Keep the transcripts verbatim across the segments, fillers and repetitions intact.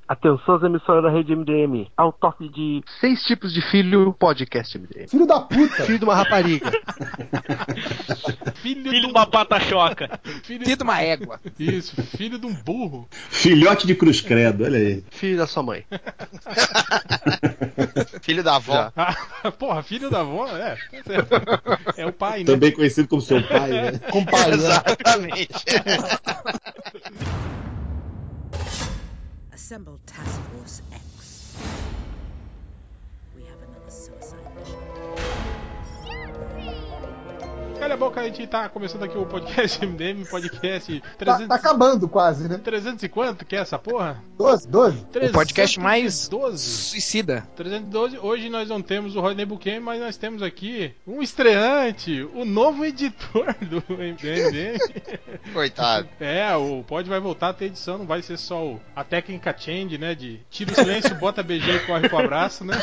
Atenção, as emissoras da rede M D M. Ao toque de Seis tipos de filho, podcast M D M. Filho da puta. Filho de uma rapariga. Filho, filho de uma pata-choca. Filho... filho de uma égua. Isso, filho de um burro. Filhote de cruz credo, olha aí. Filho da sua mãe. Filho da avó. Ah, porra, filho da avó, é. É, é o pai, né? Também conhecido como seu pai, né? Com pai, exatamente. Assemble Task Force X. We have another suicide mission. Cala a boca, a gente tá começando aqui o podcast M D M, podcast Tá, trezentos... tá acabando quase, né? trezentos e quanto que é essa porra? doze, doze. O podcast mais doze. suicida. trezentos e doze. Hoje nós não temos o Rodney Buchanan, mas nós temos aqui um estreante, o novo editor do M D M. Coitado. É, o pod vai voltar a ter edição, não vai ser só o, a técnica change, né, de tira o silêncio, bota B G e corre pro abraço, né?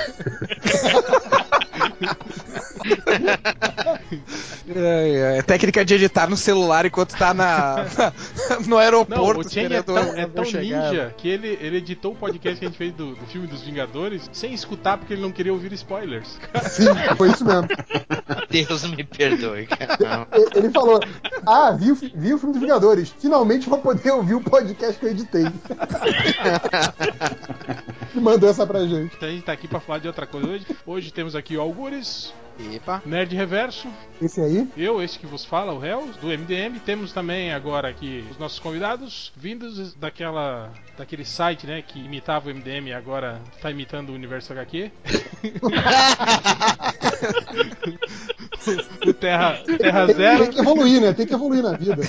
É, é, técnica de editar no celular enquanto tá na, no aeroporto. Não, o Change é tão, é tão ninja que ele, ele editou o podcast que a gente fez do, do filme dos Vingadores sem escutar porque ele não queria ouvir spoilers. Sim, foi isso mesmo. Deus me perdoe, cara. Ele falou: Ah, vi o, vi o filme dos Vingadores. Finalmente vou poder ouvir o podcast que eu editei. E mandou essa pra gente. Então a gente tá aqui pra falar de outra coisa hoje. Hoje temos aqui o Algures. Epa. Nerd Reverso. Esse aí? Eu, esse que vos fala, o Hells, do M D M. Temos também agora aqui os nossos convidados, vindos daquela, daquele site, né, que imitava o M D M e agora tá imitando o Universo H Q. o Terra, terra tem, Zero. Tem que evoluir, né? Tem que evoluir na vida.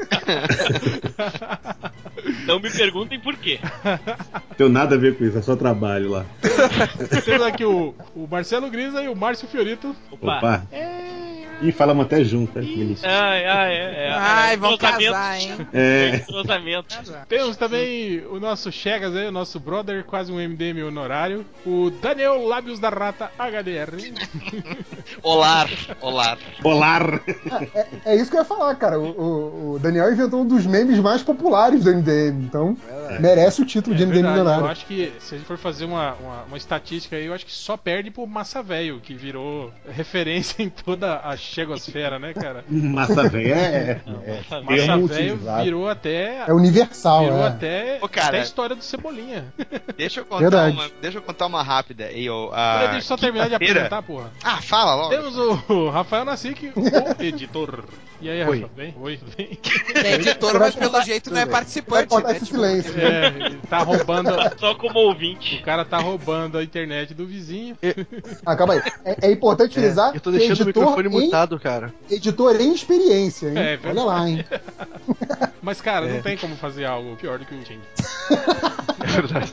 Não me perguntem por quê. Tem nada a ver com isso, é só trabalho lá. Temos aqui o, o Marcelo Grisa e o Márcio Fiorito. Opa! Opa. É... Ih, falamos até junto, né? Ai, ai, é, é. Ai, vão casar, hein? É. Temos também o nosso Chegas aí, o nosso brother, quase um M D M honorário, o Daniel Lábios da Rata H D R. Olar, olar. Olar. É, é, é isso que eu ia falar, cara. O, o, o Daniel inventou um dos memes mais populares do M D M, então é. merece o título é de M D M verdade, honorário. Eu acho que se a gente for fazer uma, uma, uma estatística aí, eu acho que só perde pro Massa Velho, que virou referência em toda a chegosfera, né, cara? Massa Velho é... é, é Massa Velho virou até... É universal, virou é. até, Ô, cara, até a história do Cebolinha. Deixa eu contar, uma, deixa eu contar uma rápida. E eu, a deixa eu só terminar de apresentar, porra. Ah, fala logo. Temos o Rafael Nassik, o editor. E aí, Rafa, bem? Oi, bem? É editor, mas pelo jeito não é participante. Vai cortar né? esse tipo, silêncio. É, ele tá roubando... Só como ouvinte. O cara tá roubando a internet do vizinho. Ah, calma aí. É, é importante frisar. É, eu tô deixando o microfone em, mutado, cara. Editor em experiência, hein? É, olha lá, hein? Mas, cara, É. não tem como fazer algo pior do que o Change. É verdade.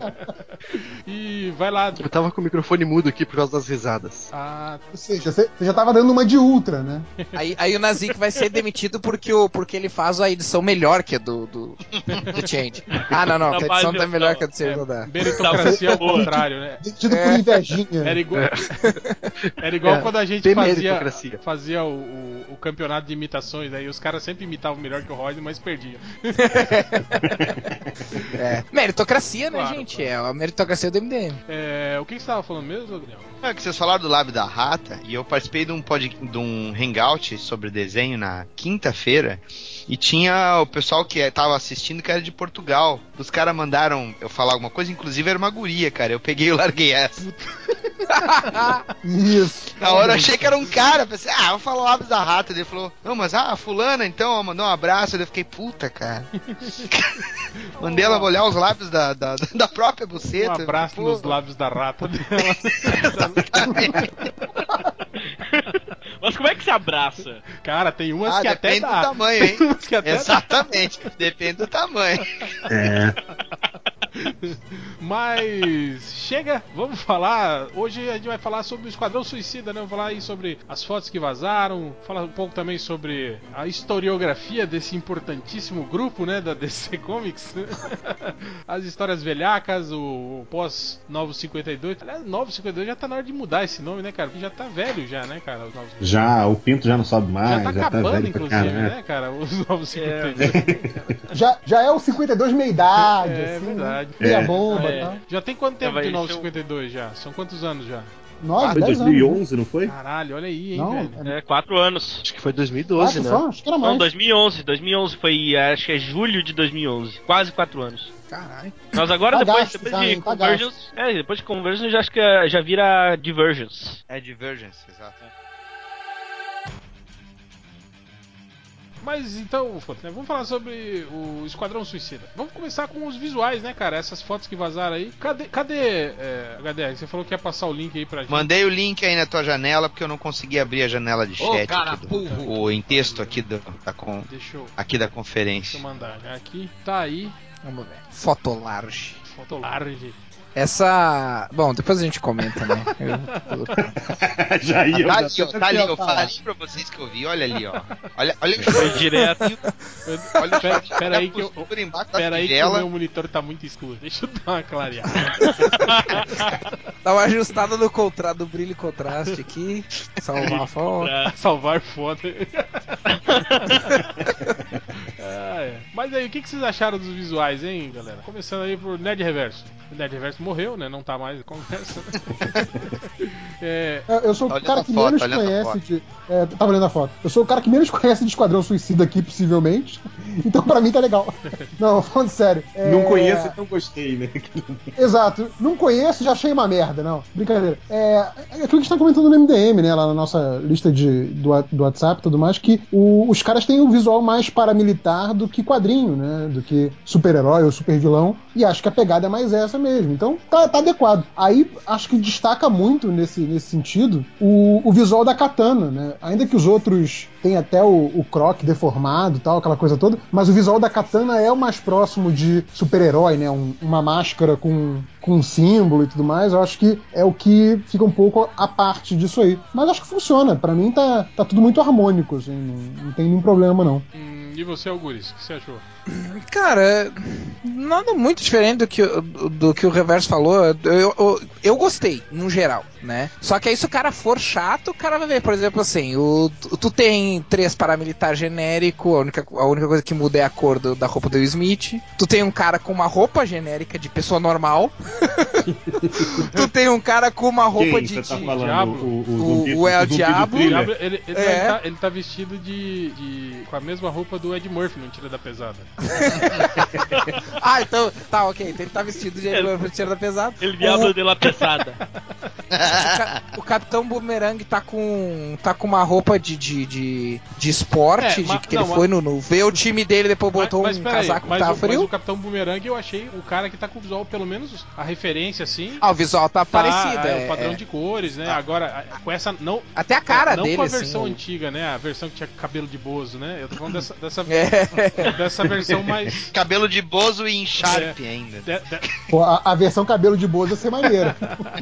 E vai lá. Eu tava com o microfone mudo aqui por causa das risadas. Ah, Ou seja, você você já tava dando uma de ultra, né? Aí, aí o Nazik vai ser demitido porque, o, porque ele faz a edição melhor que a do, do, do Change. Ah, não, não, a edição tá melhor que a do Sergio da. meritocracia ao contrário, né? Demitido por invejinha. Era igual, era igual É, quando a gente tem fazia, meritocracia. fazia o, o, o campeonato de imitações, aí os caras sempre imitavam melhor que o Rodney, mas perdiam. É. Meritocracia, né, Claro, gente? claro. É a meritocracia do M D M. É, o que, que você tava falando mesmo, Daniel? É que vocês falaram do Lábio da Rata e eu participei de um, pod, de um hangout sobre desenho na quinta-feira e tinha o pessoal que tava assistindo que era de Portugal. Os caras mandaram eu falar alguma coisa, inclusive era uma guria, cara. Eu peguei e larguei essa. Isso. Na hora eu achei que era um cara, pensei, ah, vou falar o Lábio da Rata. Ele falou, não, mas ah, fulana então, ó, mandou um abraço. Eu fiquei, puta, cara. Mandei ela molhar os lábios da, da, da própria buceta. Um abraço Pô. nos lábios da rata dela. Mas como é que se abraça? Cara, tem umas Ah, que até depende dá. do tamanho, hein? Tem umas que até Exatamente, depende do tamanho. É. Mas chega, vamos falar. Hoje a gente vai falar sobre o Esquadrão Suicida, né? Vamos falar aí sobre as fotos que vazaram, falar um pouco também sobre a historiografia desse importantíssimo grupo, né? Da D C Comics. As histórias velhacas, o, o pós Novos cinquenta e dois. Aliás, Novos cinquenta e dois já tá na hora de mudar esse nome, né, cara? Porque já tá velho já, né, cara? Os novos... Já, o pinto já não sobe mais. Já tá já acabando, tá velho inclusive, pra caralho. né, cara? Os Novos cinquenta e dois. Já, já é o cinquenta e dois meia idade. É assim, verdade. Né? meia bomba e É. tal. Já tem quanto tempo Vai de ser novecentos e um- cinquenta e dois já? São quantos anos já? Nove, Foi dez dois mil e anos. onze, não foi? Caralho, olha aí, hein, Não, velho. é É, quatro anos. Acho que foi dois mil e doze, quatro né? só? Acho que era mais. Não, dois mil e onze. dois mil e onze foi, acho que é julho de dois mil e onze. Quase quatro anos. Caralho. Nós agora, Tá depois, gasto depois já, de hein, tá Convergence... É, depois de Convergence já acho que é- já vira Divergence. É Divergence, exato. Mas então, foda, né, vamos falar sobre o Esquadrão Suicida. Vamos começar com os visuais, né, cara? Essas fotos que vazaram aí. Cadê, cadê é, H D R? Você falou que ia passar o link aí pra gente. Mandei o link aí na tua janela porque eu não consegui abrir a janela de chat aqui do, o em texto aqui do, da con, Deixa eu, aqui da deixa conferência. eu mandar. Já aqui, tá aí. Vamos ver. Fotolarge. Foto large. Essa. Bom, depois a gente comenta, né? Eu- Já ia. Ah, tá já- ali, ó, tá ali, eu falei pra vocês que eu vi, olha ali, ó. Olha, olha o Foi direto. Olha o Pera, short, pera olha aí a que eu, postura embaixo da pera aí que o fivela. meu monitor tá muito escuro. Deixa eu dar uma clareada. Dá uma ajustada no contraste, do brilho e contraste aqui. Salvar a foto. Salvar foda. Ah, é. Mas aí, o que que vocês acharam dos visuais, hein, galera? Começando aí por Nerd Reverso. O Nerd Reverso morreu, né? Não tá mais em conversa. É, É, Eu sou o Olhando cara a que foto, menos olhando a conhece foto. de. É, tava olhando a foto. Eu sou o cara que menos conhece de Esquadrão Suicida aqui, possivelmente. Então pra mim tá legal. Não, falando sério. é, Não conheço, então gostei, né? Exato. Não conheço, já achei uma merda, não. Brincadeira. É, é aquilo que a gente tá comentando no M D M, né? Lá na nossa lista de, do, wa- do WhatsApp e tudo mais, que o- os caras têm um visual mais paramilitar do que quadrinho, né? Do que super-herói ou super-vilão. E acho que a pegada é mais essa mesmo. Então tá, tá adequado. Aí acho que destaca muito nesse, nesse sentido o, o visual da Katana, né? Ainda que os outros tenham até o, o Croc deformado e tal, aquela coisa toda, mas o visual da Katana é o mais próximo de super-herói, né? Um- uma máscara com, com um símbolo e tudo mais. Eu acho que é o que fica um pouco à parte disso aí. Mas acho que funciona. Pra mim tá, tá tudo muito harmônico, assim. Não, não tem nenhum problema, não. hum, e você, Algures, o que você achou? Cara, nada muito diferente do que, o- do, do que o Reverso falou. Eu, eu, eu gostei, no geral, né? Só que aí se o cara for chato, o cara vai ver, por exemplo, assim, o, tu, tu tem três paramilitar genérico, a única, a única coisa que muda é a cor do- da roupa do Will Smith. Tu tem um cara com uma roupa genérica de pessoa normal. Tu tem um cara com uma roupa Quem de... você tá de- falando? Diablo? O, o, O- zumbi, o El zumbi do Diablo. O thriller? Diablo, ele, ele, É. ele tá, ele tá vestido de, de. com a mesma roupa do Ed Murphy no Tira da Pesada. Ah, então... Tá, ok. Então ele tá vestido de tiro da pesada. Ele diabo O- de la pesada. O, ca- o Capitão Boomerang tá com tá com uma roupa de, de, de, de esporte, É, de ma- que não, ele foi no, no ver o time dele, depois botou mas, mas um peraí, casaco que mas, tava o, mas frio. o Capitão Boomerang eu achei o cara que tá com o visual, pelo menos a referência assim. Ah, o visual tá, tá, parecido, é, é, o padrão é. de cores, né? Agora, a- com essa. Não, Até a cara é, não dele, com a assim, versão o- antiga, né? A versão que tinha cabelo de bozo, né? Eu tô falando dessa, dessa, É. dessa versão mais. Cabelo de bozo e em Sharp ainda. de- de- Pô, a, a versão cabelo de bozo ia ser maneira.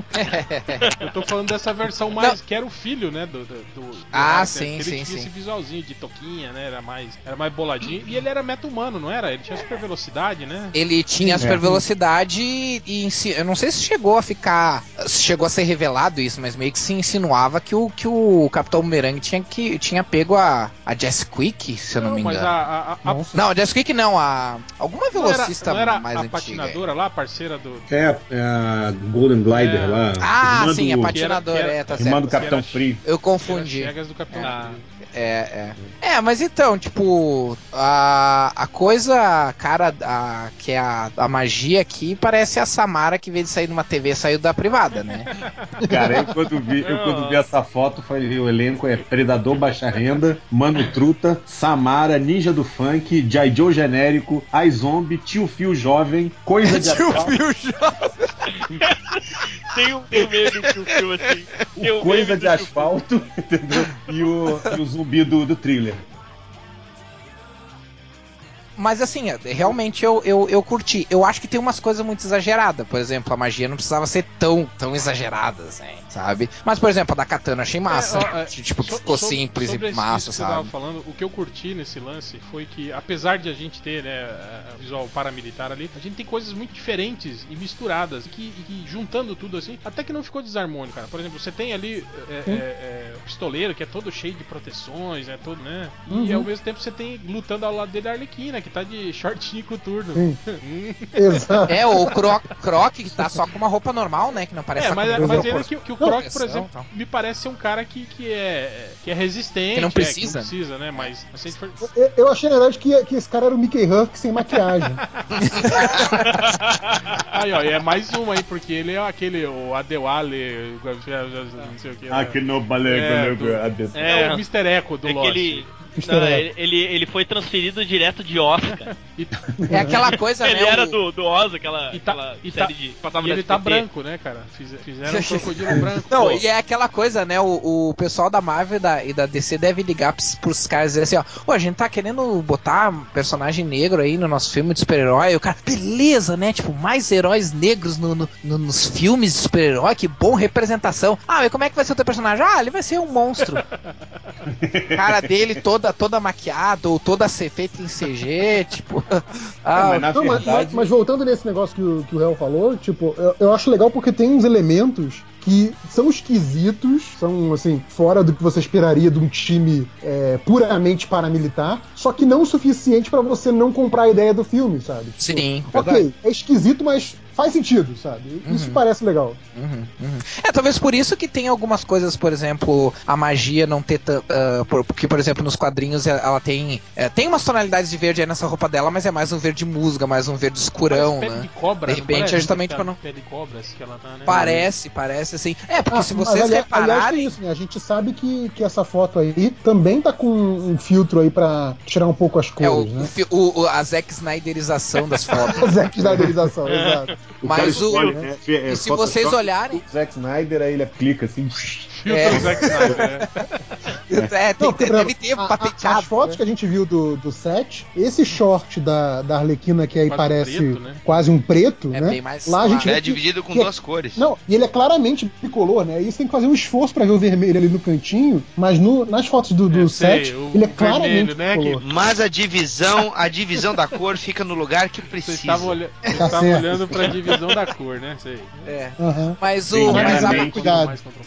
eu tô falando dessa versão mais. Que era o filho, né? Do, do, do- do Ah, Harper, sim, que ele sim, tinha sim. esse visualzinho de toquinha, né? Era mais, era mais boladinho. E ele era meta-humano, não era? Ele tinha super velocidade, né? Ele tinha super velocidade e, e insi- eu não sei se chegou a ficar. Se chegou a ser revelado isso, mas meio que se insinuava que o, que o Capitão Boomerang tinha, que, tinha pego a, a Jess Quick, se eu não, me mas engano. a, a, a, a- Não, a Jess Quick não, a. Alguma não era, velocista não era mais a antiga. patinadora lá, a parceira do. É, é a Golden Glider É. lá. Ah, irmã sim, a do- patinadora, que era- é, tá Irmã do certo. Capitão era- Frio. Eu Que confundi. era Chegas do Capitão Ah. Frio. É, é. É, mas então, tipo, a, a coisa, cara, a, que é a, a magia aqui parece a Samara que veio de sair numa T V, saiu da privada, né? Cara, eu quando vi, eu quando vi essa foto, foi, o elenco é Predador Baixa Renda, Mano Truta, Samara, Ninja do Funk, Jai Joe Genérico, iZombie, Tio Fio Jovem, Coisa de Tio Asfalto, Fio jovem. Tem um, tem um meme do tio Phil assim. Tem um o Coisa meme de do tio Asfalto, entendeu? E o, e o zumbi do, do thriller. Mas assim, realmente eu, eu, eu curti. Eu acho que tem umas coisas muito exageradas. Por exemplo, a magia não precisava ser tão, tão exagerada, assim, sabe? Mas, por exemplo, a da Katana eu achei massa. É, ó, é, tipo, que so- ficou sobre- simples sobre e esse- massa, isso que você tava sabe? falando, o que eu curti nesse lance foi que, apesar de a gente ter, né, a- a visual paramilitar ali, a gente tem coisas muito diferentes e misturadas, que, e que juntando tudo assim, até que não ficou desarmônico, cara. Por exemplo, você tem ali é, é, é, o pistoleiro, que é todo cheio de proteções, é todo, né? E Uhum. ao mesmo tempo você tem lutando ao lado dele a Arlequina, que tá de shortinho coturno. Hum. Exato. É, o Croc, Croc que tá só com uma roupa normal, né? Que não parece É, só mas, com mas uma ele roupa- que, que o Não, Croc, por proteção, exemplo, tal. me parece ser um cara que, que, é, que é resistente. Que não é, precisa. não precisa, né? Mas se a gente for... Eu, eu achei, na verdade, que, que esse cara era o Mickey Huck sem maquiagem. Aí, ó, e é mais uma aí, porque ele é aquele, o Adewale, não sei o que. Ah, que no balé, É, do... do- É, o mister Echo do É que Lost. ele, mister não, Echo. ele, ele, ele foi transferido direto de Oscar. E, É aquela coisa, Ele né? era o- do, do Oz, aquela, e tá, aquela e tá, série de. Passava e no ele tá S B T. branco, né, cara? Fiz- Fizeram um crocodilo branco. Não, pô. e é aquela coisa, né? O, o pessoal da Marvel e da, e da D C deve ligar pros, pros caras e dizer assim, ó, "Ô, a gente tá querendo botar um personagem negro aí no nosso filme de super-herói." E o cara, beleza, né? Tipo, mais heróis negros no, no- no- nos filmes de super-herói, que bom representação. Ah, mas como é que vai ser o teu personagem? Ah, ele vai ser um monstro. Cara dele toda, toda maquiada, ou toda ser feita em C G, tipo. Ah, mas na Não, mas, verdade... mas- mas voltando nesse negócio que o, que o Hel falou, tipo, eu, eu acho legal porque tem uns elementos que são esquisitos, são, assim, fora do que você esperaria de um time é, puramente paramilitar, só que não o suficiente pra você não comprar a ideia do filme, sabe? Tipo, Sim, ok, verdade. é esquisito, mas faz sentido, sabe? Isso Uhum. parece legal. Uhum, uhum. É, talvez por isso que tem algumas coisas, por exemplo, a magia não ter tanto. Uh, por- porque, por exemplo, nos quadrinhos ela ela tem. é, tem umas tonalidades de verde aí nessa roupa dela, mas é mais um verde musga, mais um verde escurão, Parece pele né? de cobra, De não repente parece? é justamente Aquela pra não- Pele de cobra assim, que ela tá, né? Parece, parece assim. É, porque Ah, se mas, vocês aliás, aliás, tem repararem. isso, né? A gente sabe que, que essa foto aí também tá com um filtro aí pra tirar um pouco as É o, cores, né? o fi- o- o- a Zack Snyderização das fotos. A Zack Snyderização, exato. O cara Mas o. escolhe, né? E se vocês Photoshop, olharem. Zack Snyder, aí ele aplica assim. Filtro É. do Zack Snyder, né? É, tem, Não, porque, por deve exemplo, ter a- a- patenteado. as fotos né? que a gente viu do, do set, esse short da, da Arlequina que aí Quase parece preto, né? quase um preto, É né? bem mais Lá a gente claro. vê É que- dividido com que é- duas cores. Não, e ele é claramente bicolor, né? Isso tem que fazer um esforço pra ver o vermelho ali no cantinho, mas no- nas fotos do, do É, sei, set, o- ele é o claramente vermelho, né, que- bicolor. Mas a divisão, a divisão da cor fica no lugar que Vocês precisa. estavam olha... vocês Tá estavam certo. olhando pra divisão da cor, né? Sei. É. Aham. Mas Sim, o. Mas, a- meramente. Cuidado. Mais control.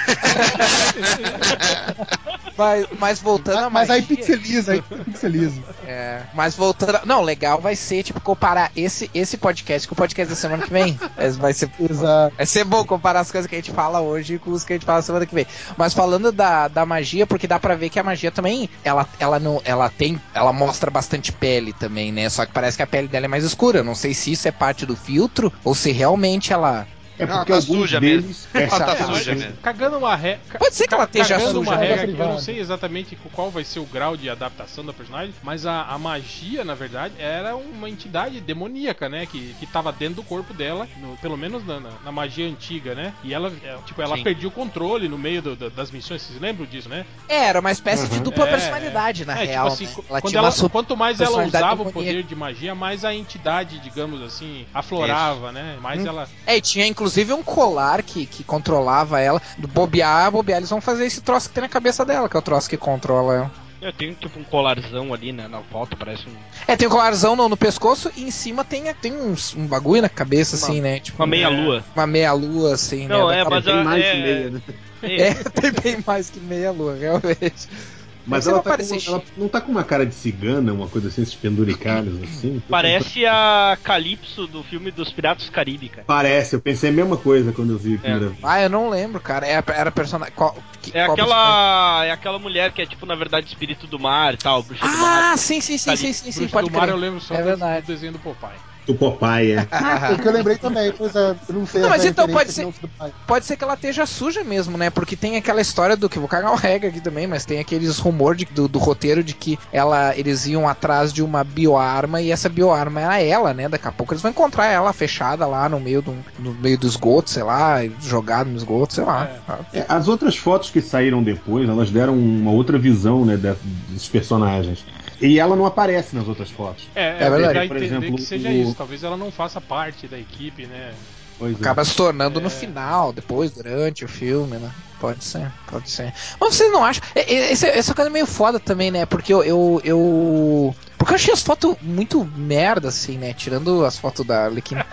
mas, mas voltando a Mas magia. aí pixeliza, aí pixeliza. É, mas voltando. a- Não, legal vai ser, tipo, comparar esse, esse podcast com o podcast da semana que vem. É, Vai ser, Exato. vai ser bom comparar as coisas que a gente fala hoje com os que a gente fala semana que vem. Mas falando da, da magia, porque dá pra ver que a magia também, ela, ela não. Ela tem. Ela mostra bastante pele também, né? Só que parece que a pele dela é mais escura. Eu não sei se isso é parte do filtro ou se realmente ela. É Não, porque tá alguns suja deles. É, Ela tá Tá suja mesmo. Cagando uma regra. Pode ser que ela esteja Cagando suja, uma né? regra que eu não Privada. sei exatamente qual vai ser o grau de adaptação da personagem, mas a, a magia, na verdade, era uma entidade demoníaca, né? Que, que tava dentro do corpo dela, no- pelo menos na, na, na magia antiga, né? E ela, é, tipo, ela Sim. perdia o controle no meio do- do- das missões. Vocês lembram disso, né? É, era uma espécie de Uhum. dupla É, personalidade, na é, real. tipo assim, né? quando tinha ela- uma su- quanto mais ela personalidade usava o demoníaca. poder de magia, mais a entidade, digamos assim, aflorava, né? Mais Hum. ela. É, e tinha inclusive um colar que, que controlava ela. Do bobear, bobear, eles vão fazer esse troço que tem na cabeça dela, que é o troço que controla ela. Eu tenho tipo um colarzão ali, né, na volta, parece um, É, tem um colarzão no, no pescoço e em cima tem, tem uns, um bagulho na cabeça, Uma- assim, né? Tipo, uma meia-lua. uma meia-lua, assim, Não, né? é, Da- mas tem a- mais é- que meia, né? É, tem bem mais que meia-lua, realmente. Mas Você ela, vai tá com, parecer ela não tá com uma cara de cigana, uma coisa assim, esses penduricalhos assim? Parece a Calypso do filme dos Piratas do Caribe, cara. Parece, eu pensei a mesma coisa quando eu vi a primeira vez. Ah, eu não lembro, cara. É, era personagem. Qual, que- É qual personagem? aquela, é aquela mulher que é tipo, na verdade, espírito do mar e tal, bruxa do mar. Ah, sim, sim, sim, sim, sim, sim, Bruxa pode do Mar crer. eu lembro só É do, verdade. do desenho do Popeye. Do Popeye, é. O que eu lembrei também, pois é, eu não sei Não, mas essa então pode referência ser- que não do pai. Pode ser que ela esteja suja mesmo, né? Porque tem aquela história do que vou cagar o regra aqui também, mas tem aqueles rumores do, do roteiro de que ela, eles iam atrás de uma bioarma e essa bioarma era ela, né? Daqui a pouco eles vão encontrar ela fechada lá no meio do, no meio do esgoto, sei lá, jogada no esgoto, sei lá. É, as outras fotos que saíram depois, elas deram uma outra visão, né, de- dos personagens. E ela não aparece nas outras fotos. É, É é verdade. dá a Por entender exemplo, que seja o- isso. Talvez ela não faça parte da equipe, né? Pois é. Acaba se tornando no É. final, depois, durante o filme, né? Pode ser, pode ser. Mas vocês não acham? É- é- Essa, essa coisa é meio foda também, né? Porque eu, eu, eu- Porque eu achei as fotos muito merda, assim, né? Tirando as fotos da Arlequina.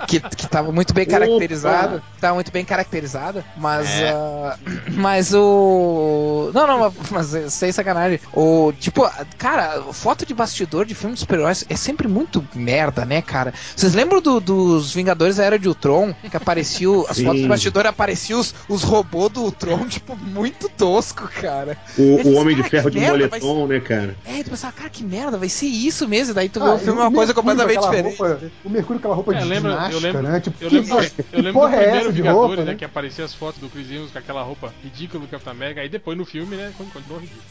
que, que tava muito bem caracterizada. Tava muito bem caracterizada, mas. É. Uh, mas o. Não, não, mas sem sacanagem. O. Tipo, cara, foto de bastidor de filme de super-heróis é sempre muito merda, né, cara? Vocês lembram do, dos Vingadores da Era de Ultron? Que apareciam. As fotos de bastidor apareciam os, os robôs do Ultron, tipo, muito tosco, cara. O, o Homem cara, de Ferro de merda, moletom, vai... né, cara? É, tu pensava, cara, que merda, vai ser isso mesmo. Daí tu Ah, vê o filme, e uma coisa Mercúrio com completamente aquela diferente. roupa- o Mercúrio com aquela roupa É, de lembra- ginástica, eu lembro- né? Tipo, Eu que, lembro, eu lembro do porra é primeiro essa de Vingadores, roupa, né? né? Que aparecia as fotos do Chris Evans com aquela roupa ridícula do Capitão América. Aí depois no filme, né? Continuou ridículo.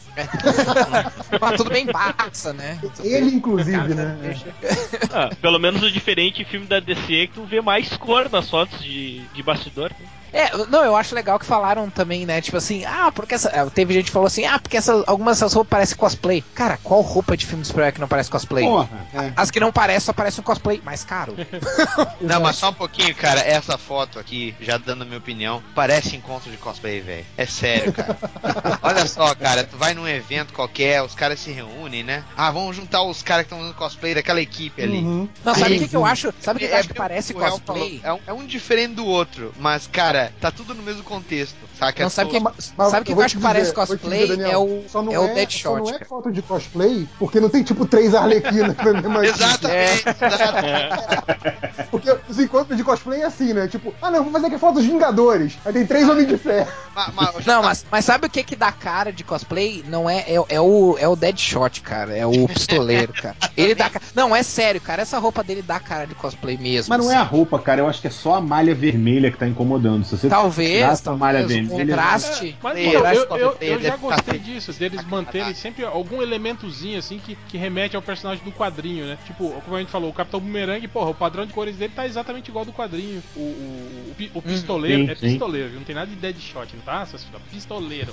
Mas tudo bem passa, né? Ele, inclusive, né? Ah, pelo menos o diferente filme da D C é que tu vê mais cor nas fotos de, de bastidor. Né? É, não, eu acho legal que falaram também, né? Tipo assim, ah, porque essa. Teve gente que falou assim, ah, porque essa, algumas dessas roupas parecem cosplay. Cara, qual roupa de filme de super-herói que não parece cosplay? Porra, é. As que não parecem só parecem um cosplay mais caro. Não, mas só um pouquinho, cara. Essa foto aqui, já dando a minha opinião, parece encontro de cosplay, velho. É sério, cara. Olha só, cara. Tu vai num evento qualquer, os caras se reúnem, né? Ah, vamos juntar os caras que estão usando cosplay daquela equipe ali. Uhum. Não, sabe o Aí, que, que eu acho? Sabe o que, que eu acho que é, parece o Real cosplay? falou, é, um, é um diferente do outro, mas, cara, tá tudo no mesmo contexto, saca? Não, sabe o que, Mas- sabe mas que eu vou acho te que parece dizer, vou te cosplay? dizer, Daniel, é o, só não é o Só Deadshot. não é cara. falta de cosplay, porque não tem tipo três Arlequinas na mesma equipe. Exatamente, exatamente. Porque os encontros de cosplay é assim, né? Tipo, ah não, vou fazer aqui foto dos Vingadores. Aí tem três Homens de Ferro. Mas- mas- Não, mas, mas sabe o que que dá cara de cosplay? Não é, é, é o é o Deadshot, cara. É o pistoleiro, cara. Ele dá ca- Não, é sério, cara. Essa roupa dele dá cara de cosplay mesmo. Mas não é a assim. roupa, cara. Eu acho que é só a malha vermelha que tá incomodando. Se você Talvez, tirar essa talvez, malha o vermelha. contraste. Mas Sim, pô, eu, traz eu, eu, cosplay, eu já deve gostei tá disso, deles manterem sempre algum elementozinho assim que, que remete ao personagem do quadrinho, né? Tipo, como a gente falou, o Capitão Boomerang, porra, o padrão de cores dele tá exatamente igual ao do quadrinho. O, o, o, pi- o pistoleiro, sim, é sim. pistoleiro, viu? Não tem nada de Deadshot, não tá? Seus filhos? Pistoleiro.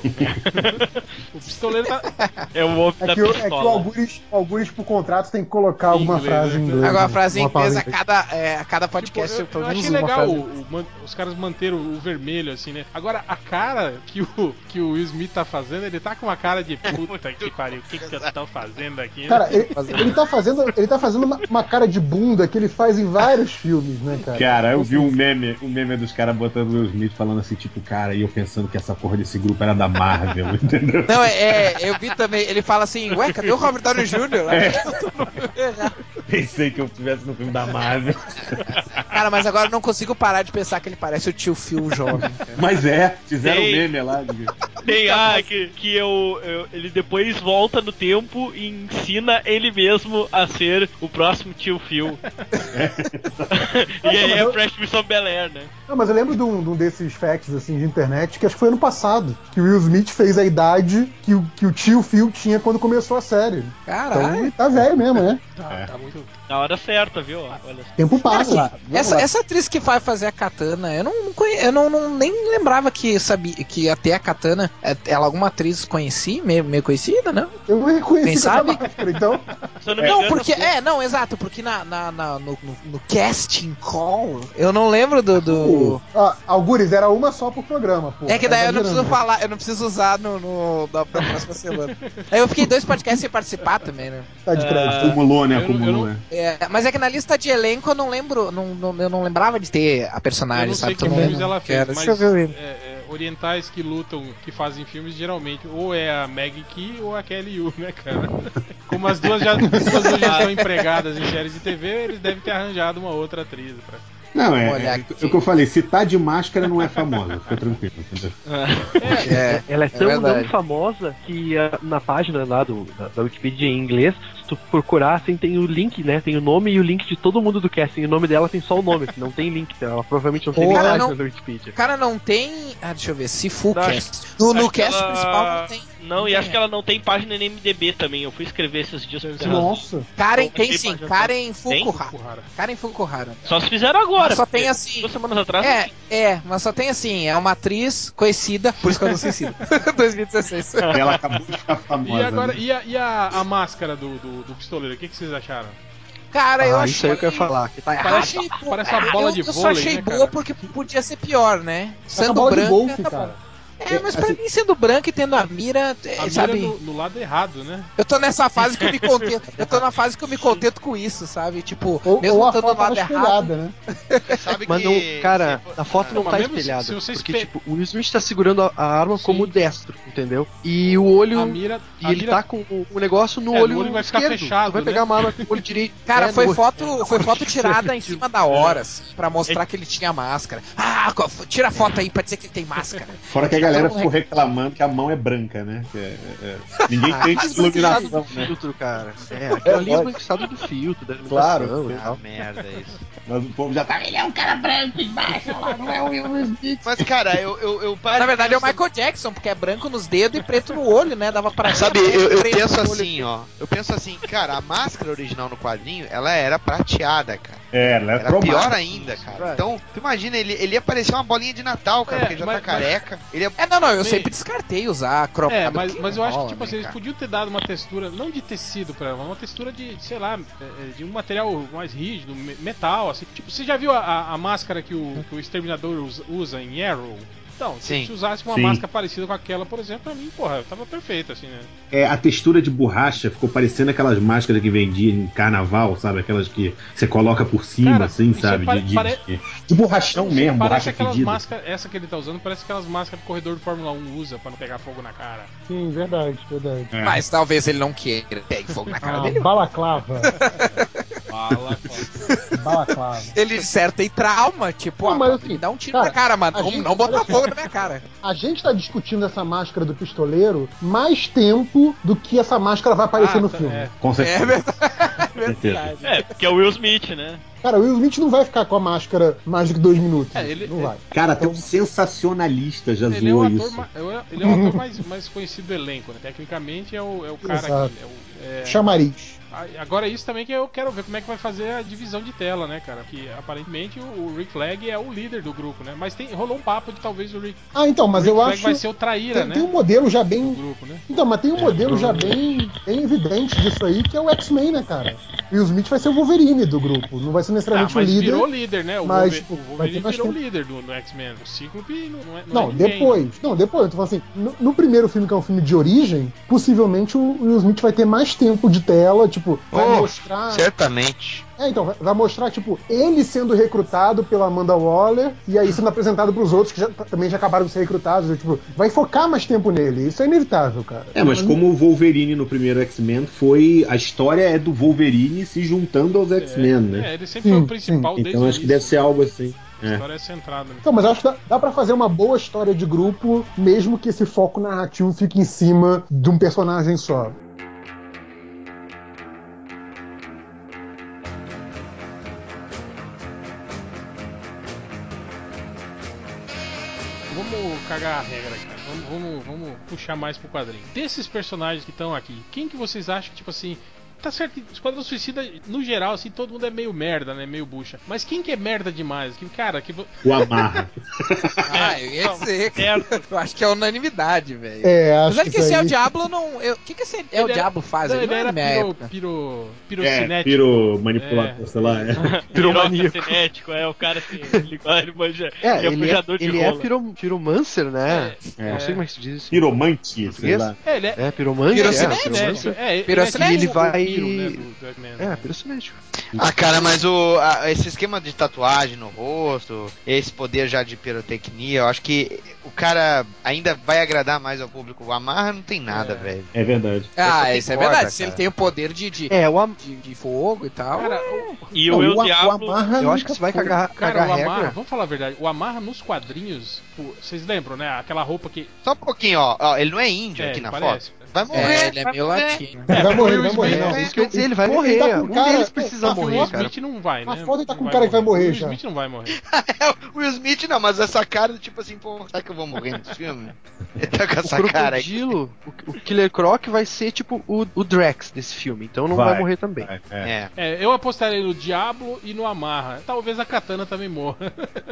O pistoleiro tá. É o homem É da que, o- é que pistola. o Algures, o Algures, por contrato, tem que colocar alguma Inglês, frase né? em inglês. Agora a né? frase em Uma palavra inglês a cada, é, a cada podcast Tipo, eu, eu, pelo eu menos achei uma legal frase. o, o man- os caras manteram o, o vermelho, assim, né? Agora, a cara que o, que o Will Smith tá fazendo, ele tá com uma cara de puta que pariu, o que que eu tô fazendo aqui? né? Cara, ele, ele tá fazendo, ele tá fazendo uma, uma cara de bunda que ele faz em vários filmes, né, cara? Cara, eu vi Assim, um meme, um meme dos caras botando o Will Smith falando assim, tipo, cara, e eu pensando que essa porra desse grupo era da Marvel, entendeu? Não, é, é, eu vi também, ele fala assim, ué, cadê o Robert Downey júnior? É. Eu tô no filme errado. Pensei que eu estivesse no filme da Marvel. Cara, mas agora eu não consigo parar de pensar que ele parece o tio Phil jovem. Cara. Mas é, fizeram um Ei. meme lá. De... Tem, ah, que, que eu, eu- ele depois volta no tempo e ensina ele mesmo a ser o próximo tio Phil. E aí mas é eu- Fresh Mission Bel-Air, né? Não, mas eu lembro de um, de um desses facts assim, de internet, que acho que foi ano passado, que o Will Smith fez a idade que o, que o tio Phil tinha quando começou a série. Caralho. Então ele tá velho mesmo, né? Tá, É. tá muito. Na hora certa, viu? Olha só. Tempo passa. Vamos lá, vamos Essa, lá. essa atriz que vai fazer a Katana, eu não, não conhe- eu não, não- nem lembrava que sabia que até a Katana, é- ela alguma atriz conheci, meio, meio conhecida, não? Eu não reconheci Quem com essa sabe? máscara, então. Se eu não me Não, engano, porque é, não, exato, porque na, na, na- no, no, no casting call, eu não lembro do, do... Ó, Algures, era uma só por programa, pô. É que daí eu não preciso exagerando. falar, eu não preciso usar no, no da, da próxima semana. Aí eu fiquei dois podcasts sem participar também, né? Tá de crédito. Acumulou, né? eu não- eu Acumulou, não- né? É, mas é que na lista de elenco eu não lembro, não, não- eu não lembrava de ter a personagem, Eu não sei sabe? que Eu não filmes lembro. ela fez, Quero. mas Deixa eu ver. é, é, orientais que lutam, que fazem filmes, geralmente ou é a Maggie Key ou a Kelly Yu, né, cara? Como as duas já, as duas já estão empregadas em séries de T V, eles devem ter arranjado uma outra atriz pra... Não, é, Olha é, aqui. é o que eu falei, se tá de máscara não é famosa, fica tranquilo, entendeu? É, Ela é é tão verdade. não famosa que ah, na página lá do, da, da Wikipedia em inglês, se tu procurar, assim, tem o link, né? Tem o nome e o link de todo mundo do casting. O nome dela tem só o nome, assim, não tem link. Ela provavelmente não tem nem Cara, página não- da Wikipedia. Cara, não tem. Ah, deixa eu ver. Se full Acho- cast. No, no acho que cast ela- principal não tem. Não, e acho que ela não tem página em M D B também. Eu fui escrever esses dias. por terra. Nossa. Karen Não tem tem sim. página. Karen Tem? Fukuhara. Fukuhara. Karen Fukuhara. Só se fizeram agora. Mas só tem porque assim. Duas semanas atrás. É, é, mas só tem assim. É uma atriz conhecida, por isso que eu não suicida. dois mil e dezesseis. Ela acabou de ficar famosa. E agora, né? e a, e a, a máscara do, do, do pistoleiro, o que, que vocês acharam? Cara, eu Ah, achei. isso aí eu quero falar. Que tá errado. Parece, achei, parece uma bola eu, de eu só vôlei, achei né, boa cara? porque podia ser pior, né? Essa Sendo bola de branca, golfe, tá cara. bom. É, mas pra mim, sendo branco e tendo a mira, é, A sabe? mira no, no lado errado, né? Eu tô nessa fase que eu me contento. Eu tô na fase que eu me contento com isso, sabe? Tipo, Ou, mesmo ou a estando foto no lado tava errado. espelhada, né? Você sabe Mas que. não, cara, se- a foto Ah, não mas tá mesmo se- espelhada. se você porque, espe- tipo, o Will Smith tá segurando a, a arma Sim. como destro, entendeu? E o olho. A mira. E a ele mira- tá com o, o negócio no É, olho, no olho vai ficar esquerdo. fechado, Tu vai né? pegar uma arma com o olho direito. Cara, É, foi no- foto, foi foto tirada em cima da hora, É. assim, pra mostrar que ele tinha máscara. Ah, co- tira a foto aí pra dizer que ele tem máscara. Fora que a galera ficou reclamando que a mão é branca, né? Que é- é- é- Ninguém Ah, tem aquilo iluminação, esbranquiçado do né? filtro, cara. É, aquilo ali é esbranquiçado do filtro, da Claro. iluminação e Ah, tal. merda isso. Mas o povo já tá. Ele é um cara branco embaixo, lá, não é o Will Smith. Mas, cara, eu, eu, eu paro Na e verdade é o penso- Michael Jackson, porque é branco nos dedos e preto no olho, né? Dava pra Sabe, preto, eu, eu preto penso no olho. assim, ó. Eu penso assim, cara, a máscara original no quadrinho, ela era prateada, cara. É, ela é Era cromada. pior ainda, cara. Então, tu imagina, ele, ele ia parecer uma bolinha de Natal, cara, É, porque ele já mas- tá careca. Ele ia... É, não, não, eu Bem, sempre descartei usar cromado. É, mas, porque mas eu acho que, rola, tipo né, assim, eles cara? podiam ter dado uma textura, não de tecido pra ela, mas uma textura de, sei lá, é, é, de um material mais rígido, me- metal, assim. Tipo, você já viu a, a- a máscara que o, que o Exterminador usa, usa em Arrow? Então, Sim. se usasse uma Sim. máscara parecida com aquela, por exemplo, pra mim, porra, tava perfeito, assim, né? É, a textura de borracha ficou parecendo aquelas máscaras que vendia em carnaval, sabe? Aquelas que você coloca por cima, Cara, assim, isso sabe? é pare- de, de, pare- de, de borrachão mesmo, Parece borracha aquelas fedida. máscaras, essa que ele tá usando, parece aquelas máscaras que o corredor de Fórmula um usa pra não pegar fogo na cara. Sim, verdade, verdade. É. Mas talvez ele não queira. Pegue fogo na cara Ah, dele. balaclava. Fala, balaclava. Ele certo tem trauma, tipo, Não, ah, mas pode assim, me dá um tiro cara, na cara, mano. a Não, gente- não botar olha só. fogo na minha cara. A gente tá discutindo essa máscara do pistoleiro mais tempo do que essa máscara vai aparecer Ah, no tá, filme. é. Com É certeza. verdade. Certeza. É, porque é o Will Smith, né? Cara, o Will Smith não vai ficar com a máscara mais do que dois minutos. É, ele- não vai. Cara, até Então- um sensacionalista já Ele é o zoou ator, isso. ma- ele é o ator mais, mais conhecido do elenco, né? Tecnicamente é o, é o cara Exato. que. É o, é- Chamariz. Ah, agora isso também que eu quero ver como é que vai fazer a divisão de tela, né, cara? Que aparentemente o, o Rick Flag é o líder do grupo, né? Mas tem, rolou um papo de talvez o Rick, Ah, então, mas o Rick eu Flag acho. vai ser o traíra, Tem, né? tem um modelo já do bem. grupo, né? Então, mas tem um É, modelo já provavelmente. bem, bem evidente disso aí, que é o X-Men, né, cara? O Will Smith vai ser o Wolverine do grupo. Não vai ser Ah, necessariamente mas o líder. virou líder, né? O, mas, Wolver- tipo, o vai ter Wolverine mais virou tempo. líder do, do X-Men. O Cíclope não, não é, não Não, é ninguém, depois. né? Não, depois. Eu tô falando assim, no, no primeiro filme, que é um filme de origem, possivelmente o Will Smith vai ter mais tempo de tela, tipo, vai Oh, mostrar. Certamente. É, então, vai, vai mostrar, tipo, ele sendo recrutado pela Amanda Waller e aí sendo apresentado pros outros que já- também já acabaram de ser recrutados. Tipo, vai focar mais tempo nele. Isso é inevitável, cara. É, mas como o Wolverine no primeiro X-Men foi. A história é do Wolverine se juntando aos X-Men, É, né? é, ele sempre Sim, foi o principal sim. desde Então o acho que início, deve ser né? algo assim. A É. história é centrada, né? Então, mas eu acho que dá, dá pra fazer uma boa história de grupo, mesmo que esse foco narrativo fique em cima de um personagem só. Vamos cagar a regra, cara. Vamos, vamos, vamos puxar mais pro quadrinho. Desses personagens que estão aqui, quem que vocês acham que, tipo assim. Tá certo que Esquadrão Suicida, no geral, assim, todo mundo é meio merda, né? Meio bucha. Mas quem que é merda demais? Que, cara, que. vo- O Amarra. Ah, eu ia dizer, cara. Eu acho que é unanimidade, velho. É, acho Apesar de que esse é o aí- Diablo não. eu- O que, que esse é o Ele era- Diablo faz? Não, Ele ele não é era da minha piro, época. piro, É, pirocinético. piro manipulador, É. sei lá. É. Piromaníaco. Cinético, é o cara que ele, ele manja. É, ele é ele é, puxador de ele é rola. piro, piromancer, né? É. Não sei como é que se diz isso. Piromante, sei Português? lá. É, ele é. É, piromante, Pirocinético. é, Pirocinético. piromancer. É, ele é Pirocinético. E ele tipo o vai- Piro, né, do, do X-Men, É, né? pirocinético. Ah, cara, mas o, a- esse esquema de tatuagem no rosto, esse poder já de pirotecnia, eu acho que o cara ainda vai agradar mais ao público. O Amarra não tem nada, É. velho. É verdade. Ah, Tem isso é corda, verdade. Se cara. ele tem o poder de, de, É, o Am... de, de fogo e tal. Cara, o, E Não, o El o, Diablo. o Amarra eu acho que nunca você vai foi. cagar, cara, cagar o a Amarra, regra. vamos falar a verdade, o Amarra nos quadrinhos, pô, vocês lembram, né? Aquela roupa que. Só um pouquinho, ó. ó ele não é índio É, aqui ele na parece. foto. Vai morrer. É, ele é vai meio morrer. latino. Ele vai morrer, ele vai Will morrer. Smith- Não. É, isso que eu ia dizer, ele vai Ele morrer. tá com Um cara- deles precisa tá- O Will morrer, cara. Smith não vai, Na né? foto ele tá Não com cara que vai morrer O Will já. Smith não vai morrer. o Will Smith não, mas essa cara, tipo assim, pô, será que eu vou morrer nesse filme? Ele tá com O essa cara aí. crocodilo, o, o Killer Croc vai ser tipo o, o Drax desse filme, então não vai, Vai. morrer também. É, é. É. É, eu apostaria no Diablo e no Amarra. Talvez a Katana também morra.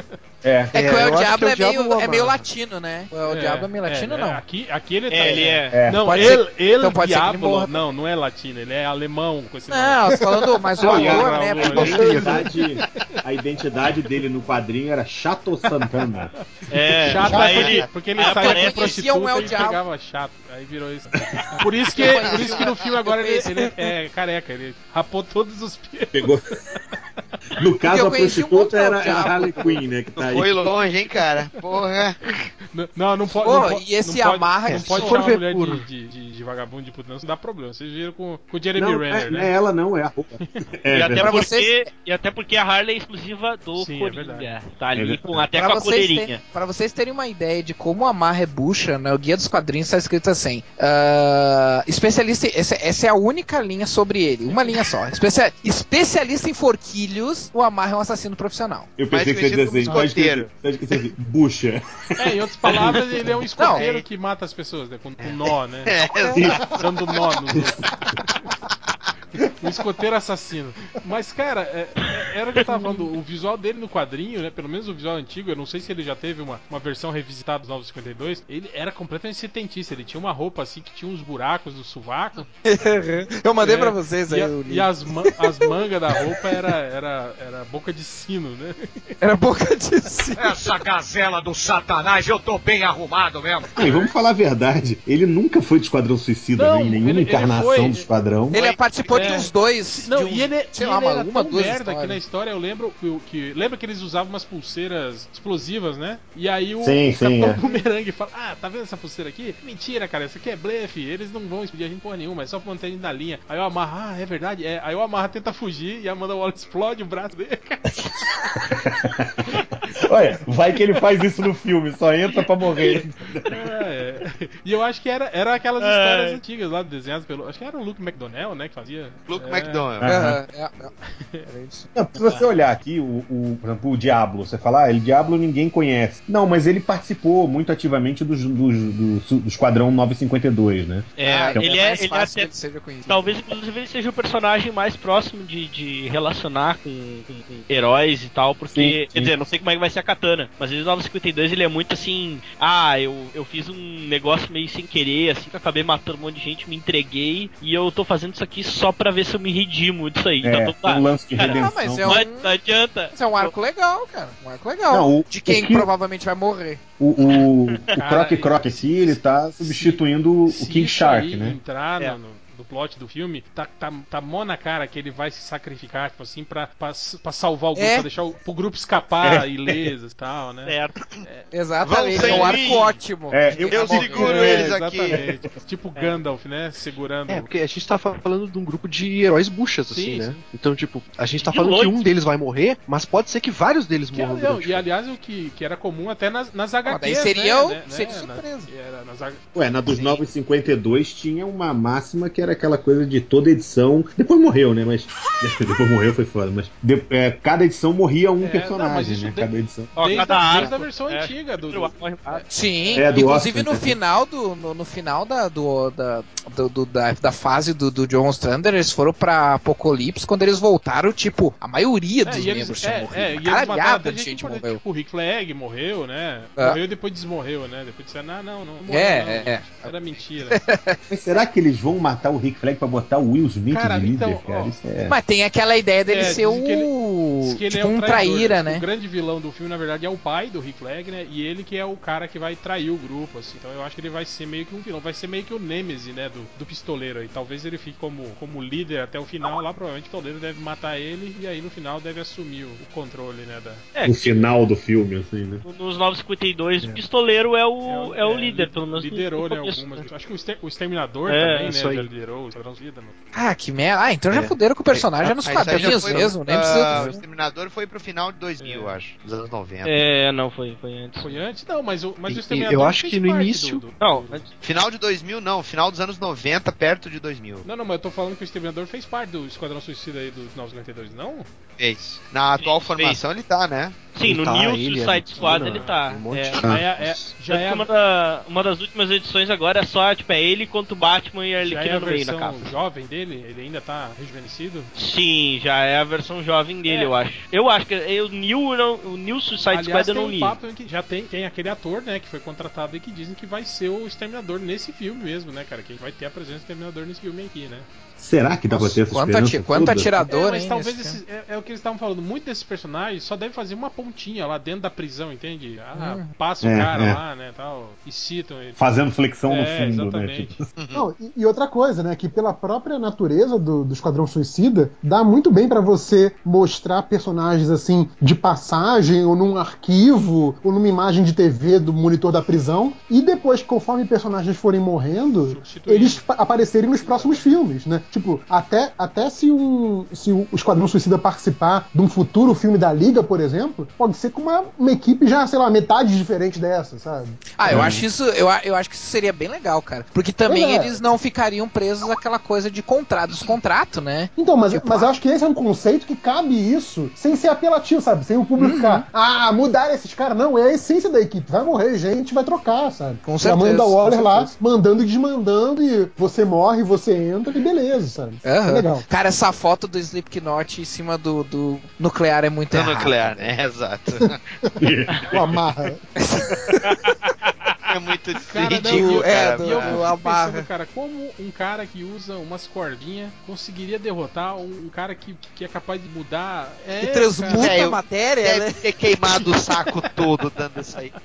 É. É que o É, El eu acho Diablo que o é Diablo meio, é meio amarra. latino, né? O El Diablo é meio latino, é, não. Aqui, aqui ele tá. É, ele é. É. Não, Pode ele, ser- ele então pode ser que ele Diablo. morra. Não, não é latino, ele é alemão com esse nome. Não, eu tô falando, mas o Não, e a- ator, né? a- A Porque- identidade, a identidade dele no quadrinho era Chato Santana. É, Chato, aí porque, ele. porque ele aí saía aparece- com conhecia um prostituta El e Diablo. pegava chato. Aí virou isso. Por isso que, Eu conheci por isso que um- no filme agora eu ele, conheci- ele é careca, ele rapou todos os pelos. Pegou. No caso, eu a conheci um prostituta outro era, Diablo. era a Harley Quinn, né? Que tá aí. Foi longe, hein, cara? Porra. Não, não, não pode. Pô, não pode e esse não pode, amarra não que pode se chamar for a ver mulher por- de, de, de, de vagabundo de puta, não, isso dá problema. Vocês viram com, com o Jeremy Não, Renner, é, né? não é ela não, é a roupa. É, E até, Pra porque, vocês- e até porque a Harley é exclusiva do Sim, é Coringa. verdade. Tá ali É verdade. com, até Pra com a vocês, codeirinha. ter, pra vocês terem uma ideia de como a Marra é bucha, no Guia dos Quadrinhos tá escrito assim: ah, especialista, essa, essa é a única linha sobre ele, uma linha só. Especia, especialista em forquilhos, o Amarra é um assassino profissional. Eu pensei Mais que você ia dizer conhecido assim, como tá escrito, escoteiro. tá escrito assim, bucha. É, em outras palavras, ele é um escoteiro Não, é- que mata as pessoas, né? Com, com nó, né? É, Dando nó no outros. Um escoteiro assassino. Mas, cara, é- é- era o que eu tava falando. O visual dele no quadrinho, né? Pelo menos o visual antigo, eu não sei se ele já teve uma, uma versão revisitada dos novos cinquenta e dois. Ele era completamente setentista. Ele tinha uma roupa assim que tinha uns buracos no sovaco. Eu mandei É, pra vocês e, aí a- o e link. as, man- as mangas da roupa era, era, era boca de sino, né? Era boca de si. Essa gazela do satanás, eu tô bem arrumado mesmo. Ah, e vamos falar a verdade, ele nunca foi do Esquadrão Suicida, Não, né? Em nenhuma ele- ele encarnação foi- do Esquadrão. Ele participou É. de uns dois. Não, de uns, e ele, sei e lá, ele uma, era uma tão duas merda que histórias. na história eu lembro que, que lembra que eles usavam umas pulseiras explosivas, né? E aí o, Sim, o sim, Capitão é. Boomerang fala: Ah, tá vendo essa pulseira aqui? Mentira, cara, isso aqui é blefe. Eles não vão explodir a gente porra nenhuma, é só pra manter a gente na linha. Aí o Amarra, ah, é verdade? É. Aí o Amarra tenta fugir e a Amanda Waller explode o braço dele, cara. Olha, vai que ele faz isso no filme, só entra pra morrer. É, é. E eu acho que era, era aquelas É. histórias antigas lá, desenhadas pelo. Acho que era o Luke McDonnell, né? Que fazia. Luke é, McDonald. Aham, é, é. Era isso. Não, se você olhar aqui, o, o, por exemplo, o Diablo, você fala, ah, ele Diablo ninguém conhece. Não, mas ele participou muito ativamente dos, dos, do, do Esquadrão novecentos e cinquenta e dois, né? É, Ah, então ele é, mais ele é fácil até. que ele seja conhecido. Talvez, inclusive, ele seja o personagem mais próximo de, de relacionar com, com- com heróis e tal, porque, Sim, sim. quer dizer, não sei como é que vai ser a Katana, mas ele no novecentos e cinquenta e dois ele é muito assim, ah, eu, eu fiz um negócio meio sem querer, assim, que eu acabei matando um monte de gente, me entreguei, e eu tô fazendo isso aqui só pra ver se eu me redimo disso aí. É, tá todo um lance de cara, redenção. Ah, mas é não, um- ad- não adianta. Mas é um arco legal, cara. Um arco legal. Não, o- de quem o que- provavelmente vai morrer. O, o, o Cara, Croc Croc aqui, ele tá substituindo Se o King isso Shark, aí né? entrar É. no, no, no plot do filme, tá, tá, tá mó na cara que ele vai se sacrificar, tipo assim, pra, pra, pra salvar o grupo, É. pra deixar o pro grupo escapar ileso e tal, né? Certo. Exatamente. Vão É um sem arco mim. ótimo. É, De quem eu- vai eu morrer. seguro É, eles aqui. exatamente. Tipo Gandalf, né? Segurando. É, porque a gente tá falando de um grupo de heróis buchas, assim, Sim, né? sim. Então, tipo, a gente tá De falando que longe. um deles vai morrer, mas pode ser que vários deles Que, morram. não, durante o e filme. aliás, o que, que era comum até nas, nas H Qs, daí seria o- né? seria né? surpresa. Na, era nas H- Ué, na dos novecentos e cinquenta e dois tinha uma máxima que era aquela coisa de toda edição. Depois morreu, né? Mas. Depois morreu, foi foda. Mas de- é, cada edição morria um É, não, mas personagem, isso né? de- Cada edição. Ó, Desde, cada a, arco, desde a versão é, antiga do. o do morre- Sim, É, do inclusive Austin, no né? final do no, no final da, do, da, do, do- da, da fase do, do John Ostrander, eles foram pra Apocalipse. Quando eles voltaram, tipo, a maioria dos É, e eles, membros tinha é, morrido. é, e Uma eles mataram caralhada até de gente gente importante. morreu. Tipo, o Rick Flag morreu, né? É. Morreu e depois desmorreu, né? Depois disseram, não, não, não morreu, É, não, é, gente. é. Era mentira. Mas será que eles vão matar o Rick Flag pra botar o Will Smith Cara, de líder, então, cara? ó, Isso é. Mas tem aquela ideia dele É, ser dizem que ele- o. Diz que ele tipo é um traidor, traíra, né? né? O grande vilão do filme, na verdade, é o pai do Rick Flag, né? E ele que é o cara que vai trair o grupo, assim. Então eu acho que ele vai ser meio que um vilão. Vai ser meio que o Nemesis, né? Do, do pistoleiro aí. Talvez ele fique como, como líder até o final lá. Provavelmente o pistoleiro deve matar ele. E aí no final deve assumir o, o controle, né? Da... É, No final do filme, assim, né? nos novecentos e cinquenta e dois, o pistoleiro é o, é o líder, pelo menos. no- Liderou, no né? começo, Algumas. né? Acho que o, exter- o Exterminador É, também, né? isso aí. Já liderou o Esquadrão Suicida. no- Ah, que merda. Ah, então já É. fuderam com o personagem nos Ah, isso aí já quadrinhos foi, mesmo. Nem ah, precisa. O Exterminador foi pro final de dois mil, É. acho. Dos anos noventa. É, não, foi, foi antes. Foi antes? Não, mas o, mas E- o e Exterminador eu acho fez que no parte início- do- do- Não, do- antes- Final de dois mil, não. Final dos anos noventa, perto de dois mil. Não, não, mas eu tô falando que o Exterminador fez parte do Esquadrão Suicida aí dos novecentos e cinquenta e dois, não? fez. Na atual formação ele tá, né? Sim, Ele no tá, New ele, Suicide a Squad Arlequina, ele tá. tem um monte É, de- Ah, é, é, já Tanto é que a, uma, da- uma das últimas edições agora é só, tipo, é ele contra o Batman e a já é Arlequina a no meio na versão capa. jovem dele? Ele ainda tá rejuvenescido? Sim, já é a versão jovem dele, É. eu acho. Eu acho que é o New, não, o New Suicide Aliás, Squad eu tem não um li. papo em que já tem, tem aquele ator, né, que foi contratado e que dizem que vai ser o Exterminador nesse filme mesmo, né, cara? Que a gente vai ter a presença do Exterminador nesse filme aqui, né? Será que dá pra ter essa Quanto, esperança ati quanto toda? atirador, É, mas hein? talvez nesse esses, é, é o que eles estavam falando. Muitos desses personagens só devem fazer uma pontinha lá dentro da prisão, entende? Ah, Hum. passa É, o cara é. lá, né, tal, e citam ele. Fazendo flexão no É, fundo, exatamente. né? Tipo, Não, e, e outra coisa, né? Que pela própria natureza do, do Esquadrão Suicida, dá muito bem pra você mostrar personagens assim de passagem, ou num arquivo, ou numa imagem de T V do monitor da prisão, e depois, conforme personagens forem morrendo, Substituindo. eles pa- aparecerem nos próximos filmes, né? Tipo, até, até se, um, se o Esquadrão Suicida participar de um futuro filme da Liga, por exemplo, pode ser com uma, uma equipe já, sei lá, metade diferente dessa, sabe? Ah, eu É. acho isso, eu, a- eu acho que isso seria bem legal, cara. Porque também Pois é. eles não ficariam presos àquela coisa de contrato, dos contratos, né? Então, mas, Tipo, mas ah, eu acho que esse é um conceito que cabe isso sem ser apelativo, sabe? Sem o público ficar, ah, mudar esses caras. Não, é a essência da equipe. Vai morrer gente, vai trocar, sabe? Com E a certeza, Amanda com Waller lá, certeza. mandando e desmandando, e você morre, você entra, e beleza, sabe? aham. É legal. Cara, essa foto do Slipknot em cima do, do nuclear é muito Do errada. nuclear, né? Exato. Com a marra. É muito Cara, não, ridículo, do- é, cara. do- E eu do- fico a barra. pensando, cara, como um cara que usa umas cordinhas conseguiria derrotar um, um cara que, que é capaz de mudar. É, Que transmuta cara. Velho, a matéria, Deve né? ter queimado o saco todo dando isso aí.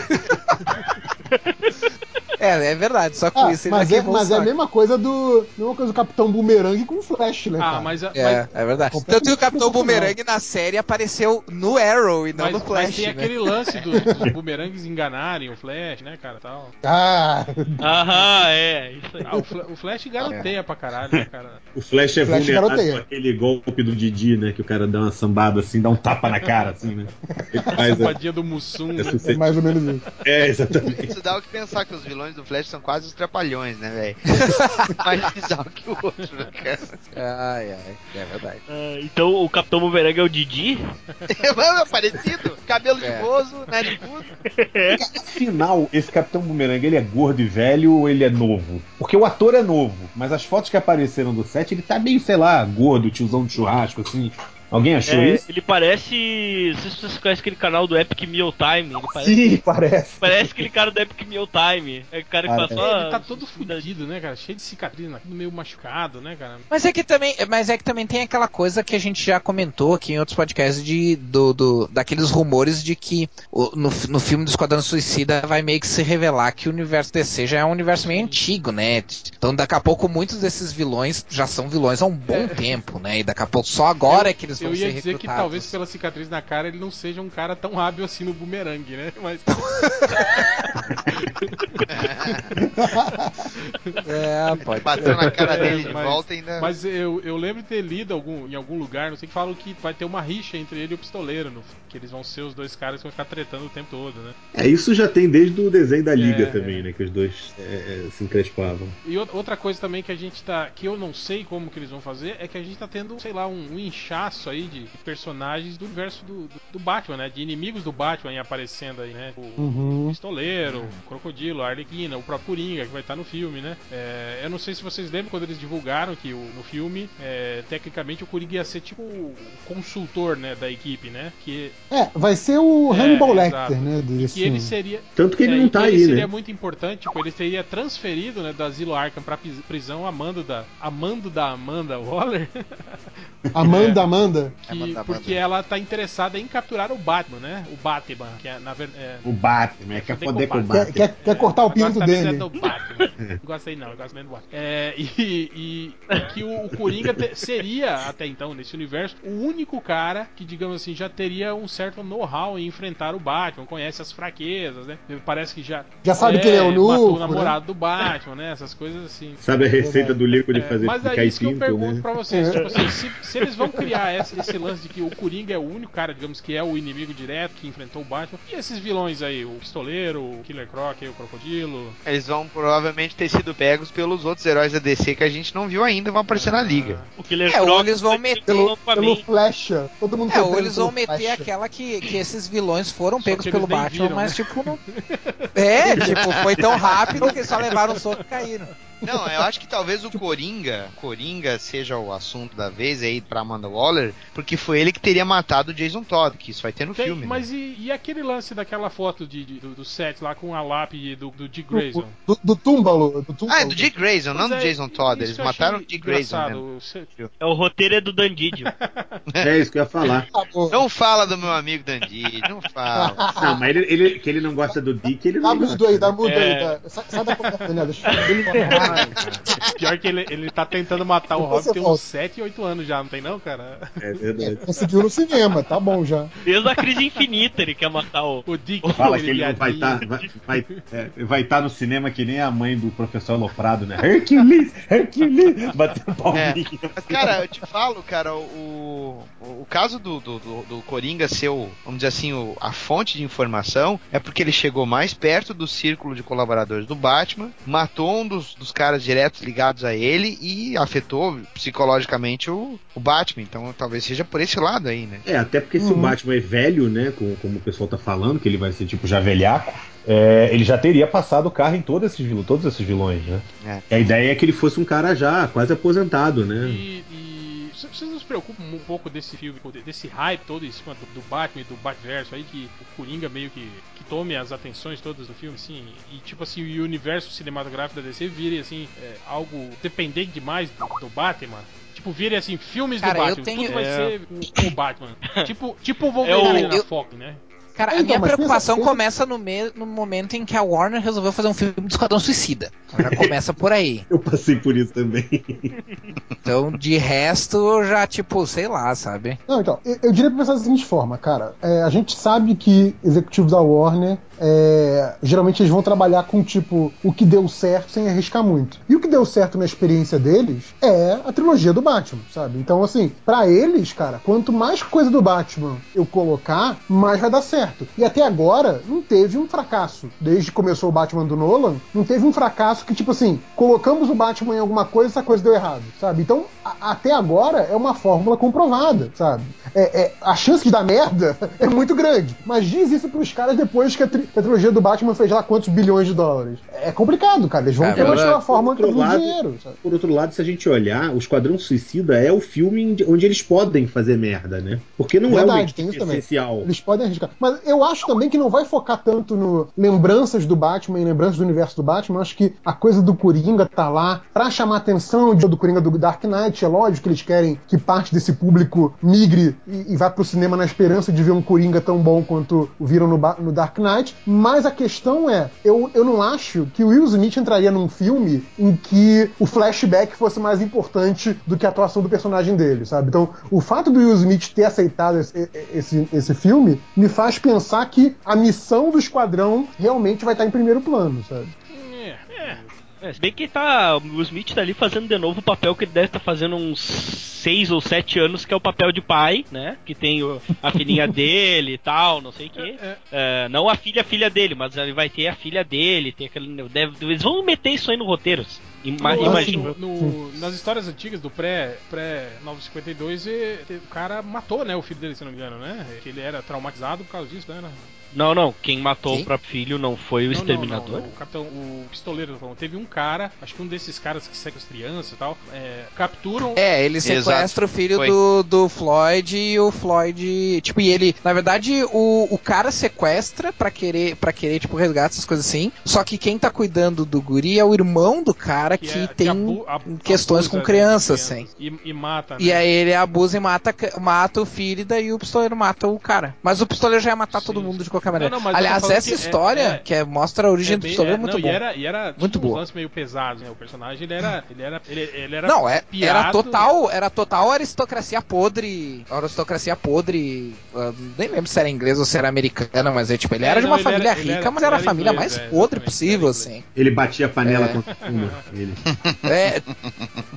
É, é verdade, só com Ah, isso ele mas já é, queimou o mas é a saco. mesma coisa do. Mesma coisa do Capitão Boomerang com Flash, né, Ah, cara? mas, a- É, mas, é verdade. Completamente Tanto que o Capitão proporcional. Boomerang na série apareceu no Arrow e não mas, no Flash, mas tem né? aquele lance dos, dos boomerangues enganarem o Flash, né, cara, tal. Ah, Aham, é, isso aí. Ah, o, Fla- o Flash garoteia pra caralho, né, cara? o Flash é Flash vulnerável garoteia. com aquele golpe do Didi, né? Que o cara dá uma sambada assim, dá um tapa na cara, assim, né? Ele A faz a... safadinha do Mussum, né? essa- é mais ou menos isso. É, exatamente. Isso dá o que pensar que os vilões do Flash são quase os trapalhões, né, velho? Mais bizarro que o outro, né, cara? Ai, ai, é verdade. Ah, então o Capitão Boomerang é o Didi? É parecido? Cabelo É. de bozo, narigudo. Afinal, esse Capitão Boomerang, ele é gordo e velho ou ele é novo? Porque o ator é novo, mas as fotos que apareceram do set, ele tá meio, sei lá, gordo, tiozão de churrasco, assim. Alguém achou É, isso? ele parece. Não sei se vocês conhecem aquele canal do Epic Meal Time. Ele parece, Sim, parece. parece aquele cara do Epic Meal Time. É o cara que faz Parece. só. Ele tá todo fudido, né, cara? Cheio de cicatriz, tudo meio machucado, né, cara? Mas é que também, mas é que também tem aquela coisa que a gente já comentou aqui em outros podcasts de, do, do, daqueles rumores de que o, no, no filme do Esquadrão Suicida vai meio que se revelar que o universo D C já é um universo meio antigo, né? Então daqui a pouco muitos desses vilões já são vilões há um bom É. tempo, né? E daqui a pouco só agora eu, é que eles vão eu ia ser dizer recrutados. que talvez pela cicatriz na cara ele não seja um cara tão hábil assim no bumerangue, né? Mas. É, pode. Bateu na cara É, dele de mas- volta e ainda. Mas eu, eu lembro de ter lido algum, em algum lugar, não sei, que falam que vai ter uma rixa entre ele e o pistoleiro, no, que eles vão ser os dois caras que vão ficar tretando o tempo todo, né? É, isso já tem desde o desenho da Liga É, também, é. né? Que os dois é, é, se encrespavam. E o- outra coisa também que a gente tá. Que eu não sei como que eles vão fazer é que a gente tá tendo, sei lá, um, um inchaço aí de personagens do universo do, do, do Batman, né? De inimigos do Batman aí aparecendo aí, né? O, Uhum. o Pistoleiro, o Crocodilo, a Arlequina, o próprio Coringa, que vai estar no filme, né? É, eu não sei se vocês lembram quando eles divulgaram que o- no filme, é, tecnicamente, o Coringa ia ser tipo o consultor, né, da equipe, né? Que, É, vai ser o É, Hannibal exato. Lecter, né? e Desse que ele filme. seria. Tanto que ele é, não e tá que ele aí, seria né? muito importante, tipo, ele teria transferido, né, do Asilo Arkham pra pis- prisão amando da, amando da Amanda Waller, Amanda, É. Amanda. que, Amanda, porque Amanda. ela tá interessada em capturar o Batman, né? O Batman, que é na verdade. É, O Batman, é, quer poder com o Quer, Batman. quer, quer cortar o agora pinto tá dele. dizendo do Batman. Não gosto aí não, eu gosto mesmo do Batman. É, e, e- e que o, o Coringa te- seria, até então, nesse universo, o único cara que, digamos assim, já teria um certo know-how em enfrentar o Batman, conhece as fraquezas, né? Parece que já. Já sabe que ele é o matou o Nuco, namorado do Batman, né? Essas coisas assim. Sabe a receita do líquido de É, fazer mas picar é e isso que eu pinto, pergunto né? pra vocês. Tipo assim, se, se se eles vão criar esse, esse lance de que o Coringa é o único cara, digamos, que é o inimigo direto, que enfrentou o Batman, e esses vilões aí, o Pistoleiro, o Killer Croc, o Crocodilo... Eles vão provavelmente ter sido pegos pelos outros heróis da D C que a gente não viu ainda, vão aparecer ah. na Liga. O Killer é, Croc... ou eles vão meter... Pelo, pelo Flecha. Todo mundo é, ou eles vão meter Flecha. Aquela que, que esses vilões foram só pegos pelo Batman, viram, mas né? tipo... Não... é, tipo, foi tão rápido que eles só levaram um soco e caíram. Não, eu acho que talvez o Coringa, Coringa seja o assunto da vez aí pra Amanda Waller, porque foi ele que teria matado o Jason Todd, que isso vai ter no Tem, filme. Mas né? e, e aquele lance daquela foto de, de, do, do set lá com a lápide do, do Dick Grayson? Do, do, do túmbalo, do túmbalo. Ah, é do Dick Grayson, não Pois do é, Jason Todd. Eles mataram o Dick Grayson mesmo. É o roteiro é do Dandidio. É isso que eu ia falar. Não fala do meu amigo Dandidio, não fala. Não, mas ele, ele, que ele não gosta do Dick, ele não Dá gosta. mudo aí, dá mudo É. aí. Dá. Sai, sai da conversa, Daniel. Deixa ele enterrar. Pior que ele, ele tá tentando matar o Depois Robin tem você uns volta. sete, oito anos já, não tem não, cara? É verdade. Conseguiu no cinema, tá bom já. Desde a crise infinita ele quer matar o... O Dick, Fala aquele que ele não vai estar viadinho. vai, vai, é, vai tá no cinema que nem a mãe do professor Aloprado, né? Hercules, Hercules, bateu palminha. É. Mas, cara, eu te falo, cara, o, o, o caso do, do, do, do Coringa ser o, vamos dizer assim, o, a fonte de informação é porque ele chegou mais perto do círculo de colaboradores do Batman, matou um dos, dos caras diretos ligados a ele e afetou psicologicamente o, o Batman. Então talvez seja por esse lado aí, né? É, até porque se Uhum. o Batman é velho, né, como, como o pessoal tá falando, que ele vai ser tipo já velhaco, é, ele já teria passado o carro em todos esses, vil- todos esses vilões, né? É. E a ideia é que ele fosse um cara já quase aposentado, né? E, e vocês não se preocupam um pouco desse filme, desse hype todo em cima do, do Batman e do Batverso aí, que o Coringa meio que, que tome as atenções todas do filme, assim, e tipo assim, o universo cinematográfico da D C vire assim, é, algo dependente demais do, do Batman? Tipo, virem assim, filmes Cara, do eu Batman, tenho- tudo vai É. ser com o Batman. tipo, tipo o Wolverine É o- na eu- Fox, né? Cara, a Então, minha mas preocupação pensa- pensa- começa no, me- no momento em que a Warner resolveu fazer um filme do Esquadrão Suicida. Já começa por aí. Eu passei por isso também. Então, de resto, já, tipo, sei lá, sabe? Não, então, eu, eu diria pra pensar da seguinte forma, cara. É, a gente sabe que executivos da Warner, é, geralmente eles vão trabalhar com, tipo, o que deu certo sem arriscar muito. E o que deu certo na experiência deles é a trilogia do Batman, sabe? Então, assim, pra eles, cara, quanto mais coisa do Batman eu colocar, mais vai dar certo. E até agora, não teve um fracasso. Desde que começou o Batman do Nolan, não teve um fracasso que, tipo assim, colocamos o Batman em alguma coisa e essa coisa deu errado, sabe? Então, a- até agora é uma fórmula comprovada, sabe? É, é- a chance de dar merda é muito grande. Mas diz isso pros caras depois que a, tri- que a trilogia do Batman fez lá quantos bilhões de dólares. É complicado, cara. Eles vão É ter verdade. uma fórmula Por que outro dá lado- dinheiro, sabe? Por outro lado, se a gente olhar, o Esquadrão Suicida é o filme onde eles podem fazer merda, né? Porque não Verdade, é uma tem equipe isso também. essencial. Eles podem arriscar. Mas eu acho também que não vai focar tanto no lembranças do Batman e lembranças do universo do Batman. Eu acho que a coisa do Coringa tá lá pra chamar atenção do Coringa do Dark Knight. É lógico que eles querem que parte desse público migre e, e vá pro cinema na esperança de ver um Coringa tão bom quanto o viram no, Ba- no Dark Knight. Mas a questão é, eu, eu não acho que o Will Smith entraria num filme em que o flashback fosse mais importante do que a atuação do personagem dele, sabe? Então, o fato do Will Smith ter aceitado esse, esse, esse filme me faz pensar que a missão do Esquadrão realmente vai estar em primeiro plano, sabe? É, é. É, se bem que tá, o Smith tá ali fazendo de novo o papel que ele deve estar fazendo uns seis ou sete anos, que é o papel de pai, né? Que tem o, a filhinha dele e tal, não sei o que. É, É, não a filha, a filha dele, mas ele vai ter a filha dele, tem aquele. Deve, eles vão meter isso aí no roteiro. Ima, No- imagina. no- no- nas histórias antigas do pré, pré nove cinquenta e dois, e- e- o cara matou, né, o filho dele, se não me engano, né? Que ele era traumatizado por causa disso, né? Não, não, quem matou Quem? o próprio filho não foi o Não, exterminador. Não, não, o capitão, o pistoleiro, tô falando. Teve um cara, acho que um desses caras que segue as crianças e tal, é, capturam. É, ele Exato. sequestra o filho Foi. do, do Floyd e o Floyd. Tipo, e ele. Na verdade, o, o cara sequestra pra querer, pra querer, tipo, resgate, essas coisas assim. Só que quem tá cuidando do guri é o irmão do cara que, é- tem abu- ab- questões abusa, com né, crianças, das assim. crianças. E, e mata, né? E aí ele abusa e mata, mata o filho, e daí o pistoleiro mata o cara. Mas o pistoleiro já ia matar Sim, todo mundo sim. de qualquer maneira. Não, não, mas eu tô Aliás, falando essa que é- história, é- que é- mostra a origem É do bem- pistoleiro, é é, muito não, bom. E era, e era Muito tinha uns boa. lances meio pesados, né? O personagem, ele era. Ele era. Ele, ele era Não, é, era piado. total, era total aristocracia podre. Aristocracia podre. Eu nem lembro se era inglês ou se era americana, mas é tipo, ele É, era de não, uma ele família era- ele rica, era- mas era a ele era família inglês, mais é, podre exatamente, possível, ele era assim. Ele batia a panela É. contra a funda. Ele. É.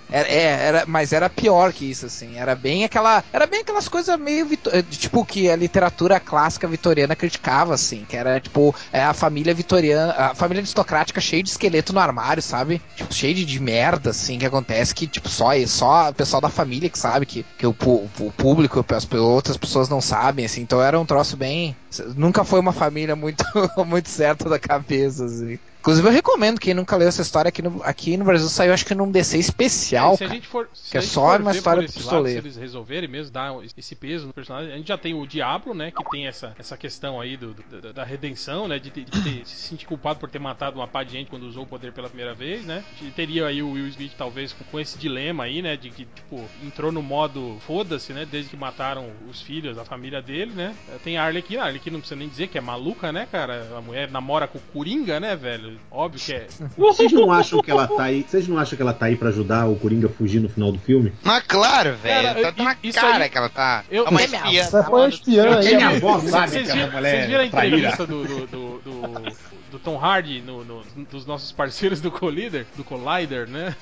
Era, é, era, mas era pior que isso, assim. Era bem aquela. Era bem aquelas coisas meio. Tipo, que a literatura clássica vitoriana criticava, assim. Que era, tipo, é a família vitoriana. A família aristocrática cheia de esqueleto no armário, sabe? Tipo, cheio de, de merda, assim, que acontece. Que, tipo, só, só o pessoal da família que sabe. Que, que o, o público, as outras pessoas não sabem, assim. Então era um troço bem. Nunca foi uma família muito, muito certa da cabeça, assim. Inclusive eu recomendo, quem nunca leu essa história aqui no, aqui no Brasil saiu acho que num D C especial, é, se a cara, gente for, se que a é gente só for uma ver história por do esse lado, se pistoleiro. eles resolverem mesmo dar esse peso no personagem, a gente já tem o Diablo, né, que tem essa, essa questão aí do, do, da redenção, né, de, de, de ter, se sentir culpado por ter matado uma pá de gente quando usou o poder pela primeira vez, né. A gente teria aí o Will Smith talvez com, com esse dilema aí, né, de que, tipo, entrou no modo foda-se, né, desde que mataram os filhos, a família dele, né. Tem a Arlequina, a Arlequina não precisa nem dizer que é maluca, né, cara, a mulher namora com o Coringa, né, velho, óbvio que é. Vocês não acham que ela tá aí? Vocês não acham que ela tá aí pra ajudar o Coringa a fugir no final do filme? Mas claro, velho. Cara, Tá, tá na isso cara aí- que ela tá. eu- é uma É espiã. Essa foi a espiã aí. Minha ó. avó sabe Vocês que essa viram, mulher vocês viram a é traíra. entrevista do, do, do, do, do Tom Hardy no, no- dos nossos parceiros do Collider, do Collider, né?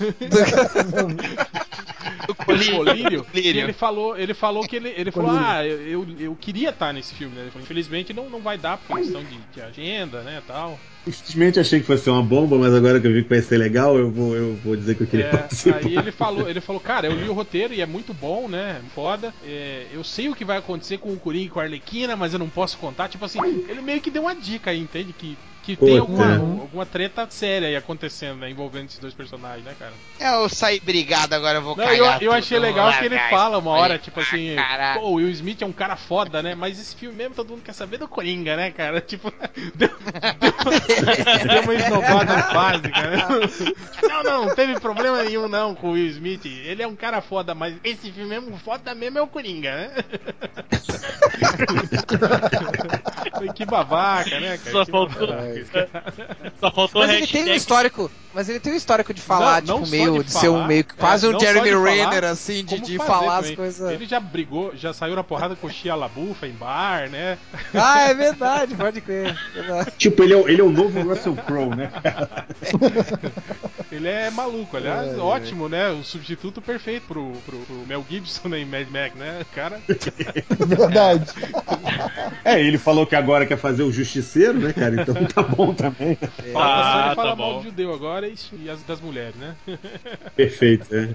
do Colírio. E ele falou, ele falou que ele, ele falou, ah, eu, eu, eu queria estar nesse filme, né? Ele falou, infelizmente não, não vai dar por questão de, de agenda, né, tal. Simplesmente achei que fosse uma bomba, mas agora que eu vi que vai ser legal, eu vou, eu vou dizer que eu queria É, participar. aí ele falou, ele falou, cara, eu li o roteiro e é muito bom, né? Foda. É, eu sei o que vai acontecer com o Coringa e com a Arlequina, mas eu não posso contar. Tipo assim, ele meio que deu uma dica aí, entende? Que, que Pô, tem alguma, é. alguma treta séria aí acontecendo, né? Envolvendo esses dois personagens, né, cara? É, eu saí brigado, agora eu vou Não, cagar eu, eu tudo, achei legal vou que ele largar fala isso uma hora, aí. tipo assim, Ah, caralho. pô, o Will Smith é um cara foda, né? Mas esse filme mesmo todo mundo quer saber do Coringa, né, cara? Tipo, deu, deu, deu uma esnobada básica, né? Tipo, não, não, não teve problema nenhum não com o Will Smith. Ele é um cara foda, mas esse filme mesmo, foda mesmo é o Coringa, né? Que babaca, né, cara? Só Que faltou- babaca. Só faltou Mas ele tem um hashtag. histórico, mas ele tem um histórico de falar, Não, não tipo, só meio, de de ser um falar, meio, quase é, um não só Jeremy de falar, Renner, assim, de, como de fazer falar as também. coisas. Ele já brigou, já saiu na porrada com o Shia LaBeouf em bar, né? Ah, é verdade, pode crer. Verdade. Tipo, ele é, o- ele é o novo Russell Crowe, né? Ele é maluco, aliás, É, ótimo, né? O substituto perfeito pro, pro, pro Mel Gibson em Mad Max, né? Cara, Verdade. É, ele falou que agora quer fazer o Justiceiro, né, cara? Então tá bom também. falta só Ah, ele falar tá mal bom. do judeu agora e, e as das mulheres, né? Perfeito, é.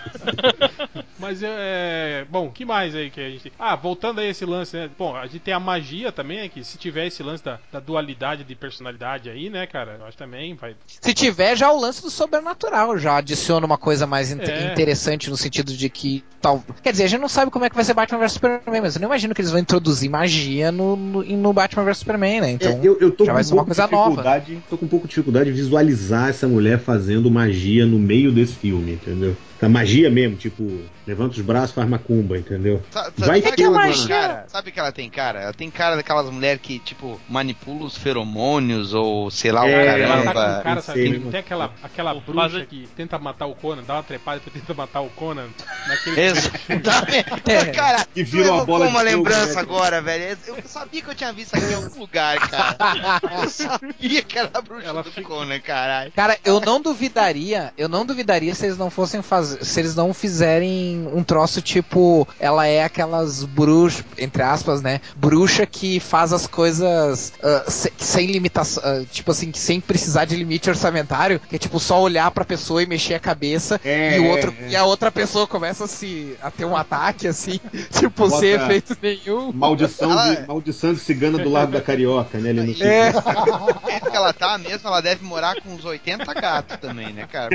Mas é. Bom, que mais aí que a gente. Ah, voltando aí esse lance, né? Bom, a gente tem a magia também, né? Que se tiver esse lance da, da dualidade de personalidade aí, né, cara? Eu acho também vai. Se tiver já o lance do sobrenatural, já adiciona uma coisa mais in- É. interessante no sentido de que tal. Quer dizer, a gente não sabe como é que vai ser Batman versus Superman, mas eu não imagino que eles vão introduzir magia no, no, no Batman versus Superman, né? Então É, eu, eu tô já com vai um ser uma pouco de coisa nova. dificuldade, tô com um pouco de dificuldade de visualizar essa mulher fazendo magia no meio desse filme, entendeu? A magia mesmo, tipo, levanta os braços, faz macumba, entendeu? Sa- Vai sabe ter que ela uma- tem cara? Sabe que ela tem cara? Ela tem cara daquelas mulheres que, tipo, manipulam os feromônios ou sei lá o É, Ela tá com caramba. cara, sabe? sei, Tem, né? tem aquela, aquela O bruxa fazer- que tenta matar o Conan, dá uma trepada e depois tenta matar o Conan naquele filme. Exatamente. É. Cara, Que tu vira uma evocou bola de uma fogo, lembrança né? agora, velho. Eu sabia que eu tinha visto aqui em algum lugar, cara. Eu sabia que era a bruxa Ela do fica- Conan, caralho. Cara, eu não duvidaria, eu não duvidaria se eles não fossem fazer, se eles não fizerem um troço tipo, ela é aquelas bruxas, entre aspas, né, bruxa que faz as coisas ah, se- sem limitação, ah, tipo assim, sem precisar de limite orçamentário, que é tipo só olhar pra pessoa e mexer a cabeça É, e o outro é, é. e a outra pessoa começa a se a ter um ataque assim, tipo Bota- sem efeito nenhum. Maldição, Ela- de, maldição de cigana do lado da carioca, né? Ali no E- É. Do jeito que ela tá mesmo, ela deve morar com uns oitenta gatos também, né, cara?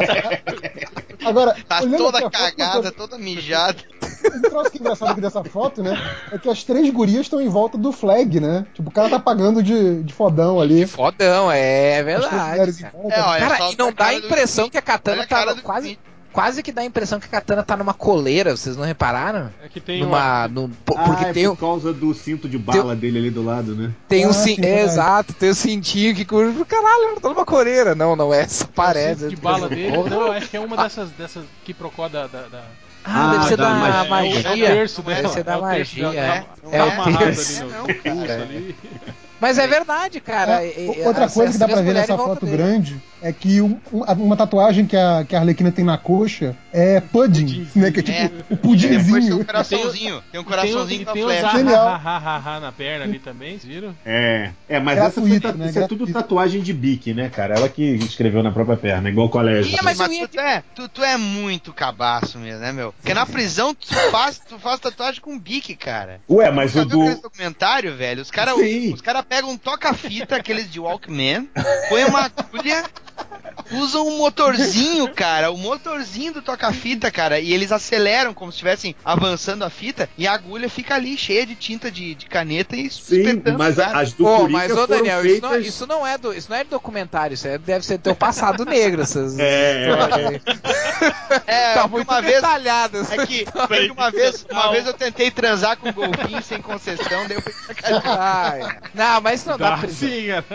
Agora, Tá olhando toda aqui a foto, uma cagada, coisa- toda mijada. Um troço que é engraçado aqui dessa foto, né? É que as três gurias estão em volta do flag, né? Tipo, o cara tá pagando de, de fodão ali. Fodão, é As três verdade. mulheres em Cara. volta. É, olha Cara, só e não a dá a cara do impressão Smith. que a Katana Olha a cara tá do quase, Smith. quase que dá a impressão que a Katana tá numa coleira, vocês não repararam? É que tem Numa, uma. num, po- Ah, porque é tem, por um- causa do cinto de bala dele ali do lado, né? tem um Ah, cin- sim, é, verdade. exato, tem o cintinho que curva. Caralho, ela tá numa coleira. Não, não é, só É o parece. cinto de bala dele. Não, eu acho que é uma dessas, dessas que procó da. da, da... Ah, Ah, deve ser da da magia. É o magia. terço Não é, dela. deve ser da é o terço magia, dela, é. tá- Não tá É o amarrado terço. ali no, É, não, no pulso cara. ali. Mas é verdade, cara. É, E- e- outra as- coisa as que dá pra três ver mulheres nessa em volta foto dele. grande é que um- um- uma tatuagem que a, que a Arlequina tem na coxa é pudding, né? Que é tipo É. o E depois tem um pudinzinho. coraçãozinho. Tem um E coraçãozinho com a tem os flecha. Genial. ha na perna ali também, vocês viram? É, é, mas Gratuito, essa foi, né? isso é tudo Gratuito. tatuagem de bique, né, cara? Ela que escreveu na própria perna, igual o colégio. Ih, mas Mas eu ia tu, tu é, tu, tu é muito cabaço mesmo, né, meu? Porque na prisão tu faz, tu faz tatuagem com bique, cara. Ué, mas Tu o já viu aquele do. documentário, velho? Os caras Sim. os cara pegam um toca-fita, aqueles de Walkman, põem uma agulha, usam um motorzinho, cara, o motorzinho do toca-fita, cara, e eles aceleram como se estivessem avançando a fita, e a agulha fica ali cheia de tinta de, de caneta e Sim, espetando, mas cara. as do Pô, Coringa mas ô foram Daniel, isso, não, é- feitas... isso não é do, isso não é de documentário, isso é- deve ser teu passado negro, essas É, histórias aí. É, Tá porque muito uma vez detalhado essa é que, é história. que uma vez, uma vez eu tentei transar com um golfinho sem concessão, daí eu fui sacanagem. Ai, não, mas isso não dá Dá prisão. sim, cara.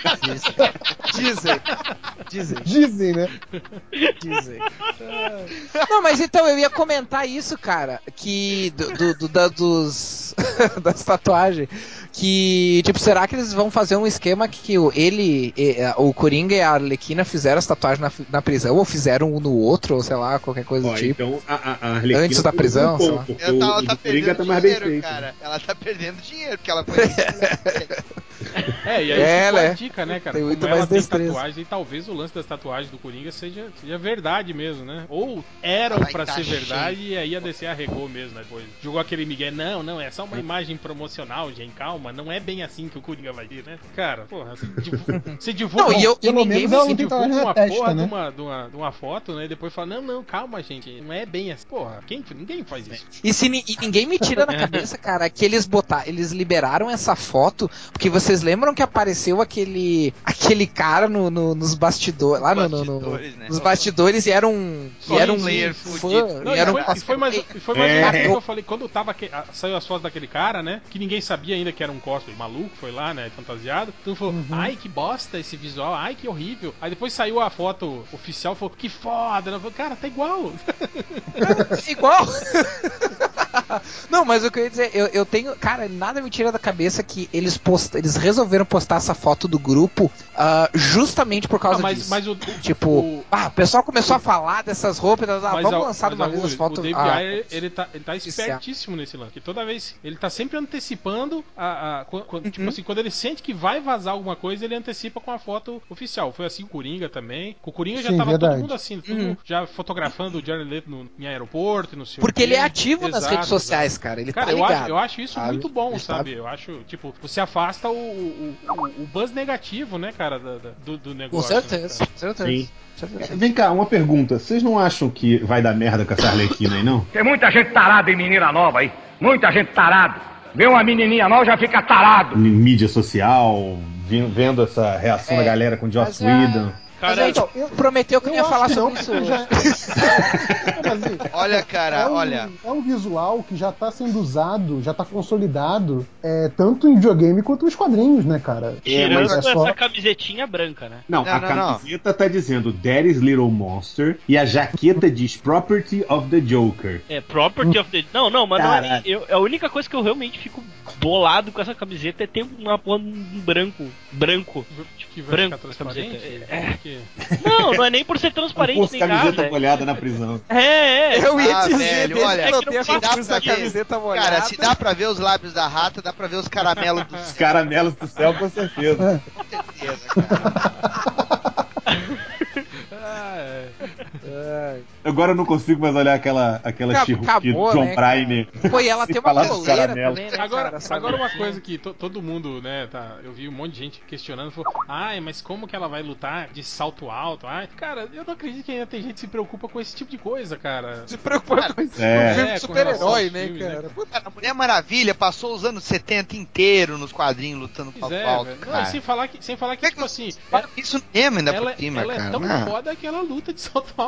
Dizem. Dizem. Dizem, né? Dizem. Não, mas então eu ia comentar isso, cara, que do, do- do- da- dos das tatuagens, que tipo, será que eles vão fazer um esquema que o ele, e- o Coringa e a Arlequina fizeram as tatuagens na, na prisão ou fizeram um no outro, ou sei lá, qualquer coisa Ó, do tipo. então a, a, a Arlequina Antes da foi prisão, um sei ponto, lá. porque Ela o, tá, o ela do tá Coringa perdendo tá mais bem dinheiro, feito. cara. Ela tá perdendo dinheiro, porque ela conhece. É, e aí É, ficou né? a dica, né, cara? Tem muito Como mais ela tem destreza. tatuagem, e talvez o lance das tatuagens do Coringa seja, seja verdade mesmo, né? Ou eram Vai pra tá ser cheio. verdade e aí a D C arregou mesmo, né? Depois jogou aquele migué, não, não, é só uma imagem promocional, gente, calma, não é bem assim que o Coringa vai ir, né? Cara, porra, você divulga, você divulga, Não, e eu- e Pelo ninguém menos me ela você não tem divulga tatuagem na uma testa, porra né? de, uma, de, uma, de uma foto, né? E depois fala, não, não, calma, gente, não é bem assim. Porra, quem, ninguém faz isso. E, se, ni- e ninguém me tira da cabeça, cara, que eles botaram, eles liberaram essa foto, porque vocês lembram que apareceu aquele aquele cara no, no- nos bastidores, lá no, no- no- Bastidores, né? nos bastidores e era um que Só era um um player fã, fudido. Não, e e era um foi, e foi mais, e foi mais É. ou menos o que eu falei. Quando tava aque- a- saiu as fotos daquele cara, né? Que ninguém sabia ainda que era um cosplay maluco, foi lá, né? Fantasiado. Então falou, ai, que bosta esse visual, ai, que horrível. Aí depois saiu a foto oficial, falou, que foda. Eu falei, cara, tá igual. igual. Não, mas o que eu ia dizer, eu, eu tenho. Cara, nada me tira da cabeça que eles post, eles resolveram postar essa foto do grupo ah, justamente por causa Ah, mas, disso. mas o. Tipo, o, ah, o pessoal começou a falar dessas roupas, ah, mas vamos ao- lançar de mas, uma vez Augusto, as fotos. O David ah, Ayer, ele tá, ele tá oficial. espertíssimo nesse lance. Que toda vez. Ele tá sempre antecipando a. a- qu- qu- Uhum. Tipo assim, quando ele sente que vai vazar alguma coisa, ele antecipa com a foto oficial. Foi assim com o Coringa também. Com o Coringa já Sim, tava verdade. todo mundo assim, todo Uhum. mundo já fotografando o Jared Leto no, em aeroporto, no seu. Porque ele é ativo nas redes sociais, cara. Ele Cara, tá eu ligado. acho, eu acho isso sabe? muito bom, Ele tá- sabe? Eu acho, tipo, você afasta o, o, o, o buzz negativo, né, cara, da- da- do, do Com negócio. né, certeza, cara? com certeza. Sim. certeza. É, vem cá, uma pergunta. Vocês não acham que vai dar merda com essa Arlequina aí, não? Tem muita gente tarada em menina nova aí. Muita gente tarada. Vê uma menininha nova já fica tarado. Em mídia social, vi- vendo essa reação É, da galera com Joss mas a- Whedon. Mas Cara, a gente então, eu- prometeu que não ia acho falar que sobre não, isso porque hoje. já- Mas, assim, Olha, cara, é um, olha. É um visual que já tá sendo usado, já tá consolidado, é, tanto em videogame quanto nos quadrinhos, né, cara? Tirando mas é essa só- camisetinha branca, né? Não, Não, a não, camiseta tá dizendo Daddy's Little Monster e a jaqueta diz Property of the Joker. É, Property of the... Não, não, mas não é nem... Caralho. eu, a única coisa que eu realmente fico bolado com essa camiseta é ter uma porra um branco. Branco. Que vai Branco ficar a transparente? camiseta. É. Porque- Não, não é nem por ser transparente Fosse nem nada. camiseta velho. molhada na prisão. É, é. Eu ia Ah, dizer, velho, desde olha, que não é que tenha não dá concurso pra da ver. camiseta molhada. Cara, se dá pra ver os lábios da rata, dá pra ver os caramelos dos Os caramelos do céu, com certeza. com certeza, cara. Ah, é. Agora eu não consigo mais olhar aquela, aquela Acab- She-Hulk acabou, John né, Prime. Pô, e ela sem tem uma falar dos coleira caramelos. também, né, Agora, cara, sabe? agora uma coisa que to- todo mundo, né, tá, eu vi um monte de gente questionando, falou, ai, mas como que ela vai lutar de salto alto? Ai, cara, eu não acredito que ainda tem gente que se preocupa com esse tipo de coisa, cara. Se preocupa com isso. É. Um filme É, de com relação super-herói, aos né, filmes, cara? né? Puta, Cara, a Mulher Maravilha passou os anos setenta inteiro nos quadrinhos lutando Pois com é, alto, velho. Não, cara. e sem falar que, sem falar que, Como é tipo assim, Fala isso mesmo ainda ela, por cima, ela é cara. tão Não. foda que ela luta de salto alto.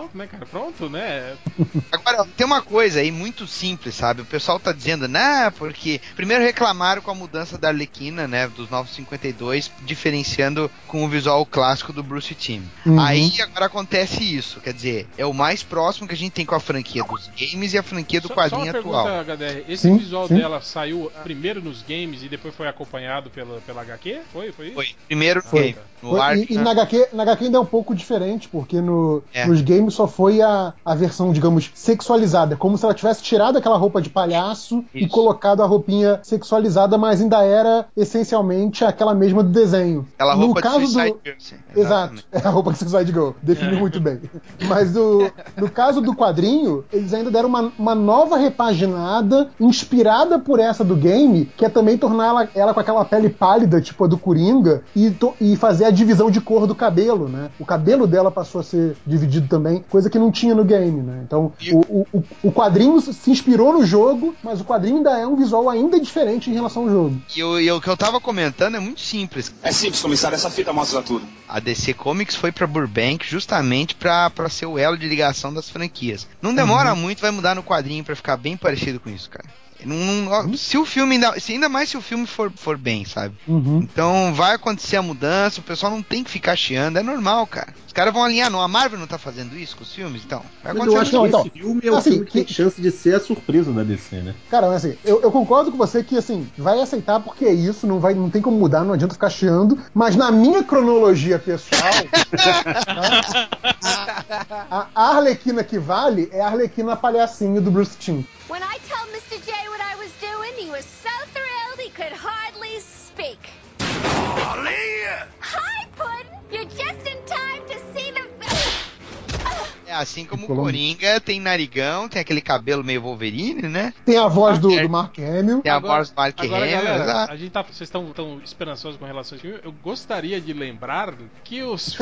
pronto, né, cara? Pronto, né? Agora, tem uma coisa aí muito simples, sabe? O pessoal tá dizendo, né, porque primeiro reclamaram com a mudança da Arlequina, né, dos Novos cinquenta e dois, diferenciando com o visual clássico do Bruce Timm. Uhum. Aí agora acontece isso, quer dizer, é o mais próximo que a gente tem com a franquia dos games e a franquia do só, quadrinho só uma atual. Pergunta, H D R, esse Sim, visual sim. dela saiu primeiro nos games e depois foi acompanhado pela, pela H Q? Foi, foi isso? Foi, primeiro no Foi. game. No Foi- ar, e e na, H Q, na H Q ainda é um pouco diferente, porque no, É. nos games só foi a, a versão, digamos, sexualizada. Como se ela tivesse tirado aquela roupa de palhaço e Isso. colocado a roupinha sexualizada, mas ainda era essencialmente aquela mesma do desenho. aquela no roupa caso de Suicide do... Girl, sim, Exato, exatamente. é a roupa de Suicide Girl, definiu muito bem. Mas do, no caso do quadrinho, eles ainda deram uma, uma nova repaginada, inspirada por essa do game, que é também tornar ela, ela com aquela pele pálida, tipo a do Coringa, e, to- e fazer a divisão de cor do cabelo, né? O cabelo dela passou a ser dividido também, coisa que não tinha no game, né? Então, E- o, o, o- o quadrinho se inspirou no jogo, mas o quadrinho ainda é um visual ainda diferente em relação ao jogo. E o, e o que eu tava comentando é muito simples. É simples, comissário, essa fita mostra tudo. A D C Comics foi pra Burbank justamente pra, pra ser o elo de ligação das franquias. Não demora muito, vai mudar no quadrinho pra ficar bem parecido com isso, cara. Não, não- ó, se o filme ainda, se ainda mais se o filme for, for bem, sabe? Uhum. Então vai acontecer a mudança, o pessoal não tem que ficar chiando, é normal, cara. Os caras vão alinhar, não. A Marvel não tá fazendo isso com os filmes, então. Vai Mas acontecer eu acho que Não, isso. então, esse filme é o assim, filme que tem que- chance de ser a surpresa da D C, né? Cara, mas assim, eu, eu concordo com você que, assim, vai aceitar porque é isso, não, vai, não tem como mudar, não adianta ficar chiando, mas na minha cronologia pessoal, tá? a, a Arlequina que vale é a Arlequina palhacinho do Bruce Timm. When I told Mister J what I was doing, he was so thrilled he could hardly speak. Hi, Puddin'! You're just in time to see the... É assim como o Colombo. Coringa tem narigão, tem aquele cabelo meio Wolverine, né? Tem a voz do, É. do Mark Hamill. Tem a Agora- voz do Mark Agora, Hamill, galera, exato. a gente tá, vocês estão tão esperançosos com relação a esse filme. Eu gostaria de lembrar que os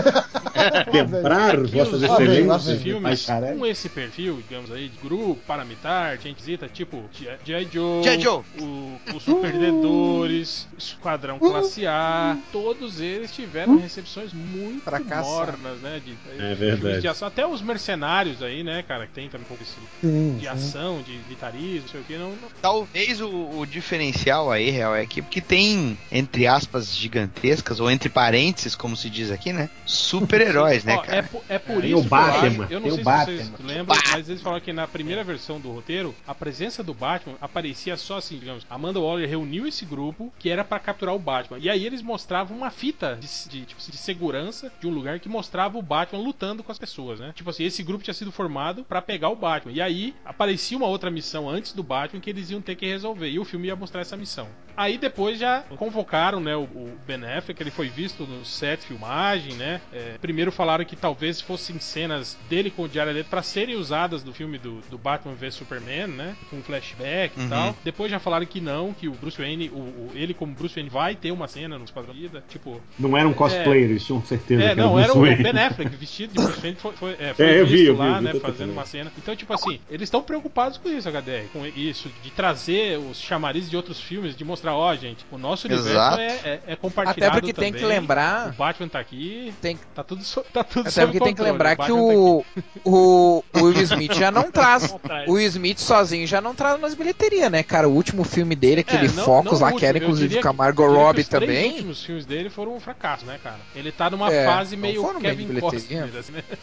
Quebrar que vossas os lá vem, lá excelências vem. de filmes Baixaré. com esse perfil, digamos aí, de grupo, paramilitar, gente visita, tipo G I. Joe, G I. Joe. o, os Superdedores, Esquadrão Classe A, todos eles tiveram recepções muito Fracassado. mornas, né? De, É de verdade. filmes de ação. Até os Mercenários aí, né, cara, que tem também um pouco esse Sim, de sim. ação, de militarismo, não sei o que, não, não Talvez o, o diferencial aí, real, é que porque tem, entre aspas, gigantescas, ou entre parênteses, como se diz aqui, né? Super-heróis, né, Ó, cara? é, po- é por Tem isso o que eu acho, Batman, eu não tem sei o se vocês Batman. lembram, mas eles falaram que na primeira versão do roteiro, a presença do Batman aparecia só assim, digamos, Amanda Waller reuniu esse grupo que era pra capturar o Batman. E aí eles mostravam uma fita de, de, tipo, assim, de segurança de um lugar que mostrava o Batman lutando com as pessoas, né? Tipo assim, esse grupo tinha sido formado pra pegar o Batman. E aí aparecia uma outra missão antes do Batman que eles iam ter que resolver. E o filme ia mostrar essa missão. Aí depois já convocaram, né, o, o Ben Affleck, ele foi visto no set de filmagem, né? É, primeiro falaram que talvez fossem cenas dele com o Jared Leto pra serem usadas no filme do, do Batman vs Superman, né? Com flashback Uhum. e tal. Depois já falaram que não, que o Bruce Wayne, o, o- ele como Bruce Wayne vai ter uma cena no Esquadrão Suicida, tipo... Não era um cosplayer, eles tinham certeza É, que não, era era o o Bruce Wayne. Ben Affleck vestido de Bruce Wayne, foi, foi, é, foi É, eu visto vi, eu vi, lá, eu vi, né, tô fazendo falando. uma cena. Então, tipo assim, eles estão preocupados com isso, H D R, com isso, de trazer os chamarizes de outros filmes, de mostrar, ó, gente, o nosso universo Exato. é, é, é compartilhado Até porque tem também. que lembrar- O Batman tá aqui, Tem- tá tudo, so, tá tudo Até sob porque tem que controle, lembrar que Batman o, tá o, o Will Smith já não traz. Atrás. O Will Smith sozinho já não traz nas bilheterias, né, cara? O último filme dele, aquele É, não- Focus não lá, o que era último, eu inclusive diria com a que- Margot eu diria que Robbie os três também. últimos filmes dele foram um fracasso, né, cara? Ele tá numa É, fase não meio foram bem de Kevin bilheteria. Costner, assim, né?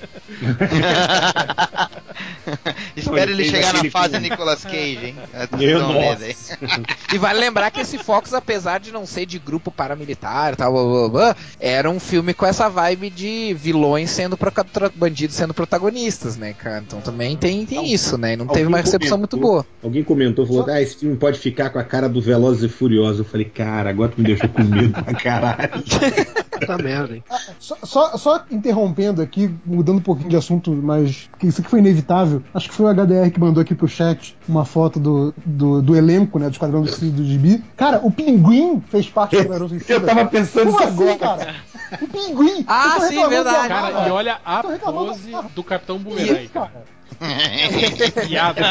Espera ele fez chegar na aquele fase com- Nicolas Cage, hein? Vai ter Meu um medo aí. nossa. E vale lembrar que esse Focus, apesar de não ser de grupo paramilitar e tal, blá, blá, blá, era um filme com essa vibe de vilões sendo pro- bandidos sendo protagonistas, né, cara? Então também tem, tem isso, né? E não teve Alguém uma recepção muito comentou- boa. Alguém comentou, falou, ah, esse filme pode ficar com a cara do Velozes e Furiosos. Eu falei, cara, agora tu me deixou com medo pra caralho. Puta merda, hein? Só, só, só interrompendo aqui, mudando um pouquinho de assunto, mas que isso aqui foi inevitável. Acho que foi o H D R que mandou aqui pro chat uma foto do, do, do elenco, né, do Esquadrão Suicida do Gibi. Cara, o Pinguim fez parte do Esquadrão Suicida. Eu tava pensando Como nisso assim, agora. cara? O Pinguim! Ah, Eu tô sim, reclamando verdade. da Cara, barra. e olha a Tô reclamando pose da- do Capitão Que Boomerang, isso, cara. cara? Piada.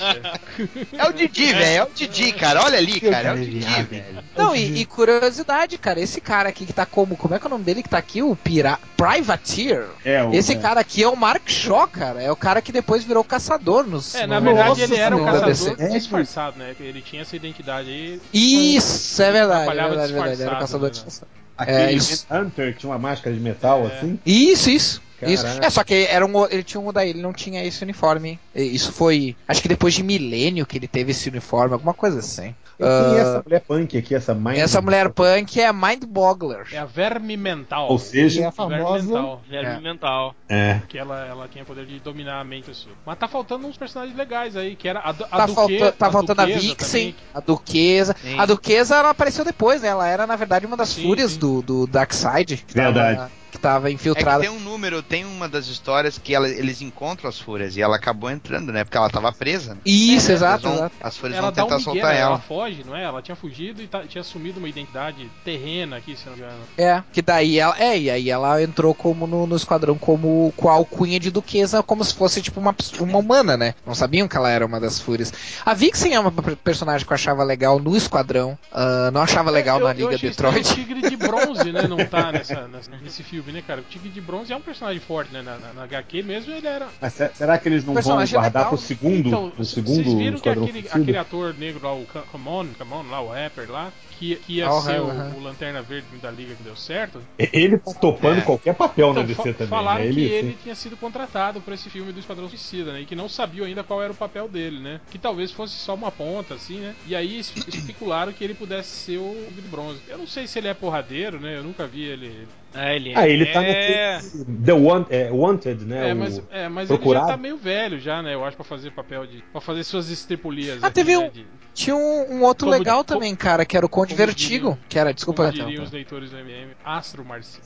É o Didi, velho. É o Didi, cara. Olha ali, cara. É o Didi, velho. Não, e, e curiosidade, cara, esse cara aqui que tá como. Como é que é o nome dele que tá aqui? O Pira... Privateer. É, o, esse é. cara aqui é o Mark Shaw, cara. É o cara que depois virou caçador nos. É, na no... verdade Nossa ele era um Senhora, caçador é, disfarçado, né? Ele tinha essa identidade aí. Isso, é verdade. É Trabalhava verdade, é verdade. Era o caçador disfarçado, de. né? Aquele É, eles- Hunter que tinha uma máscara de metal, É. assim. Isso, isso. Isso. Caraca. É, só que era um, ele tinha um daí, ele não tinha esse uniforme. Isso foi, acho que depois de milênio que ele teve esse uniforme, alguma coisa assim. E quem é Ah, essa mulher punk aqui, essa Mind? essa mulher punk é a Mind Boggler. É a Verme Mental. Ou seja, E é a Verme famosa. Mental. Verme É. mental. é. Porque ela, ela tinha poder de dominar a mente da pessoa. Mas tá faltando uns personagens legais aí, que era a, du- a Tá, Duque- falta, tá a faltando a Duquesa Vixen, também. a Duquesa. Sim. A Duquesa ela apareceu depois, né? Ela era, na verdade, uma das Sim, fúrias sim. do, do Darkseid. Que Verdade. Tava, que tava É que infiltrada. tem um número, tem uma das histórias que ela- eles encontram as fúrias e ela acabou entrando, né? Porque ela tava presa. Né? Isso, É, exato, Elas vão- exato. As fúrias Ela vão dá um tentar migué, soltar né? ela. Ela foge, não é? Ela tinha fugido e tá- tinha assumido uma identidade terrena aqui, se não me engano. É, que daí ela. É, e aí ela entrou como no, no esquadrão como com a alcunha de Duquesa, como se fosse tipo uma, uma humana, né? Não sabiam que ela era uma das fúrias. A Vixen é uma per- personagem que eu achava legal no esquadrão. ah, não achava legal É, eu, na eu Liga achei estranho Detroit. O Tigre de Bronze, né? Não tá nessa, nessa- nesse filme, né, cara? O Tigre de Bronze é um personagem forte, né? Na, na, na H Q mesmo ele era. Mas se- será que eles não vão Personagem guardar legal. pro segundo? Então, pro c- segundo vocês viram que Esquadrão aquele, Suicida? aquele ator negro lá, o Ca- Camon, Camon lá, o rapper lá, que, que ia Ah, ser o, aham. o Lanterna Verde da Liga que deu certo. Ele tá topando É. qualquer papel na Então, D C fa- também, falaram né? que Ele, ele assim, tinha sido contratado para esse filme do Esquadrão Suicida, né? E que não sabia ainda qual era o papel dele, né? Que talvez fosse só uma ponta, assim, né? E aí es- especularam que ele pudesse ser o Tigre de Bronze. Eu não sei se ele é porradeiro, né? Eu nunca vi ele. É, ele Ah, ele tá é... naquele The Want- é, Wanted, né? É, o mas, é, mas ele já Procurado. tá meio velho já, né? Eu acho pra fazer papel de. Pra fazer suas estripulias. Ah, aqui, teve né, um- de- Tinha um, um outro Como- legal como- também, cara, que era o Conde como Vertigo. diriam- Que era, desculpa, Como então. diriam os leitores do M M, Astro Marciano.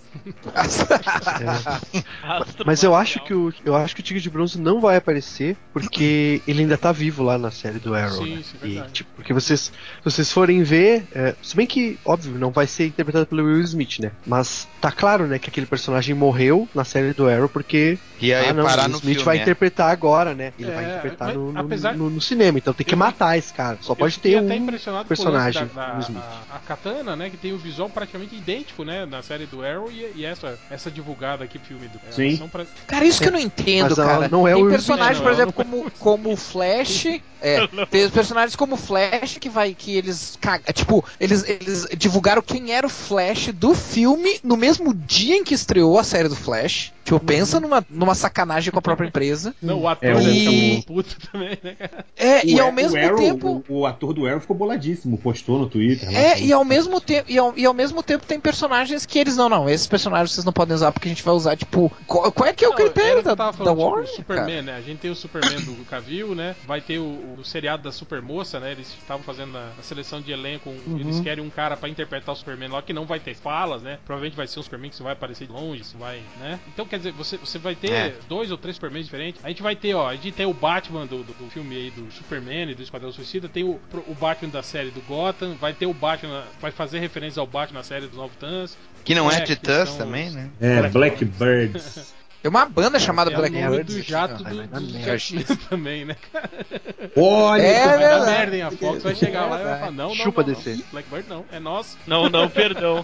Astro Mas eu Marcial. acho que o eu acho que o Tigre de Bronze não vai aparecer porque ele ainda tá vivo lá na série do Arrow. Sim, né? sim, E, verdade. tipo, porque vocês, se vocês forem ver, é, se bem que óbvio não vai ser interpretado pelo Will Smith, né? Mas tá claro, né, que aquele personagem morreu na série do Arrow porque E aí ah, não, parar o Will no Smith filme, vai é. interpretar agora, né? Ele É, vai interpretar mas no, no, apesar- no- no cinema, então tem que Eu matar esse cara. Só Eu pode fiquei ter até um impressionado personagem com o lance da, no da Smith. a, a Katana, né, que tem o visual praticamente idêntico, né, na série do Arrow e, e essa essa divulgada aqui filme do. Sim. Elas são pra- Cara, isso que eu não entendo, Mas ela cara. não é tem o Will personagens, Smith, por não, exemplo, ela como, como o Flash. É, tem os personagens como o Flash que vai. Que eles. caga- Tipo, eles, eles divulgaram quem era o Flash do filme no mesmo dia em que estreou a série do Flash. Tipo, pensa numa, numa sacanagem com a própria empresa. Não, o ator É, deve o- ficar muito puto também, né, cara? É, e o, ao A- mesmo o Arrow, tempo. o, o ator do Arrow ficou boladíssimo, postou no Twitter. lá, É, falou e ao que- mesmo tempo, e ao, e ao mesmo tempo tem personagens que eles não, não, esses personagens vocês não podem usar porque a gente vai usar, tipo, qual, qual é que é o Não, era critério o que eu da, tava da falando, tipo, Warner, o Superman, cara? né? A gente tem o Superman do Cavill, né? Vai ter o, o seriado da Supermoça, né? Eles estavam fazendo a, a seleção de elenco, um- Uhum. eles querem um cara pra interpretar o Superman lá que não vai ter falas, né? Provavelmente vai ser um Superman que você vai aparecer de longe, você vai, né? Então, quer dizer, você, você vai ter É. dois ou três Supermans diferentes. A gente vai ter, ó, a gente tem o Batman do, do, do filme aí do Superman e do Esquadrão Suicida, tem o, o Batman da série do Gotham, vai ter o Batman, vai fazer referência ao Batman na série dos Novos Titãs. Que não é que Titãs são também, os- né? É, Blackbirds. Tem uma banda chamada É o nome Blackbirds. do aqui, jato ó. do, vai dar do merda. Jack também, né? Olha, É, vai dar verdade. merda, hein? A Fox vai chegar lá e vai falar: não, não, Chupa não, descer. não. Blackbird não, é nós. Não, não, perdão.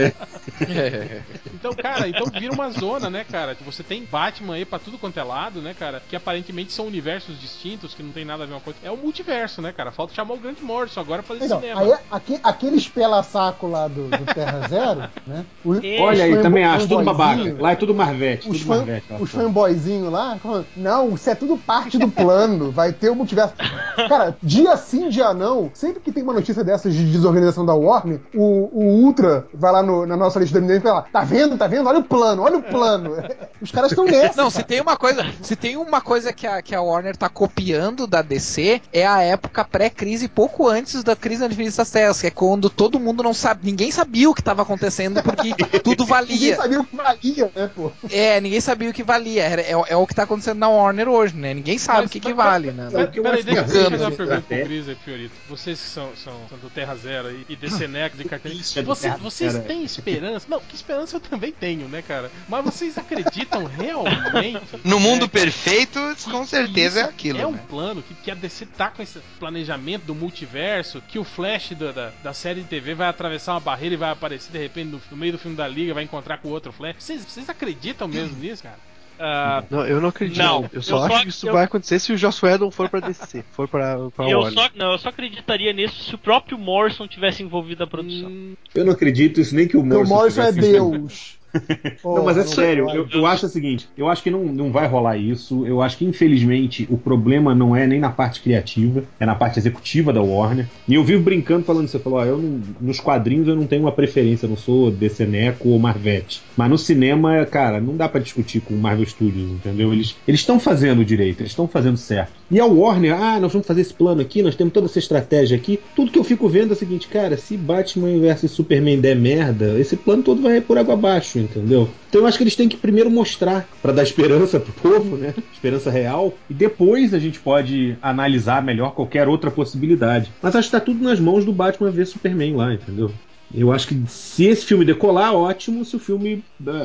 Então, cara, então vira uma zona, né, cara? Você tem Batman aí pra tudo quanto é lado, né, cara? Que aparentemente são universos distintos, que não tem nada a ver uma coisa. É o multiverso, né, cara? Falta chamar o Grande Morrison agora pra fazer Então, cinema. aí, aque- aquele espela-saco lá do, do Terra Zero, né? O- É. olha aí, os também fanbo- acho, tudo babaca. fanboyzinho, Lá é tudo Marvete, Os, tudo fan, Marvete. lá os fora. fanboyzinhos lá, falando, não, isso é tudo parte do plano, vai ter o multiverso. Cara, dia sim, dia não, sempre que tem uma notícia dessas de desorganização da Warner, o, o Ultra vai lá no- na nossa lista do M D M e fala, tá vendo, tá vendo? Olha o plano, olha o plano. Os caras estão nessa. Não, se cara. tem uma coisa, se tem uma coisa que a, que a Warner tá copiando da D C, é a época pré-crise, pouco antes da crise na Infinita das Terras, que é quando todo mundo não sabe, ninguém sabia o que tava acontecendo porque tudo Ninguém valia. sabia o que valia, né, pô? É, ninguém sabia sabia o que valia. Era, é, é o que tá acontecendo na Warner hoje, né? Ninguém sabe Mas, o que, que mas, vale, mas, né? Peraí, pera deixa eu fazer uma de pergunta pro estratégia. Gris e Fiorito. Vocês que são, são, são do Terra Zero aí e desse Neco de carteirinha. Isso, é do Você, Terra vocês Zero. têm esperança? Não, que esperança eu também tenho, né, cara? Mas vocês acreditam realmente? No mundo né, cara, perfeito, que- com que certeza é isso aquilo, É um né? plano que, que a D C tá com esse planejamento do multiverso, que o Flash da, da, da série de T V vai atravessar uma barreira e vai aparecer de repente no, no meio do filme da Liga, vai encontrar com o outro Flash. Vocês, vocês acreditam mesmo nisso, cara? Ah, Não, eu não acredito. Não, eu só eu acho só- que isso eu- vai acontecer se o Joss Whedon for pra D C, for pra, pra eu, Warner. só, não, eu só acreditaria nisso se o próprio Morrison tivesse envolvido na produção. Hum, Eu não acredito isso nem que o Porque o Morrison Morrison é tivesse envolvido. Deus. Não, mas é Porra, sério, pode. eu, eu acho o seguinte, eu acho que não, não vai rolar isso, eu acho que infelizmente o problema não é nem na parte criativa, é na parte executiva da Warner, e eu vivo brincando falando, você falou, ó, eu não, nos quadrinhos eu não tenho uma preferência, eu não sou D C Neco ou Marvete, mas no cinema, cara, não dá pra discutir com o Marvel Studios, entendeu? Eles estão fazendo direito, eles estão fazendo certo. E a Warner, ah, nós vamos fazer esse plano aqui, nós temos toda essa estratégia aqui, tudo que eu fico vendo é o seguinte, cara, se Batman versus Superman der merda, esse plano todo vai por água abaixo, entendeu? Então eu acho que eles têm que primeiro mostrar, pra dar esperança pro povo, né? Esperança real, e depois a gente pode analisar melhor qualquer outra possibilidade. Mas acho que tá tudo nas mãos do Batman versus Superman lá, entendeu? Eu acho que se esse filme decolar, ótimo. Se o filme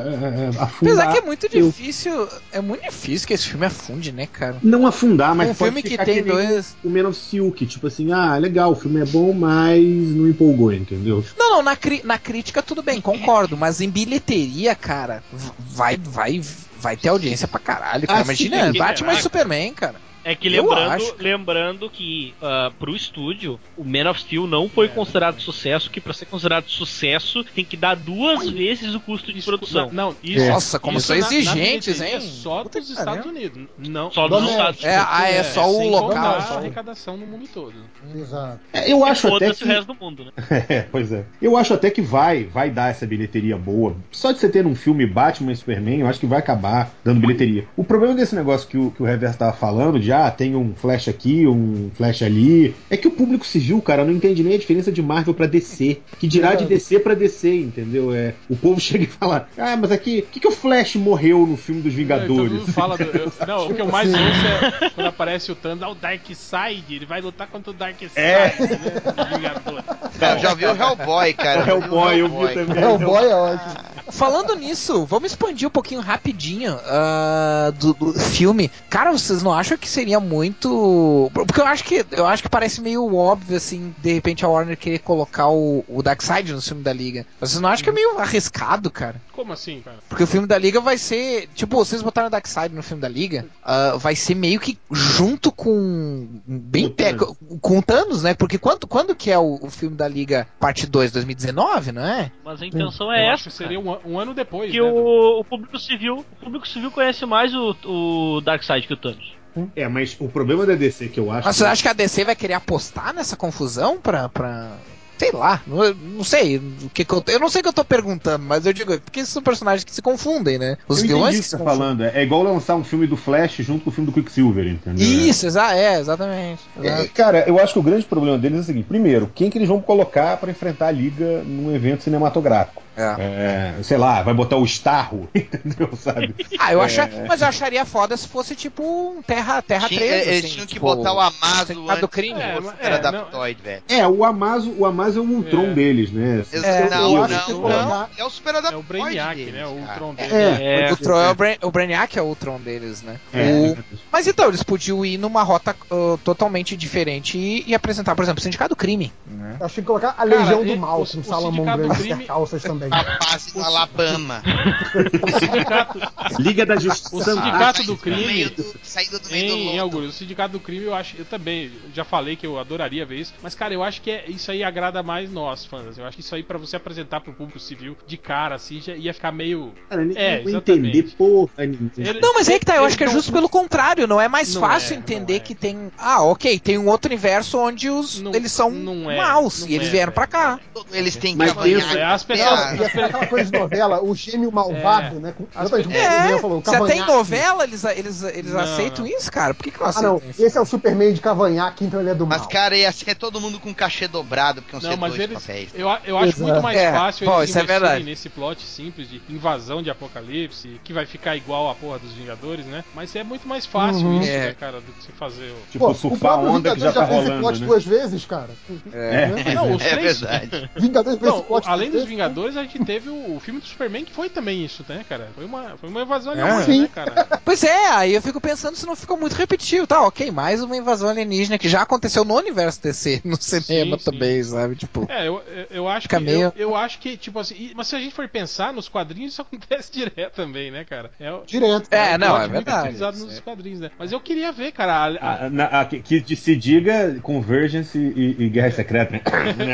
uh, afundar... Apesar que é muito eu... difícil, é muito difícil que esse filme afunde, né, cara? Não afundar, mas Um pode filme que ficar tem nem dois- o Man of Steel, que tipo assim, ah, legal, o filme é bom, mas não empolgou, entendeu? Não, não, na, cri- na crítica tudo bem, concordo, mas em bilheteria, cara, v- vai, vai, vai ter audiência pra caralho, cara. Ah, Imagina, sim, Batman é, e Superman, cara. É que Eu lembrando, acho. lembrando que uh, pro estúdio, o Man of Steel não foi É, considerado é. sucesso, que pra ser considerado sucesso tem que dar duas vezes o custo de Isso- produção. na- não, isso, Nossa, como isso são na- na exigentes, bilheteria hein? Só Puta dos que Estados pariu. Unidos. Não, Só não dos Estados É, ah, é só o sem local. contar Só a o- arrecadação no mundo todo. Exato. É, eu E acho até foda-se que... o resto do mundo, né? É, pois é. Eu acho até que vai, vai dar essa bilheteria boa. Só de você ter um filme Batman e Superman, eu acho que vai acabar dando bilheteria. O problema desse negócio que o, que o Reverso tava falando, de ah, tem um Flash aqui, um Flash ali, é que o público civil, cara, não entende nem a diferença de Marvel pra D C. Que dirá de D C pra D C, entendeu? É, o povo chega e fala, ah, mas aqui, por que, que o Flash morreu no filme dos Todo Vingadores? mundo fala do- eu- não, o que eu mais ouço é quando aparece o Thanos, ah, o Darkseid, ele vai lutar contra o Darkseid, É. né? Do Vingador. Não, já vi o Hellboy, cara. O Hellboy, eu vi também. É, o boy é ótimo. Falando nisso, vamos expandir um pouquinho rapidinho ah, do, do filme. Cara, vocês não acham que seria muito... Porque eu acho que eu acho que parece meio óbvio, assim, de repente a Warner querer colocar o, o Darkseid no filme da Liga. Vocês não acham que é meio arriscado, cara? Como assim, cara? Porque o filme da Liga vai ser... Tipo, vocês botaram o Darkseid no filme da Liga, ah, vai ser meio que junto com... Bem Com o te- Thanos. com o Thanos, né? Porque quando, quando que é o, o filme da Liga parte dois? dois mil e dezenove, não é? Mas a intenção Eu é acho essa, que seria um, an- um ano depois, que né? do- o, o público civil, o público civil conhece mais o, o Darkseid que o Thanos. É, mas o problema da D C que eu acho... Mas que- você acha que a D C vai querer apostar nessa confusão pra... pra... Sei lá, não, não sei o que, que eu, eu não sei o que eu tô perguntando, mas eu digo, porque são personagens que se confundem, né? Os eu vilões entendi o que que se você tá confundem. falando. É igual lançar um filme do Flash junto com o filme do Quicksilver, entendeu? Isso, exa é, exatamente. É, exato. cara, eu acho que o grande problema deles é o seguinte: primeiro, quem que eles vão colocar pra enfrentar a Liga num evento cinematográfico? É. É, sei lá, vai botar o Starro, entendeu? Sabe? Ah, eu É. acha, mas eu acharia foda se fosse tipo um Terra, terra Tinha- três, eles assim, tinham que tipo, botar o Amazo Cercado antes do crime. do É, Super é, Adaptoid, velho. É, o Amazo, o Amazo é o Ultron É. deles, né? Ex- É, não, eu não, acho que não, colocar- é o Super É Adaptoid o Brainiac, deles, né? O cara. Ultron dele. É, O pode Ultron ser. é o, Bra o Brainiac é o Ultron deles, né? É, O- é. Mas então, eles podiam ir numa rota uh, totalmente diferente e, e apresentar, por exemplo, o Sindicato do Crime. Né? Eu acho que tem que colocar a Cara, Legião e- do Mal, o- com o Salomão Sindicato do Grande Crime- e calças também. A base do Alabama. O sindicato, Liga da Justiça. o sindicato do No meio crime. do, saindo do meio do Em, em lodo. Augusto, o Sindicato do Crime eu acho, eu também já falei que eu adoraria ver isso, mas cara, eu acho que é, isso aí agrada mais nós, fãs. Eu acho que isso aí pra você apresentar pro público civil de cara assim já ia ficar meio Cara, ninguém É, vai exatamente. entender porra nenhuma. Ele- Não, mas é que tá, eu ele acho que é não- justo pelo contrário, não é mais Não fácil é, entender não é. que tem. Ah, ok, tem um outro universo onde os Não- eles são não é, maus não e eles é, vieram pra velho. cá. Eles têm que Mas apanhar. pensa- É, as pessoas, até Ia ser aquela coisa de novela, o gêmeo malvado, É. né? Com, As exatamente, pessoas- como o É, Ian falou, o se até em cavanhaque. novela eles, eles, eles Não, aceitam não. isso, cara. Por que, que não Ah, aceitam não. isso? Esse é o Superman de cavanhaque, então ele é do mal. Mas, cara, ia ser todo mundo com cachê dobrado, porque iam Não, ser mas dois eles. papéis. Eu, eu acho Exato. muito mais É, fácil bom, eles isso é investirem verdade. nesse plot simples de invasão de apocalipse, que vai ficar igual a porra dos Vingadores, né? Mas é muito mais fácil Uhum. isso, É. né, cara, do que você fazer o. Tipo, Pô, o surfar a próprio onda que já Vingadores tá já fez esse rolando, plot né? duas vezes, cara. É, Né? pois Não, é. os É três. verdade. Vingadores fez Não, esse plot além duas dos vezes. Vingadores, a gente teve o, o filme do Superman que foi também isso, né, cara? Foi uma, foi uma invasão É. alienígena, Sim. né, cara? Pois é, aí eu fico pensando se não ficou muito repetitivo. Tá, ok, mais uma invasão alienígena que já aconteceu no universo D C, no cinema Sim, também, sim. sabe? Tipo, É, eu, eu, eu acho que. Fica meio- Eu, eu acho que, tipo assim. e- Mas se a gente for pensar nos quadrinhos, isso acontece direto também, né, cara? É, o- Direto. É, um não, plot é muito verdade. utilizado Isso nos é. quadrinhos, né? Mas eu queria ver, cara. a- a- A- na- a- que, que se diga Convergence e, e Guerra Secreta, né?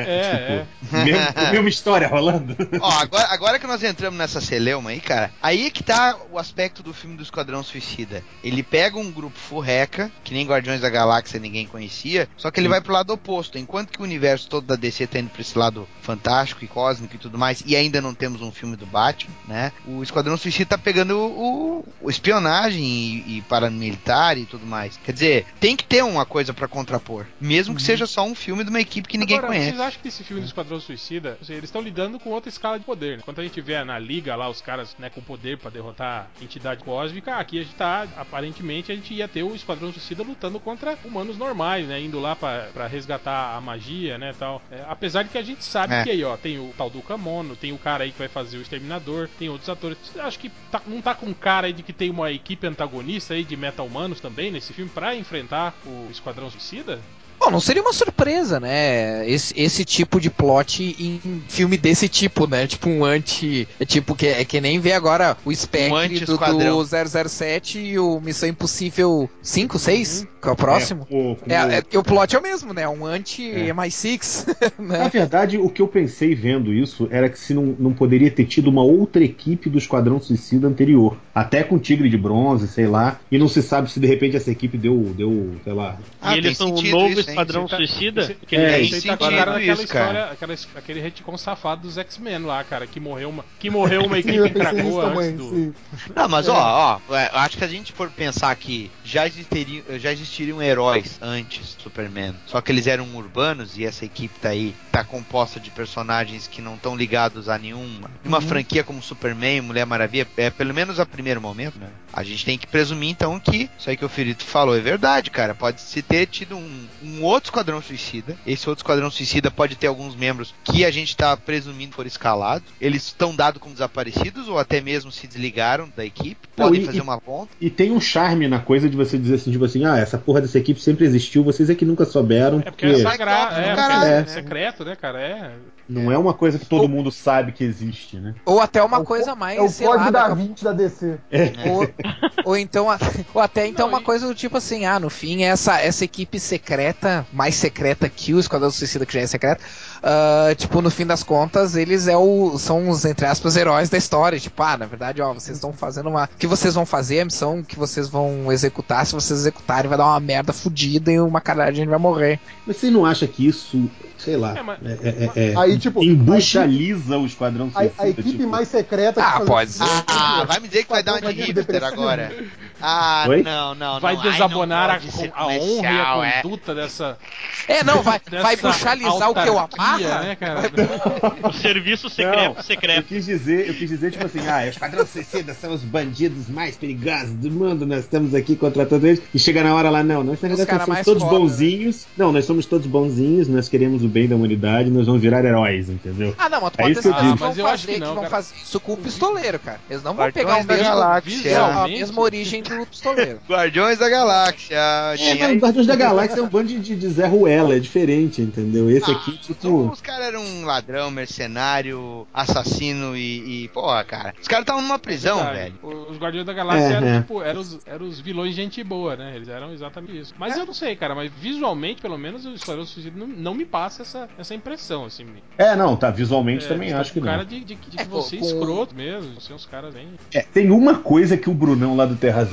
É, tipo, mesmo- mesma história rolando. Ó, agora, agora que nós entramos nessa celeuma aí, cara, aí é que tá o aspecto do filme do Esquadrão Suicida. Ele pega um grupo furreca, que nem Guardiões da Galáxia ninguém conhecia, só que ele vai pro lado oposto. Enquanto que o universo todo da D C tá indo pra esse lado fantástico e cósmico e tudo mais, e ainda não temos um filme do Batman, né? O Esquadrão Suicida tá pegando o, o espionagem e, e paramilitar e tudo mais. Quer dizer, tem que ter uma coisa pra contrapor. Mesmo que seja só um filme de uma equipe que ninguém Agora, conhece. vocês acham que esse filme do Esquadrão Suicida, assim, eles estão lidando com outra escala de poder, né? Quando a gente vê na Liga lá os caras, né, com poder pra derrotar a entidade cósmica, aqui a gente tá, aparentemente, a gente ia ter o Esquadrão Suicida lutando contra humanos normais, né? Indo lá pra, pra resgatar a magia, né, tal. É, apesar de que a gente sabe É. que aí, ó, tem o tal do Camono, tem o cara aí que vai fazer o Exterminador, tem outros atores. Você acha que tá- não tá com cara aí de que tem uma equipe antagonista aí de meta-humanos também nesse filme pra enfrentar o Esquadrão Suicida? Bom, não seria uma surpresa, né? Esse, esse tipo de plot em filme desse tipo, né? Tipo um anti. É tipo que, é que nem ver agora o Spectre do, anti-esquadrão. do zero zero sete e o Missão Impossível cinco, seis, que é o próximo. É, o- com É, o- é, e o plot é o mesmo, né? Um anti É. M I seis, Na né? verdade, o que eu pensei vendo isso era que se não, não poderia ter tido uma outra equipe do Esquadrão Suicida anterior. Até com Tigre de Bronze, sei lá. E não se sabe se de repente essa equipe deu, deu sei lá. E eles são o novo Esquadrão Suicida? Esse, Que eles é, têm esse aí tá com sentido cara naquela isso, cara. história, aquela, aquele retcon safado dos X-Men lá, cara, que morreu uma, que morreu uma Sim, equipe eu em pensei nisso Cracoa antes também, do... sim. Não, mas ó, ó, é, acho que a gente for pensar que já existiriam, já existiriam heróis antes do Superman, só que eles eram urbanos e essa equipe tá aí, tá composta de personagens que não estão ligados a nenhuma. Uma franquia como Superman, Mulher Maravilha, é pelo menos a primeiro momento, né? A gente tem que presumir então que isso aí que o Firito falou é verdade, cara. Pode se ter tido um, um outro Esquadrão Suicida. Esse outro Esquadrão Suicida pode ter alguns membros que a gente tá presumindo foram escalados. Eles estão dados como desaparecidos ou até mesmo se desligaram da equipe. Não, Podem e- fazer e- uma ponta. E tem um charme na coisa de você dizer assim, tipo assim, ah, essa porra dessa equipe sempre existiu, vocês é que nunca souberam, É porque porque é sagrado, é, porque Caralho, é né? secreto, né, cara, é... não é uma coisa que todo mundo sabe que existe, né? Ou até uma É o coisa co- mais, É o sei código lá, da daqui a- Vinci da D C. ou, ou então a- ou até então Não, uma e- coisa do tipo assim, ah, no fim essa, essa equipe secreta, mais secreta que o Esquadrão Suicida que já é secreto, ah, tipo, no fim das contas, eles é o, são os, entre aspas, heróis da história, tipo, ah, na verdade, ó, vocês estão fazendo uma, o que vocês vão fazer, a missão que vocês vão executar, se vocês executarem vai dar uma merda fodida e uma caralho de gente vai morrer. Mas você não acha que isso, sei lá, É, mas- é, é, é, Aí, tipo, embuchaliza o Esquadrão A, Suicida? a equipe tipo... mais secreta Ah, faz- pode ser. Ah, vai me dizer que vai dar uma de Esquadrão hipster depressivo. agora. Ah, Oi? não, não, Vai não. Ai, desabonar não a, pode ser a honra e comercial, a é. conduta dessa... É, não, vai, dessa vai buchalizar o que eu autarquia, amarra, né, cara? O serviço secreto, Não, eu secreto. quis dizer, eu quis dizer, tipo assim, ah, o Esquadrão Suicida são os bandidos mais perigosos do mundo, nós estamos aqui contratando eles, e chega na hora lá, não, nós na verdade cara nós somos mais todos foda, bonzinhos, não, nós somos todos bonzinhos, nós queremos o bem da humanidade, nós vamos virar heróis, entendeu? Ah, não, mas tu É pode isso ter que eu certeza digo. que vão Mas eu acho fazer, que não, vão cara. fazer isso com o pistoleiro, cara. Eles não vão pegar o Guardiões da mesmo, Galáxia. a mesma origem do pistoleiro. Guardiões da Galáxia. É, Tinha- mas o Guardiões da Galáxia é um bando de, de, de Zé Ruela, é diferente, entendeu? Esse aqui, Ah, tipo... os caras eram um ladrão, mercenário, assassino e, e porra, cara. Os caras estavam numa prisão, Verdade. velho. Os Guardiões da Galáxia É, eram, é. tipo, eram os, eram os vilões de gente boa, né? Eles eram exatamente isso. Mas eu não sei, cara, mas visualmente, pelo menos, o Esquadrão Suicida não, não me passa essa, essa impressão, assim. me- É, não, tá, visualmente É, também eles tão acho com que não. cara de, de, de É, você com- escroto mesmo, você uns caras bem... É, tem uma coisa que o Brunão lá do Terra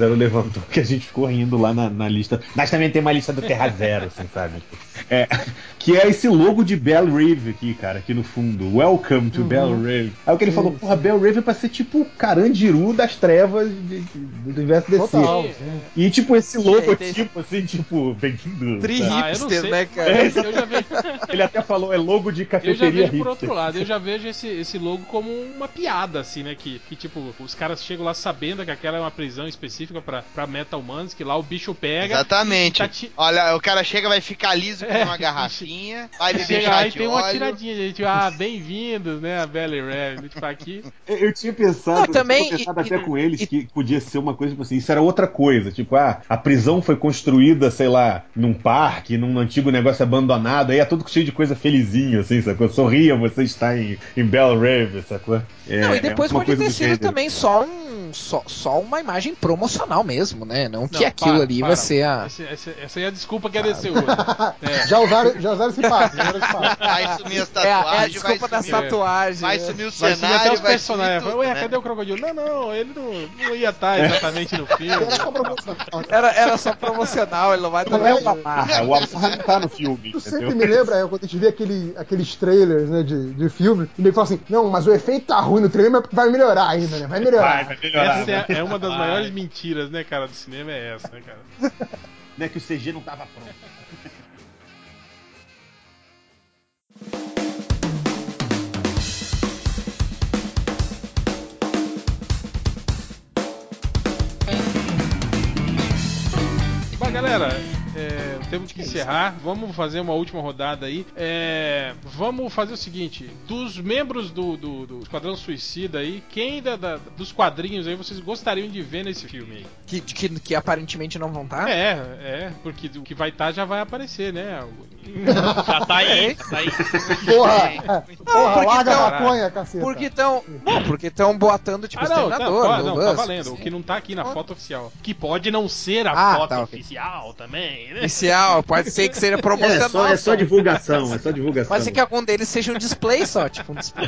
Zero levantou, que a gente ficou rindo lá na, na lista. Mas também tem uma lista do Terra Zero, assim, sabe? É, que é esse logo de Belle Reve aqui, cara, aqui no fundo. Welcome to Uhum. Belle Reve. Aí o que ele Sim, falou, porra, sim. Belle Reve é pra ser tipo Carandiru das trevas de, de, do universo D C. Total, sim. E tipo, esse logo É, tem- tipo, assim, tipo, bem-vindo. Tri sabe? Ah, eu não hipster, sei. né, cara? É, Eu já vejo, Ele até falou, é logo de eu já cafeteria vejo por outro hipster. lado, eu já vejo esse, esse logo como uma piada, assim, né? Que, que tipo, os caras chegam lá sabendo que aquela é uma prisão específica pra, pra Metal Mans, que lá o bicho pega. Exatamente. e tá ti- Olha, o cara chega, vai ficar liso com É. uma garrafinha, vai beber Chega chá lá e de tem uma óleo. tiradinha, gente. Ah, bem-vindos, né? A Belle Reve. Tipo, aqui. Eu, eu tinha pensado, Não, também, eu tinha pensado e- até e- com eles e- que podia ser uma coisa, tipo assim, isso era outra coisa. Tipo, ah, a prisão foi construída, sei lá, num parque, num antigo negócio abandonado, aí é tudo cheio de coisa felizinho, assim, sacou? Sorria, você está em, em Belle Reve, sacou? É, Não, e depois é uma pode coisa ter do sido gênero. também só um. Só, só uma imagem promocional mesmo, né? Não que Não, aquilo para, ali para. vai ser a. Esse- esse- essa aí é a desculpa que a D C usa. É. Já usaram, já usaram esse papo, já usaram esse papo. Vai sumir as É a, é a tatuagens, desculpa vai das sumir, tatuagens. vai né? sumir o Vai sumir até cenário, os vai personagens. sumir tudo, Ué, né? cadê o crocodilo? Não, não, ele não, não ia estar exatamente no filme. Era só promoção. Era, era só promocional, ele não vai Não é estar. uma Ah, o Alfa não tá no filme, Tu entendeu? sempre me lembra, é, quando a gente vê aquele, aqueles trailers, né, de, de filme, e ele fala assim, não, mas o efeito tá ruim no trailer, mas vai melhorar ainda, né? Vai melhorar. Vai, vai melhorar. Essa é, é uma das Vai. maiores mentiras, né, cara, do cinema, é essa, né, cara? Não é que o C G não tava pronto. Bom, galera, é, temos que encerrar. Vamos fazer uma última rodada aí. É, vamos fazer o seguinte: dos membros do, do, do Esquadrão Suicida aí, quem da, da- dos quadrinhos aí vocês gostariam de ver nesse filme aí? Que, que, que aparentemente não vão estar? É, é, porque o que vai estar já vai aparecer, né? Já tá aí, já tá aí. Porra, porra, porque larga então- a maconha, caceta. Porque estão. Bom, porque estão boatando tipo Ah, não, tá, Exterminador. tá, não, tá Lobas, valendo. O assim. que não tá aqui na foto oficial. Que pode não ser a Ah, foto tá, ok. oficial também, né? Oficial, pode ser que seja promocional. É só, é só divulgação, é só divulgação. Pode ser que algum deles seja um display só, tipo um display.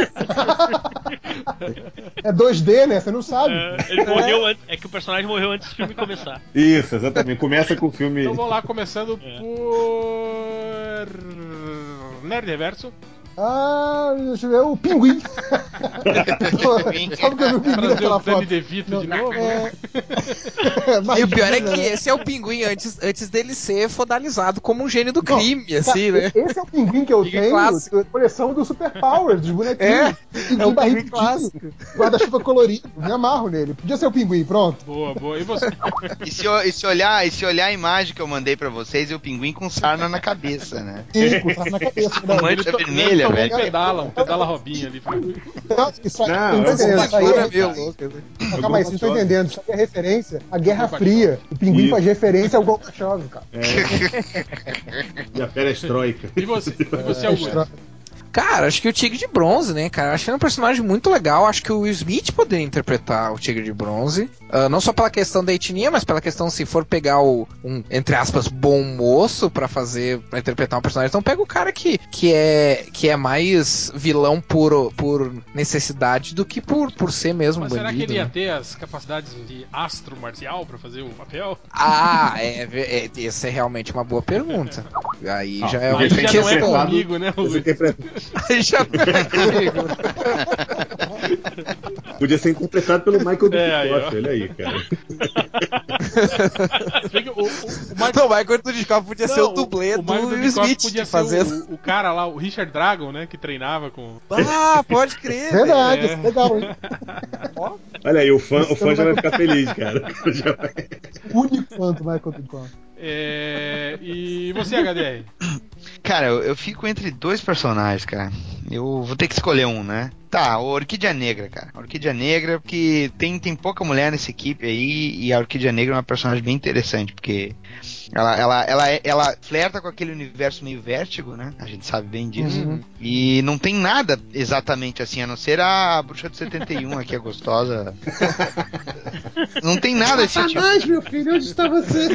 É dois D, né? Você não sabe. É, ele morreu antes. É que o personagem morreu antes do filme começar. Isso, exatamente. Começa com o filme. Então vamos lá, começando É. por. Nerd Reverso. Ah, deixa eu ver, o pinguim. Sabe que eu vi o pinguim Trazer naquela o Danny foto? DeVito de novo, né? É, E o pior é imagina, que né? esse é o pinguim antes, antes dele ser fodalizado como um gênio do crime, Cara, assim, né? Esse é o pinguim que eu Pinguim tenho, clássico. da coleção do Super Power, dos bonequinhos. É, Pinguim é o pinguim barrigudinho, clássico. guarda-chuva colorido, me amarro nele. Podia ser o pinguim, pronto. Boa, boa. E você? E se, o- e se olhar, e se olhar a imagem que eu mandei pra vocês, é o pinguim com sarna na cabeça, né? Sim, com sarna na cabeça. Com mancha to- vermelha, tomou velho. um pedala, um pedala Robinho ali. Não, isso aí, Não, não é tô o entendendo. Isso aí Bagulho é, é meio louco, né? Não, calma aí, vocês estão entendendo. Isso aí é referência à Guerra Fria. O pinguim Isso. faz referência ao Gorbachev, cara. E a perestroika. E você? E você, É, Augusto? Cara, acho que o Tigre de Bronze, né, cara? Acho que ele é um personagem muito legal. Acho que o Will Smith poderia interpretar o Tigre de Bronze. Ah, não só pela questão da etnia, mas pela questão se for pegar o, um, entre aspas, bom moço pra fazer, pra interpretar um personagem. Então pega o cara que, que, é, que é mais vilão por, por necessidade do que por, por ser mesmo Mas bandido. será que ele ia né? ter as capacidades de astro marcial pra fazer o papel? Ah, é, é, essa é realmente uma boa pergunta. Aí já é Aí uma já não é interpretado- comigo, né, Podia ser, Augusto? interpretado, Aí já não é comigo. podia ser interpretado pelo Michael É, aí, ó. Dudikoff, olha aí, cara. Se bem que o, o, o Michael- Não, o Michael Dudikoff podia ser o Não, dublê o do Michael Will Dudikoff Smith podia de ser fazer. o, o cara lá, o Richard Dragon, né, que treinava com... Ah, pode crer. Verdade, É. isso é legal, hein? Olha aí, o fã, o fã já vai ficar feliz, cara. Já vai- Único quanto Michael Dudikoff. É, e você, H D R? Cara, eu, eu fico entre dois personagens, cara. Eu vou ter que escolher um, né? Tá, a Orquídea Negra, cara. A Orquídea Negra, porque tem, tem pouca mulher nessa equipe aí, e a Orquídea Negra é uma personagem bem interessante, porque ela, ela, ela, é- ela flerta com aquele universo meio Vértigo, né? A gente sabe bem disso. Uhum. E não tem nada exatamente assim, a não ser a Bruxa de setenta e um aqui, a gostosa. Não tem nada desse tipo. Satanás, meu filho, onde está você?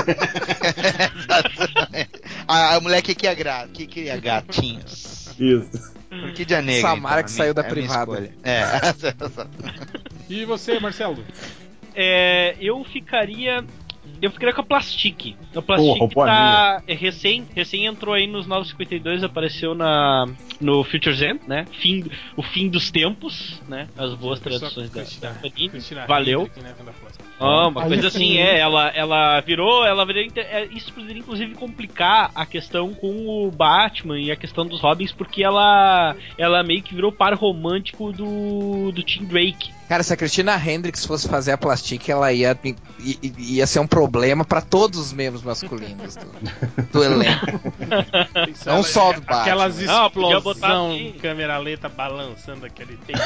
a, a moleque que é gra... que cria gatinhos. Isso. Orquídea Negra. Samara então, que a saiu minha- da é a minha privada. escolha. É. E você, Marcelo? é, eu ficaria. Eu ficaria com a Plastique. A Plastique Porra, tá é, recém, recém entrou aí nos novos cinquenta e dois, apareceu na no Future's End, né? Fim, o fim dos tempos, né? As boas traduções da, da Panini. Valeu. Hendrick, né, da Plastique. Ah, uma Aí coisa sim, assim, né? é, ela, ela virou, ela virou, é, isso poderia inclusive complicar a questão com o Batman e a questão dos Robins, porque ela, ela meio que virou par romântico do, do Tim Drake. Cara, se a Christina Hendricks fosse fazer a Plastique, ela ia, ia, ia ser um problema pra todos os membros masculinos do, do elenco. Não só do Batman. Aquelas Não, podia botar explosão, assim. câmera lenta balançando aquele tempo.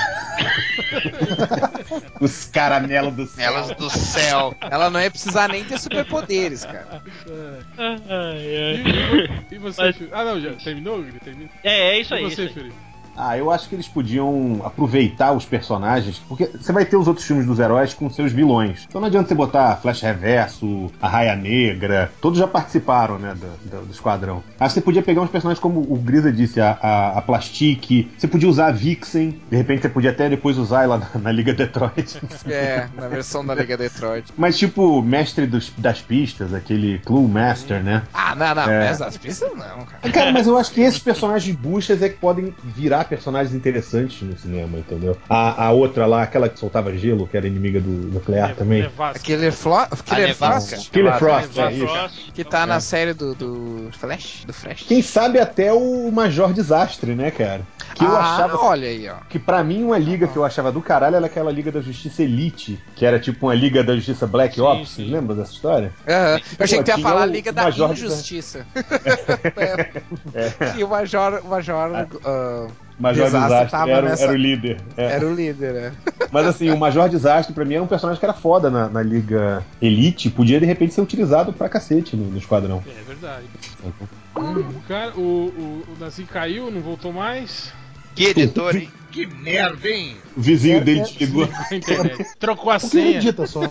Os caramelos do céu. Elas do céu. Ela não ia precisar nem ter superpoderes, cara. Ai, E, ai. e, e você, Mas- Fiori? Ah, não, já terminou? Guilherme? Termina. É, é isso aí. E isso você, aí. Fiori? Ah, eu acho que eles podiam aproveitar os personagens, porque você vai ter os outros filmes dos heróis com seus vilões. Então não adianta você botar Flash Reverso, a Raia Negra, todos já participaram, né, do, do, do Esquadrão. Aí você podia pegar uns personagens como o Grisa disse, a, a, a Plastique, você podia usar a Vixen, de repente você podia até depois usar ela na, na Liga Detroit. É, na versão da Liga Detroit. Mas tipo, mestre dos, das pistas, aquele Clue Master, né? Ah, não, não, É. mas as pistas não, cara. Cara, mas eu acho que esses personagens buchas é que podem virar personagens interessantes no cinema, entendeu? A, a outra lá, aquela que soltava gelo, que era inimiga do nuclear também. Nevasca. Killer, Flo Killer Nevasca. Frost, Killer Frost, é Nevasca. isso. Frost. que tá É. na série do, do Flash, do Flash. Quem sabe até o Major Desastre, né, cara? Que eu ah, achava. olha aí, ó. Que pra mim uma liga que eu achava do caralho era aquela Liga da Justiça Elite, que era tipo uma Liga da Justiça Black Sim, Ops, sim. vocês lembram dessa história? Aham. Eu achei Pô, que tu ia tinha falar a o Liga da Major Injustiça. é. E o Major, o Major ah, Major Desastre Desastre, tava era, o- nessa- era o líder. É. era o líder, né? Mas assim, o Major Desastre pra mim era um personagem que era foda na, na Liga Elite, podia de repente ser utilizado pra cacete no, no Esquadrão. É verdade. O cara, o, o, o Nazi caiu, não voltou mais. Que editor, hein? Que merda, hein? O vizinho É, dele é, desligou. Desligou a internet. Trocou a O que senha. acredita só.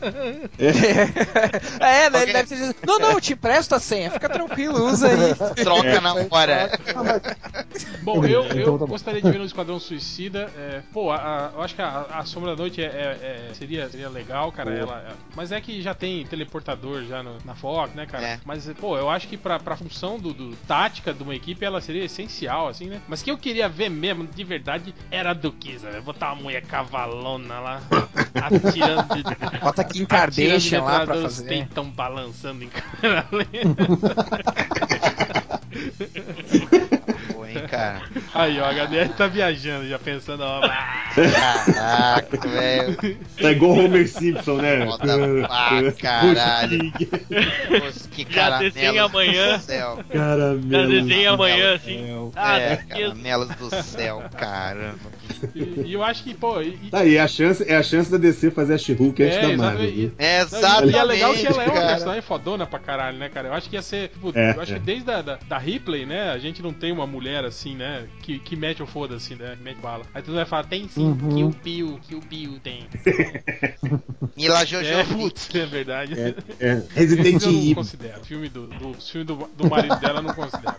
É, né? Ele deve ter dito, não, não, eu te empresto a senha, fica tranquilo, usa aí. Troca na hora. Ah, mas- Bom, eu, Então eu tá bom. gostaria de ver no Esquadrão Suicida. É, pô, a, a- eu acho que a, a Sombra da Noite é, é- é- seria, seria legal, cara. Ela, é- mas é que já tem teleportador já no- na Fox, né, cara? É. Mas, pô, eu acho que pra, pra função do, do tática de uma equipe ela seria essencial, assim, né? Mas que eu queria ver mesmo, de verdade, era a Duquesa, né? Botar uma mulher cavalona lá, atirando de. Bota Kim atirando de Kardashian lá pra metralhadora, os fazer. peitão balançando em câmera lenta. Pô, hein, cara. Aí, ó, a H D R tá viajando, já pensando, ó. ah, Caraca, velho. É igual o Homer Simpson, né? Foda pra caralho. Nossa, que Já caramelos desenha amanhã. do céu. Caramelo. Já desenha amanhã, É, assim. Ah, É, Duquesa. caramelos do céu, caramba. E, e eu acho que, pô. E, Tá aí, a chance, é a chance da D C fazer a She-Hulk antes é, da Marvel. exatamente. viu? É, Não, e- e é legal que ela é uma cara. personagem fodona pra caralho, né, cara? Eu acho que ia ser. Tipo, É, eu acho é. que desde a da, da Ripley, né? A gente não tem uma mulher assim, né? Que, que mete o foda-se, né? Que mete bala. Aí tu vai falar, tem sim, Uhum. que o Bill, que o Bill tem. Mila Jojo. É, putz, é verdade. É, é. Esse Resident eu não Evil. considero. O filme do, do, os filmes do, do marido dela eu não considero.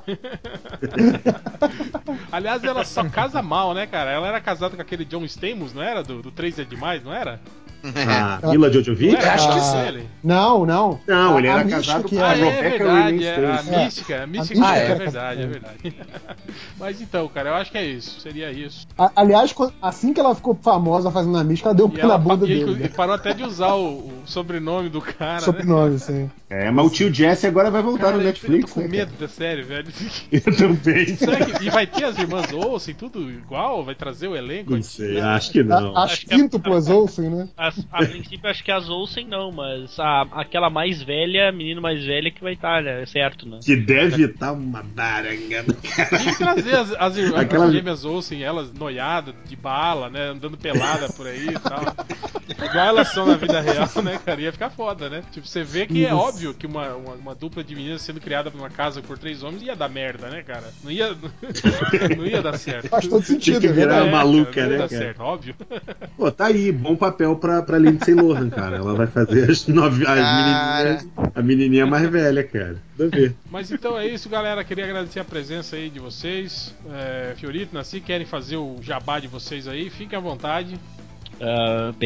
Aliás, ela só casa mal, né, cara? Ela era casada com aquele John Stamos, não era? Do, do três é demais, não era? A Mila Jojovic? Não era? Acho que Ah, sim. ele. Não, não. Não, ele A- a era Mística casado que com a Ah, era- é Rebecca verdade, Renee é, a Stamos. É. mística, a mística mística é, era verdade, é casada. verdade. Mas então, cara, eu acho que é isso, seria isso. A- aliás, quando- assim que ela ficou famosa fazendo a mística, ela deu um E, pé ela, na bunda e, dele. inclu- né? e parou até de usar o, o sobrenome do cara, Sobrenome, né? assim. É, mas o tio Jesse agora vai voltar Cara, no eu- Netflix, eu tô com né, medo da série, velho. cara? Eu também. Será que, e vai ter as irmãs Olsen, tudo igual? Vai trazer o elenco? Não aqui? sei, acho que não. A- As Acho que a- quíntuplas Olsen, né? As- a princípio acho que as Olsen não, mas a, aquela mais velha, a menina mais velha que vai estar, né? Certo, né? Que deve estar uma baranga do cara. Tem que trazer as, as irmãs Aquela- as gêmeas Olsen, elas noiadas, de bala, né? Andando pelada por aí e tal. Igual elas são na vida real, né, cara? Ia ficar foda, né? Tipo, você vê que é Isso. óbvio que uma, uma, uma dupla de meninas sendo criada numa casa por três homens ia dar merda, né, cara? Não ia, não ia dar certo. Faz todo sentido, que é virar verdade. uma maluca, cara, não ia né, dar cara? certo, óbvio. Pô, tá aí, bom papel pra, pra Lindsay Lohan, cara. Ela vai fazer as, nove, as Cara. menininhas, a menininha mais velha, cara. Deixa eu ver. Mas então é isso, galera. Queria agradecer a presença aí de vocês. É, Fiorito, Nasci, querem fazer o jabá de vocês aí? Fiquem à vontade. Ah, bem,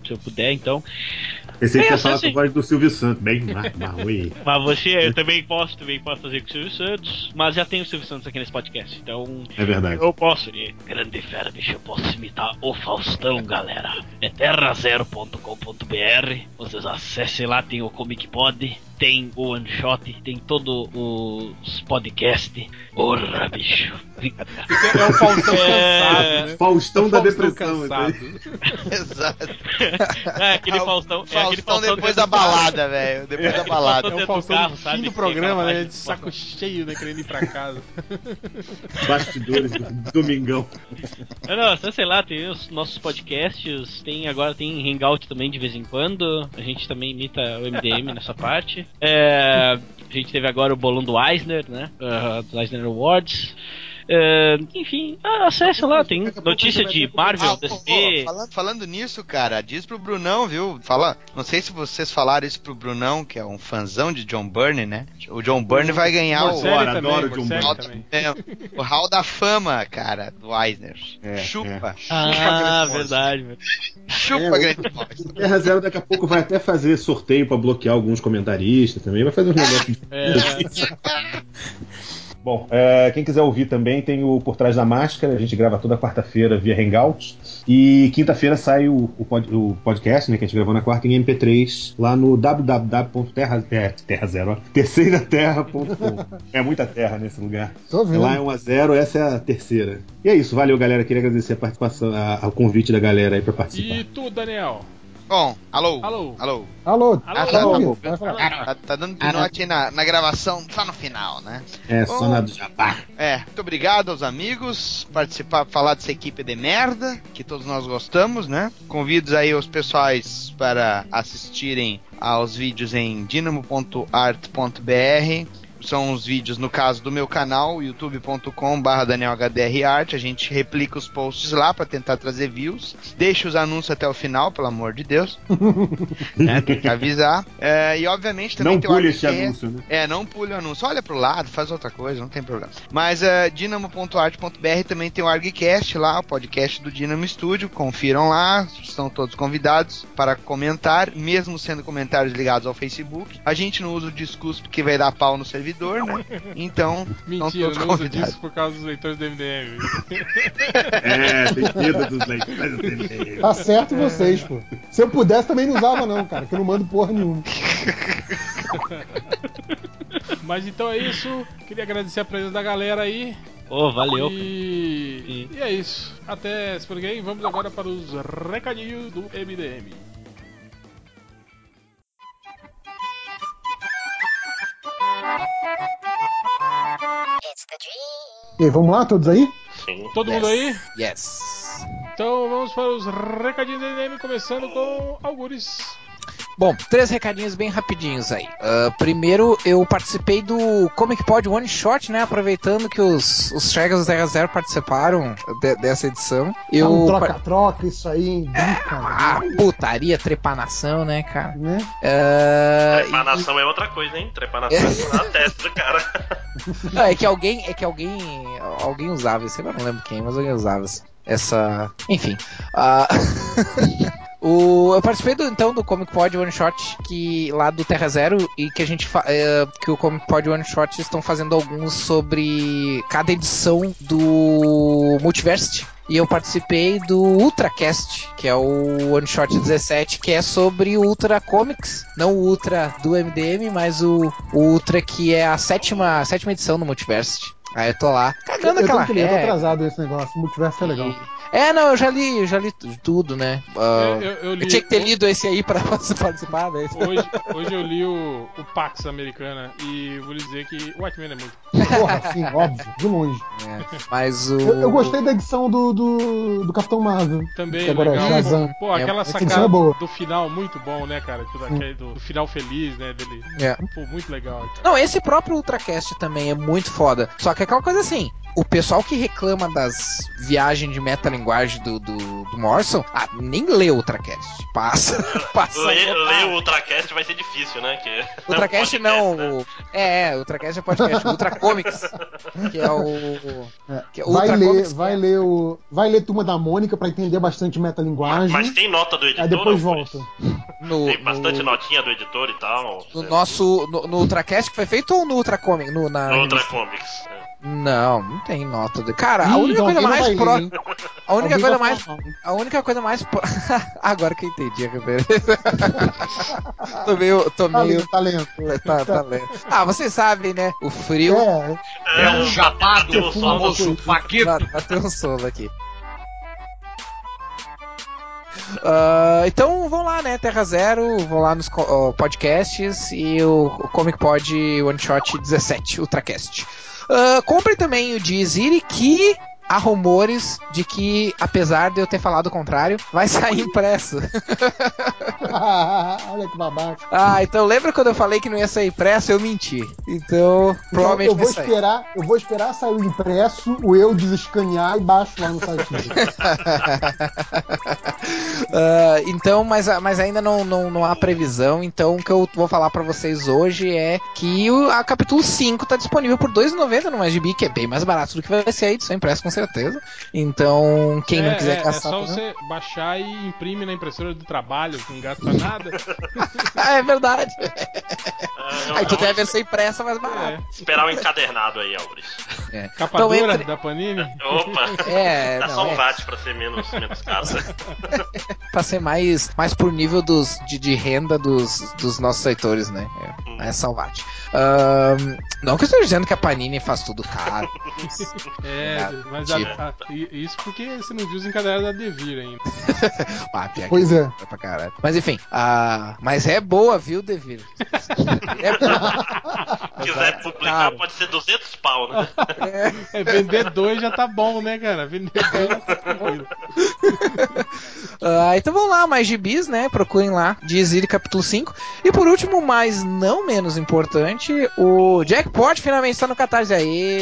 se eu puder, então. Pensei que É, ia falar assim- com a voz do Silvio Santos. Bem, mas, mas oi. Mas você, eu também posso, também posso fazer com o Silvio Santos, mas já tem o Silvio Santos aqui nesse podcast, então É verdade. eu posso. E, grande fera, bicho, eu posso imitar o Faustão, galera. É terra zero ponto com ponto b r. Vocês acessem lá, tem o Comic Pod, tem o One Shot, tem todos os podcasts. Porra, bicho. Brincadeira. Esse é o Faustão É, cansado, né? Faustão É o da Faustão depressão. cansado. Exato. É aquele É o Faustão. É Faustão aquele Faustão depois dentro da do carro. balada, velho. Depois da balada. É o dentro do Faustão carro, no sabe? fim do Que programa, aquela né? página De do saco cheio, né? Querendo ir pra casa. Bastidores do Domingão. Não, não, sei lá, tem os nossos podcasts, tem agora tem Hangout também de vez em quando. A gente também imita o M D M nessa parte. É, a gente teve agora o bolão do Eisner, né? Uh, do Eisner Awards. É, enfim, acesse lá, tem notícia de Marvel, Ah, D pô, C. pô, falando, falando nisso, cara, diz pro Brunão, viu? Fala, não sei se vocês falaram isso pro Brunão, que é um fãzão de John Byrne, né? O John Byrne vai ganhar o, Morcelli Adoro, também, adoro John Morcelli Byrne. também. é, o Hall da Fama, cara, do Eisner. É, Chupa, chupa Ah, grande verdade, velho. bosta. Chupa É, grande o bosta. Terra Zero daqui a pouco vai até fazer sorteio pra bloquear alguns comentaristas também. Vai fazer uns negócios. É, Bom, é, quem quiser ouvir também tem o Por Trás da Máscara. A gente grava toda quarta-feira via Hangout. E quinta-feira sai o, o, pod, o podcast, né, que a gente gravou na quarta em M P três, lá no w w w ponto terra zero, terceira terra ponto com. É muita terra nesse lugar. Tô vendo. Lá é um a zero, essa é a terceira. E é isso, valeu, galera. Queria agradecer a participação, a, o convite da galera aí pra participar. e tu, Daniel? Bom, alô? Alô? Alô? Alô, Alô? tá Alô? ouvindo? Vai falar. Tá, tá dando pinote aí na, na gravação, só no final, né? É, só Bom, na do Jabá. É, muito obrigado aos amigos, participar, falar dessa equipe de merda, que todos nós gostamos, né? Convido aí os pessoais para assistirem aos vídeos em dinamo ponto art ponto b r. São os vídeos, no caso do meu canal, youtube ponto com barra daniel h d r art. A gente replica os posts lá para tentar trazer views. Deixa os anúncios até o final, pelo amor de Deus. né, tem que avisar. É, e obviamente também Não tem o pule esse ArgCast. anúncio, né? É, não pule o anúncio. Olha pro lado, faz outra coisa, não tem problema. Mas uh, dinamo ponto art ponto b r também tem o ArgCast lá, o podcast do Dinamo Studio. Confiram lá, estão todos convidados para comentar, mesmo sendo comentários ligados ao Facebook. A gente não usa o discurso porque vai dar pau no servidor. Né? Então, Mentira, todos não usa convidados. disso por causa dos leitores do M D M. É, tem medo dos leitores do M D M. Tá certo vocês, pô. Se eu pudesse, também não usava, não, cara, que eu não mando porra nenhuma. Mas então é isso. Queria agradecer a presença da galera aí. Ô, oh, valeu. E... e é isso. Até semana que vem. Vamos agora para os recadinhos do M D M. E aí, vamos lá, todos aí? Sim. Todo Yes. mundo aí? Yes. Então vamos para os recadinhos do M D M, começando com Algures. Bom, três recadinhos bem rapidinhos aí. Uh, primeiro, eu participei do Comic Pod One Shot, né? Aproveitando que os, os Chegas do Terra Zero participaram de, dessa edição. Eu Tá um troca-troca, isso aí, hein? Ah, putaria, trepanação, né, cara? Né? Uh, Trepanação é outra coisa, hein? Trepanação é na testa do cara. Não, é que alguém, é que alguém, alguém usava isso, eu não lembro quem, mas alguém usava essa, enfim. Uh... O, eu participei do, então do Comic Pod One Shot que, lá do Terra Zero e que a gente fa, é, que o Comic Pod One Shot estão fazendo alguns sobre cada edição do Multiversity. E eu participei do Ultracast, que é o One Shot dezessete, que é sobre o Ultra Comics. Não o Ultra do M D M, mas o, o Ultra que é a sétima, a sétima edição do Multiversity. Aí eu tô lá cagando eu, eu aquela tenho que ler, eu tô regra. atrasado nesse negócio. O multiverso é legal. E... É, não, eu já li, eu já li tudo, né? Uh, eu, eu, eu, li, eu tinha que ter o... lido esse aí pra participar, né? Hoje, hoje eu li o, o Pax Americana e vou lhe dizer que o Whiteman é muito. Porra, sim, óbvio, de longe. É, mas o... Eu, eu gostei da edição do, do, do Capitão Marvel. Também, que agora legal. é Shazam. Pô, aquela é, sacada é boa. do final muito bom, né, cara? Tipo, daquele, do, do final feliz, né, dele. É. Pô, muito legal. Não, esse próprio Ultracast também é muito foda. Só que é aquela coisa assim, o pessoal que reclama das viagens de metalinguagem do, do, do Morrison, ah, nem lê o Ultracast. Passa. passa Ler lê o Ultracast vai ser difícil, né? Que o Ultracast é um não. podcast, né? O, é, o Ultracast é podcast. O Ultra Comics, que é o. Que é o Vai Ultra ler, Comics, vai é. ler o. Vai ler Turma da Mônica pra entender bastante Mas, metalinguagem. mas tem nota do editor, Aí depois não, Funes? volta. No, Tem bastante no, notinha do editor e tal. no Você- nosso. No, no Ultracast que foi feito ou no Ultra Comics? No, na No Ultra revista? Comics. é. Não, não tem nota de. Cara, a Ih, única coisa alguém não mais vai pro... ler, hein? A única Alguém coisa vai mais. falar mal. A única coisa mais. pro- Agora que eu entendi a referência. tô meio. Tô meio. Talento, talento. Tá, tá lendo. Ah, vocês sabem, né? O frio. É, É, um chapado, bateu o sono. famoso Paquito. Ba- Bateu um solo aqui. Ah, então vão lá, né? Terra Zero, vão lá nos co- ó, podcasts e o, o Comic Pod One Shot dezessete, Ultracast. Uh, comprem também o de Ziri, que há rumores de que, apesar de eu ter falado o contrário, vai sair impresso. olha que babaca. Ah, então lembra quando eu falei que não ia sair impresso? Eu menti. Então, Então, provavelmente eu vou vai sair. esperar, eu vou esperar sair o impresso, o eu desescanear e baixo lá no site dele. Ah, então, mas, mas ainda não, não, não há previsão. Então, o que eu vou falar pra vocês hoje é que o a capítulo cinco tá disponível por dois reais e noventa centavos no M G B, que é bem mais barato do que vai ser a edição impressa, com certeza. Então, quem é, não quiser é, gastar. é só também- você baixar e imprimir na impressora do trabalho, que não gasta nada. é verdade. É, Aí tu é tem a um- versão impressa mais barata. É. Esperar o encadernado aí, Álvares. É. Capa Então, dura entre- da Panini. Opa! É, Dá não, só um é. V A T pra ser menos, menos caro. Pra ser mais, mais pro nível dos, de, de renda dos, dos nossos leitores, né? É, é salvate. Ahn, não que eu esteja dizendo que a Panini faz tudo caro. É, mas a- a- i- isso porque você não viu os encadernados da Devir ainda. Ah, pior que Pois é. pra caralho. Mas enfim, ah, mas é boa, viu, Devir? É boa. Se quiser publicar, Caro. pode ser duzentos pau, né? É, vender dois já tá bom, né, cara? Vender dois já tá tranquilo. Ah, então vamos lá, mais gibis, né? Procurem lá, de Exílio capítulo cinco. E por último, mas não menos importante, o Jackpot finalmente está no Catarse.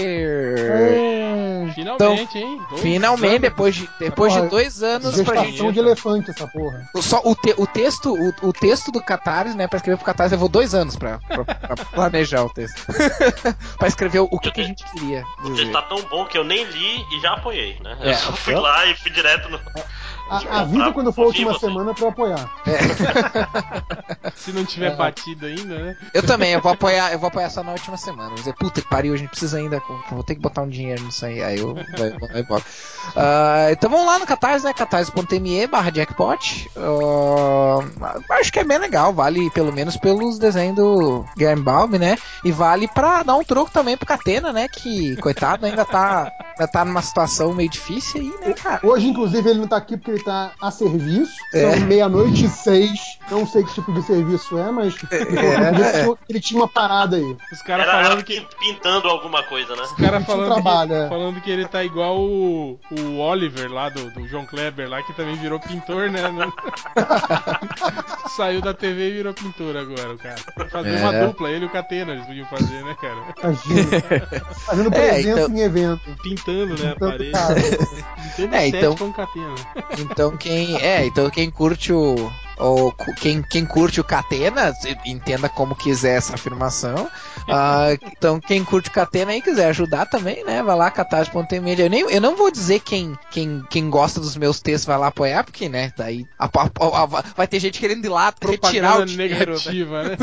Aê! Finalmente, hein? Dois Finalmente, anos. depois de, depois Porra, de dois anos pra gente. Gestação de elefante essa porra. Só o, te- o texto, o, o texto do Catarse, né, pra escrever pro Catarse levou dois anos pra, pra- pra planejar o texto. Pra escrever o, o que, que a gente queria O texto dizer. tá tão bom que eu nem li e já apoiei, né? É, eu só fui eu- lá e fui direto no. A, avisa quando for a Confio em última você. semana pra eu apoiar. Se não tiver É. batido ainda, né? Eu também, eu vou apoiar, eu vou apoiar só na última semana. Vou dizer, puta que pariu, a gente precisa ainda. Vou ter que botar um dinheiro nisso aí. Aí eu vai, vai embora. Ah, então vamos lá no Catarse, né? catarse.me barra jackpot. Ah, acho que é bem legal, vale pelo menos pelos desenhos do Guilherme Balme, né? E vale pra dar um troco também pro Catena, né? Que, coitado, ainda tá, ainda tá numa situação meio difícil aí, né, cara? Hoje, inclusive, ele não tá aqui porque ele tá a serviço. É. São meia-noite e seis. Não sei que tipo de serviço é, mas É. ele tinha uma parada aí. Os caras Era, falando era que. pintando alguma coisa, né? Os caras Tinha falando, trabalho, que, é. falando que ele tá igual o, o Oliver lá do, do João Kleber lá, que também virou pintor, né? Não- Saiu da T V e virou pintor agora, o cara. Fazer uma É. dupla, ele e o Catena, eles podiam fazer, né, cara? Imagina. Fazendo É, presença então- em evento. Pintando, né, a Pintando parede. cara. Nintendo É, sete então- com Catena. Então quem é, então quem curte o, o quem, quem curte o Catena, se- entenda como quiser essa afirmação. Ah, então quem curte o Catena aí quiser ajudar também, né? Vai lá catarse.me. Eu nem eu não vou dizer quem, quem, quem gosta dos meus textos vai lá apoiar, porque né, daí a- a- a- vai ter gente querendo ir lá retirar Propaganda o dinheiro, negativa, né? né?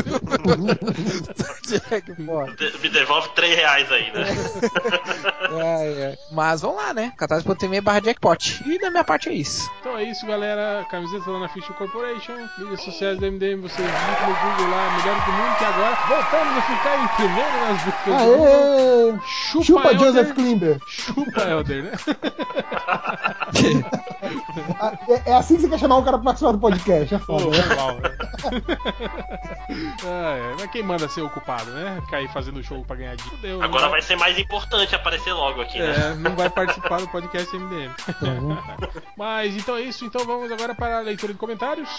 Porra. De- Me devolve três reais aí, né? É, é. Mas vamos lá, né? catarse.me barra jackpot. E da minha parte é isso. Então é isso, galera. Camiseta lá na Fiction Corporation. Mídias sociais do M D M, vocês digitam no Google lá, melhores do mundo, que agora voltamos a ficar em primeiro nas buscas do Google. Aê! Chupa, Chupa Elder. Joseph Klimber. Chupa, Elder, né? Ah, É, é assim que você quer chamar o cara pra participar do podcast, é Pô, foda, né? foi mal, né? Ah, é. Mas quem manda ser ocupado, né? Ficar aí fazendo show pra ganhar dinheiro. Fudeu, Agora não vai ser mais importante aparecer logo aqui, né? É, não vai participar do podcast M D M. Mas então é isso, então vamos agora para a leitura de comentários.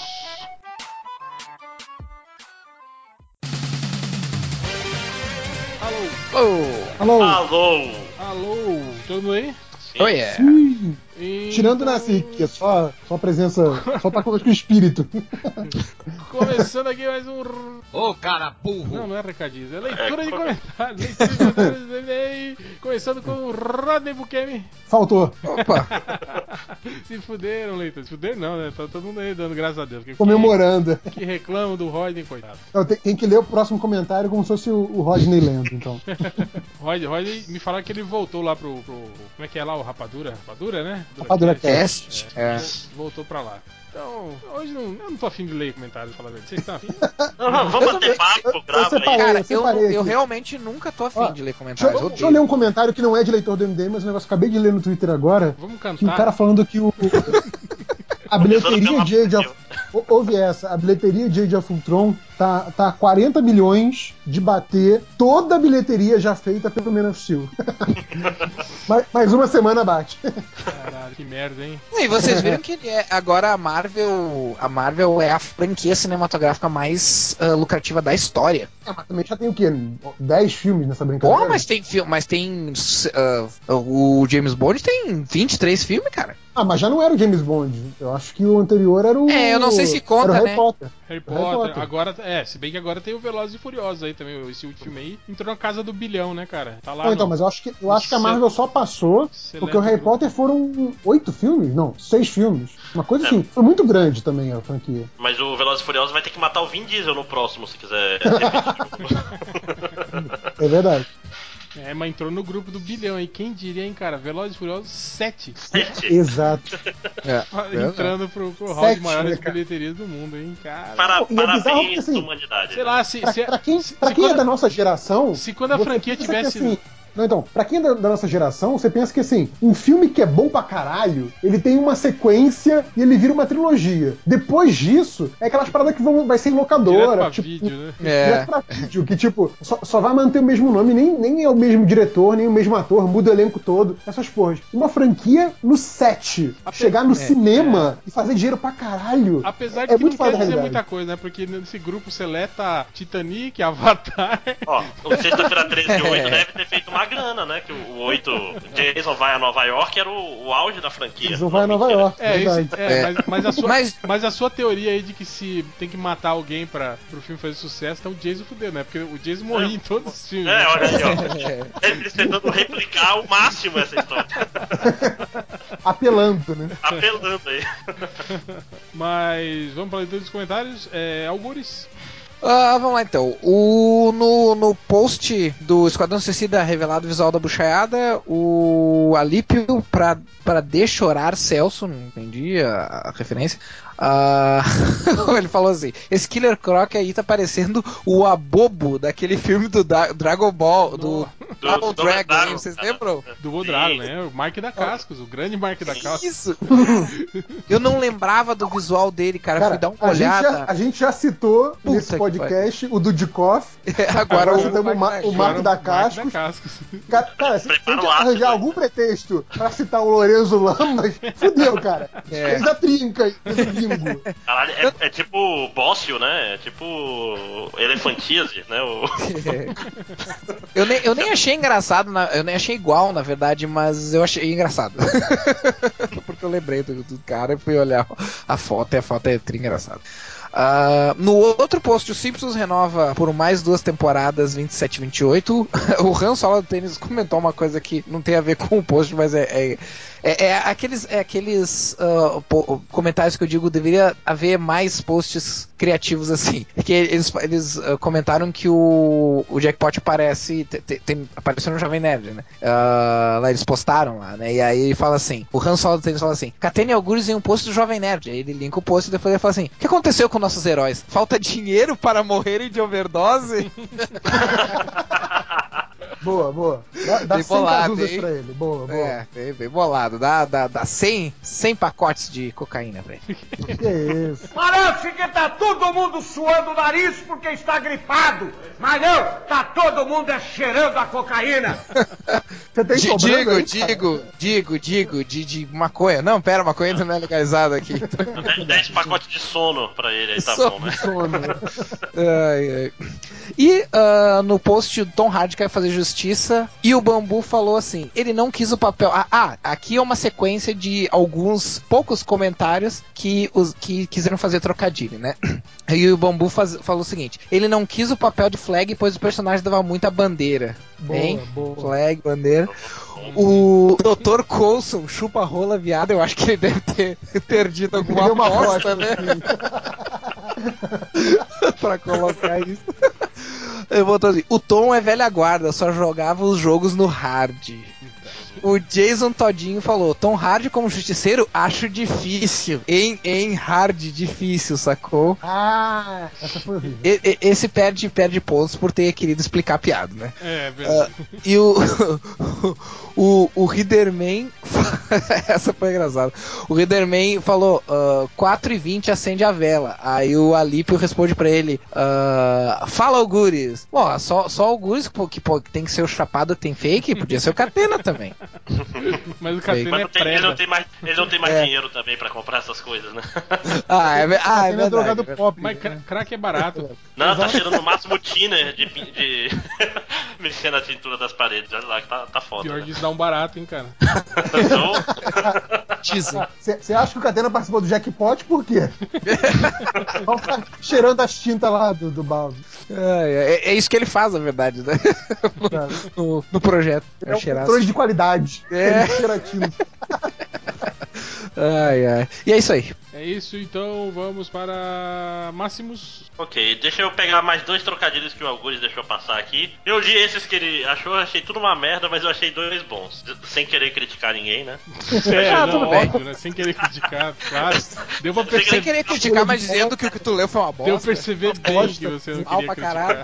Alô, Oh. Alô? Alô! Alô, todo mundo aí? Oh, yeah. Sim. Então... Tirando o Nasci, que é só, só presença, só tá com o espírito. Começando aqui mais um... Ô, cara burro! Não, não é recadinho, é leitura de comentários. Leitura de comentários do E M A. Começando com o Rodney Bukemi. Faltou. Opa! Se fuderam, leitor. Se fuderam não, né? Tá todo mundo aí dando graças a Deus. Que, Comemorando. Que, que reclamam do Rodney, coitado. Não, tem, tem que ler o próximo comentário como se fosse o, o Rodney lendo, então. Rodney, Rodney me falaram que ele voltou lá pro, pro... Como é que é lá? O Rapadura? Rapadura, né? Rapadura Cast. É, É. Voltou pra lá. Então, hoje não, eu não tô afim de ler comentários, falar a verdade. Vocês estão afim? Não, não, vamos bater papo, grava aí. Cara, eu, separei eu aqui. realmente nunca tô afim Ó, de ler Deixa comentários. eu, deixa eu ler um comentário que não é de leitor do M D M, mas o negócio que eu acabei de ler no Twitter agora. Vamos cantar. Que o cara falando que o. A bilheteria de Age of... Ouve essa, a bilheteria de Age of Ultron tá, tá a quarenta milhões de bater toda a bilheteria já feita pelo Man of Steel. mais, mais uma semana bate. Caralho, que merda, hein? E vocês viram que ele é, agora a Marvel, a Marvel é a franquia cinematográfica mais uh, lucrativa da história. É, mas também já tem o quê? dez filmes nessa brincadeira? Pô, mas tem filme, mas tem uh, o James Bond tem vinte e três filmes, cara. Ah, mas já não era o James Bond. Eu acho que o anterior era o... É, eu não sei se conta, era o Harry né? Potter. Harry Harry Potter, Potter. agora, é, se bem que agora tem o Velozes e Furiosos aí também, esse último aí entrou na casa do bilhão, né, cara? Tá lá Não, então, no- mas eu acho que, eu no acho que a Marvel só passou Seleto porque o Harry grupo. Potter foram oito filmes? Não, seis filmes. Uma coisa É. assim. Foi muito grande também a franquia. Mas o Velozes e Furiosos vai ter que matar o Vin Diesel no próximo, se quiser repetir. É verdade. É, mas entrou no grupo do bilhão aí, quem diria, hein, cara? Velozes e Furiosos sete. Sete. Exato. É, Entrando pro, pro hall Sete, de maiores né, cara? bilheterias do mundo, hein, cara. Para, E é bizarro parabéns, porque, assim, humanidade. Sei né? lá, se, Pra, se, pra quem, se- pra se quem quando, é da nossa geração. se quando a você franquia pensa tivesse... Que, assim, não, então, pra quem é da, da nossa geração, você pensa que assim, um filme que é bom pra caralho, ele tem uma sequência e ele vira uma trilogia. Depois disso, é aquelas paradas que vão, vai ser em Direto locadora. pra tipo, vídeo, né? É. Direto pra vídeo, que tipo, só, só vai manter o mesmo nome, nem, nem é o mesmo diretor, nem o mesmo ator, muda o elenco todo, essas porras. Uma franquia no set, Ape- chegar no é, cinema e fazer dinheiro pra caralho. Apesar de é que muito não fora quer da dizer realidade. muita coisa, né? Porque nesse grupo seleta Titanic, Avatar... Ó, o Sexta-feira treze e oito deve ter feito uma grana, né? Que o oito Jason vai a Nova York era o, o auge da franquia. Eles vão vai a Não, Nova mentira. York, É, verdade. esse, é, É. Mas, mas, a sua, Mas- mas a sua teoria aí de que se tem que matar alguém pra, pro filme fazer sucesso, então o Jason fudeu, né? Porque o Jason morria em todos os filmes. É, né? olha aí, ó. Eles tentando replicar ao máximo essa história. Apelando, né? Apelando aí. Mas vamos pra leitura dos comentários. É, Algures. Ah, vamos lá então. O, no, no post do Esquadrão Suicida revelado o visual da buchaiada, o Alípio, pra, pra deschorar Celso, não entendi a, a referência, ah, ele falou assim: esse Killer Croc aí tá parecendo o Abobo daquele filme do da, Dragon Ball, do Double do Dragon, Dragon, hein? Vocês cara. lembram? Do Vodraro, né? O Mark da Cascos, o grande Mark da Cascos. Isso! Eu não lembrava do visual dele, cara. Cara, Fui dar uma a, gente olhada. já, a gente já citou Puta nesse que podcast o do Dikoff. Agora Agora o citamos o, Ma- o Marco da Cascos. Cascos. Cara, cara, se, se a Prepara gente o ácido arranjar aí. algum pretexto pra citar o Lorenzo Lamas, fudeu, cara. É. Fez a trinca aí, fez o bingo. Caralho, é, é tipo Bócio, né? É tipo Elefantíase, né? O... Eu nem, eu nem achei engraçado, na- eu nem achei igual, na verdade, mas eu achei engraçado. Porque eu lembrei do, do cara e fui olhar a foto, e a foto é tri engraçada. Uh, no outro post, o Simpsons renova por mais duas temporadas, vinte e sete e vinte e oito. O Han Solo do Tênis comentou uma coisa que não tem a ver com o post, mas é, é, é, é aqueles, é aqueles uh, po- comentários que eu digo, deveria haver mais posts criativos assim. É que eles, eles uh, comentaram que o, o Jackpot aparece, te- te- tem, apareceu no Jovem Nerd, né? Uh, lá eles postaram lá, né? E aí ele fala assim, o Han Solo do Tênis fala assim: Catene Algures em um post do Jovem Nerd. Aí ele linka o post e depois ele fala assim: o que aconteceu com nossos heróis? Falta dinheiro para morrerem de overdose? Boa, boa. Dá, dá Bem cem bolado, casuzas hein? pra ele. Boa, boa. É, bem, bem bolado. Dá, dá, dá cem, cem pacotes de cocaína pra ele. Que isso? Parece que tá todo mundo suando o nariz porque está gripado. Mas não, tá todo mundo é cheirando a cocaína. Você tem Di- sobrando digo, aí, digo, digo, digo, de, de maconha. Não, pera, maconha ainda não é legalizada aqui. dez pacotes de sono pra ele aí, tá Sono, bom, né? Sono. Ai, ai. E uh, no post o Tom Hardy quer fazer justiça e o Bambu falou assim, ele não quis o papel... Ah, ah, aqui é uma sequência de alguns poucos comentários que, os, que quiseram fazer trocadilho, né? E o Bambu faz, falou o seguinte, ele não quis o papel de Flag, pois o personagem dava muita bandeira. Boa, hein? boa. Flag, bandeira. O doutor Coulson, chupa rola viado, eu acho que ele deve ter perdido alguma Deu uma aposta, aposta, né? sim. Pra colocar isso. Eu botou assim, o Tom é velha guarda, só jogava os jogos no hard. O Jason Todinho falou, Tom Hardy como justiceiro, acho difícil. Em, em hard, difícil, sacou? Ah, essa foi horrível. E, e, esse perde, perde pontos por ter querido explicar a piada, né? É, verdade. Uh, e o, o, o Riderman, essa foi engraçada. O Riderman falou, uh, quatro e vinte acende a vela. Aí o Alípio responde pra ele, uh, fala Algures. Pô, só, só Algures que, pô, que tem que ser o chapado que tem fake, podia ser o Catena também. Mas o Catena Mas é não tem, ele preda. não tem mais, ele não tem mais É. dinheiro também pra comprar essas coisas, né? Ah, é, ah, é Ele é drogado verdade. pop. Mas cra- crack é barato. Não, tá cheirando no máximo thinner de, de... mexendo a tintura das paredes. Olha lá que tá, tá foda. Pior né? que isso dá um barato, hein, cara. Dizem. Você acha que o Catena participou do Jackpot por quê? Vamos ficar cheirando as tintas lá do, do balde. É, é, é isso que ele faz, na verdade, né? no, no projeto. É um cheirar controle assim. de qualidade. É. Ele cheira a tinta. Ai, ai. E é isso aí. É isso, então vamos para Máximos. Ok, deixa eu pegar mais dois trocadilhos que o Algures deixou passar aqui. Eu li esses que ele achou, eu achei tudo uma merda, mas eu achei dois bons. Sem querer criticar ninguém, né? É, Ah, não, tudo bem. óbvio, né? Sem querer criticar, claro. Deu pra Sem perceber. querer criticar, mas dizendo que o que tu leu foi uma bosta. Deu pra perceber bem bosta, que você não mal queria pra caralho.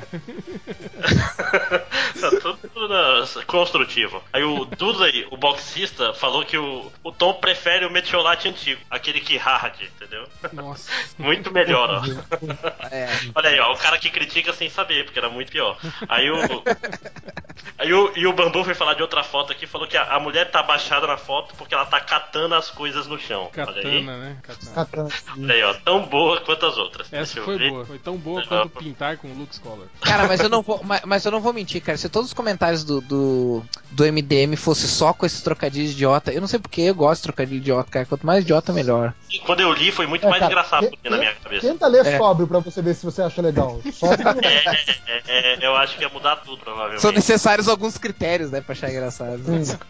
Tá criticar. tudo, tudo na- construtivo. Aí o Dudley, o boxista, falou que o, o Tom prefere o Metiolate antigo, aquele que hard, entendeu? Nossa. Muito melhor, ó. É. Olha aí, ó, o cara que critica sem saber, porque era muito pior. Aí o. Aí o, e o Bambu foi falar de outra foto aqui, falou que a, a mulher tá abaixada na foto porque ela tá catando as coisas no chão. Olha aí. Katana, né? Katana. Catana. Olha aí, ó, tão boa quanto as outras. Essa Deixa eu foi ver. boa. Foi tão boa É, quanto ó. pintar com o Luke Scholar. Cara, mas eu não vou, mas, mas eu não vou mentir, cara. Se todos os comentários do, do, do M D M fossem só com esses trocadilhos idiota, eu não sei porque eu gosto de trocadilho idiota, cara. Quanto mais idiota, melhor. E quando eu li, foi muito É, mais cara, engraçado te- do que na minha te- cabeça. Tenta ler É. sóbrio pra você ver se você acha legal. Sóbrio não É, é, é, é, eu acho que ia mudar tudo, provavelmente. São necessários alguns critérios, né, pra achar engraçado. Sim, sim.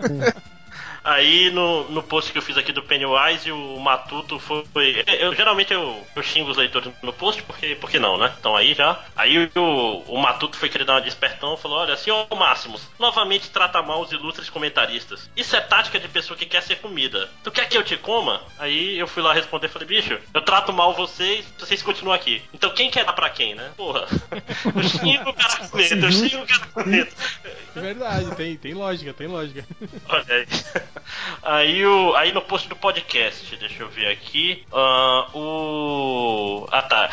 Aí no, no post que eu fiz aqui do Pennywise, o Matuto foi. Eu, geralmente eu, eu xingo os leitores no post, porque, porque não, né? Então aí já. Aí o, o Matuto foi querer dar uma despertão e falou: olha, senhor Máximos, novamente trata mal os ilustres comentaristas. Isso é tática de pessoa que quer ser comida. Tu quer que eu te coma? Aí eu fui lá responder e falei: bicho, eu trato mal vocês, vocês continuam aqui. Então quem quer dar pra quem, né? Porra. Eu xingo o cara comendo, eu xingo o cara comendo. Verdade, tem, tem lógica, tem lógica. Olha aí. Aí, o, aí no post do podcast, deixa eu ver aqui. ah, o. Ah tá.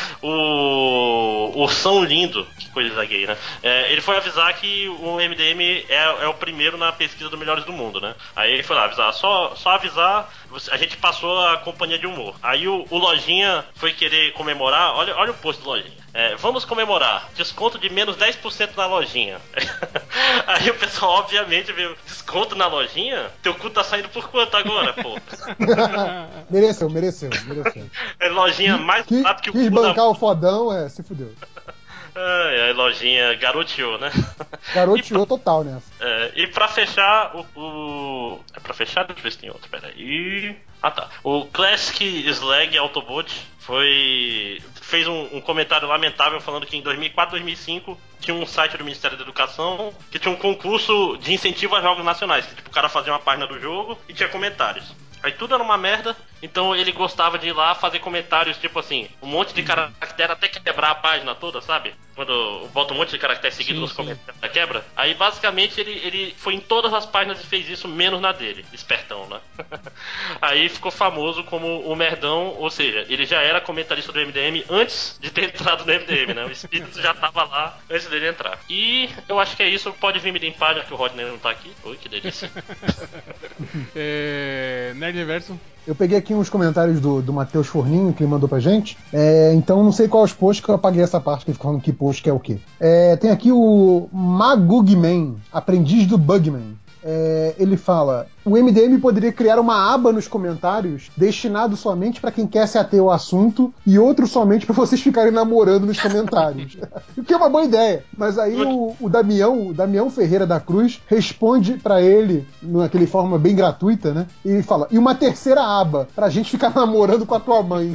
O. O São Lindo, que coisa gay, né? É, ele foi avisar que o M D M é, é o primeiro na pesquisa do Melhores do Mundo, né? Aí ele foi lá avisar, só, só avisar, a gente passou a companhia de humor. Aí o, o Lojinha foi querer comemorar, olha, olha o post do Lojinha. É, vamos comemorar, desconto de menos dez por cento na lojinha. Aí o pessoal, obviamente, viu, desconto na lojinha? Teu cu tá saindo por quanto agora, pô? Mereceu, mereceu, mereceu. É lojinha mais Que, barato que o quis cu da... bancar o fodão, é, se fudeu. Ai, ai, lojinha garoteou, né? Garoteou total nessa. É, e pra fechar, o, o... É pra fechar? Deixa eu ver se tem outro, peraí... Ah tá, o Classic Slag Autobot foi... fez um, um comentário lamentável falando que em dois mil e quatro, dois mil e cinco tinha um site do Ministério da Educação que tinha um concurso de incentivo a jogos nacionais, que tipo, o cara fazia uma página do jogo e tinha comentários. Aí tudo era uma merda, então ele gostava de ir lá fazer comentários, tipo assim, um monte de caractere até quebrar a página toda, sabe? Quando bota um monte de caractere seguido Sim, nos sim. comentários da quebra. Aí basicamente ele, ele foi em todas as páginas e fez isso, menos na dele. Espertão, né? Aí ficou famoso como o Merdão, ou seja, ele já era comentarista do M D M antes de ter entrado no M D M, né? O espírito já tava lá antes dele entrar. E eu acho que é isso, pode vir me limpar, já que o Rodney não tá aqui. Oi, que delícia. É... Nerd Reverso. Eu peguei aqui uns comentários do, do Matheus Forninho, que ele mandou pra gente. É, então não sei qual os posts, que eu apaguei essa parte que ele ficou falando que post que é o quê. É, tem aqui o Magugman, aprendiz do Bugman. É, ele fala: o M D M poderia criar uma aba nos comentários destinado somente para quem quer se ater ao assunto e outro somente para vocês ficarem namorando nos comentários. O que é uma boa ideia. Mas aí o, o Damião, o Damião Ferreira da Cruz responde para ele, naquele forma bem gratuita, né? E fala: e uma terceira aba pra gente ficar namorando com a tua mãe.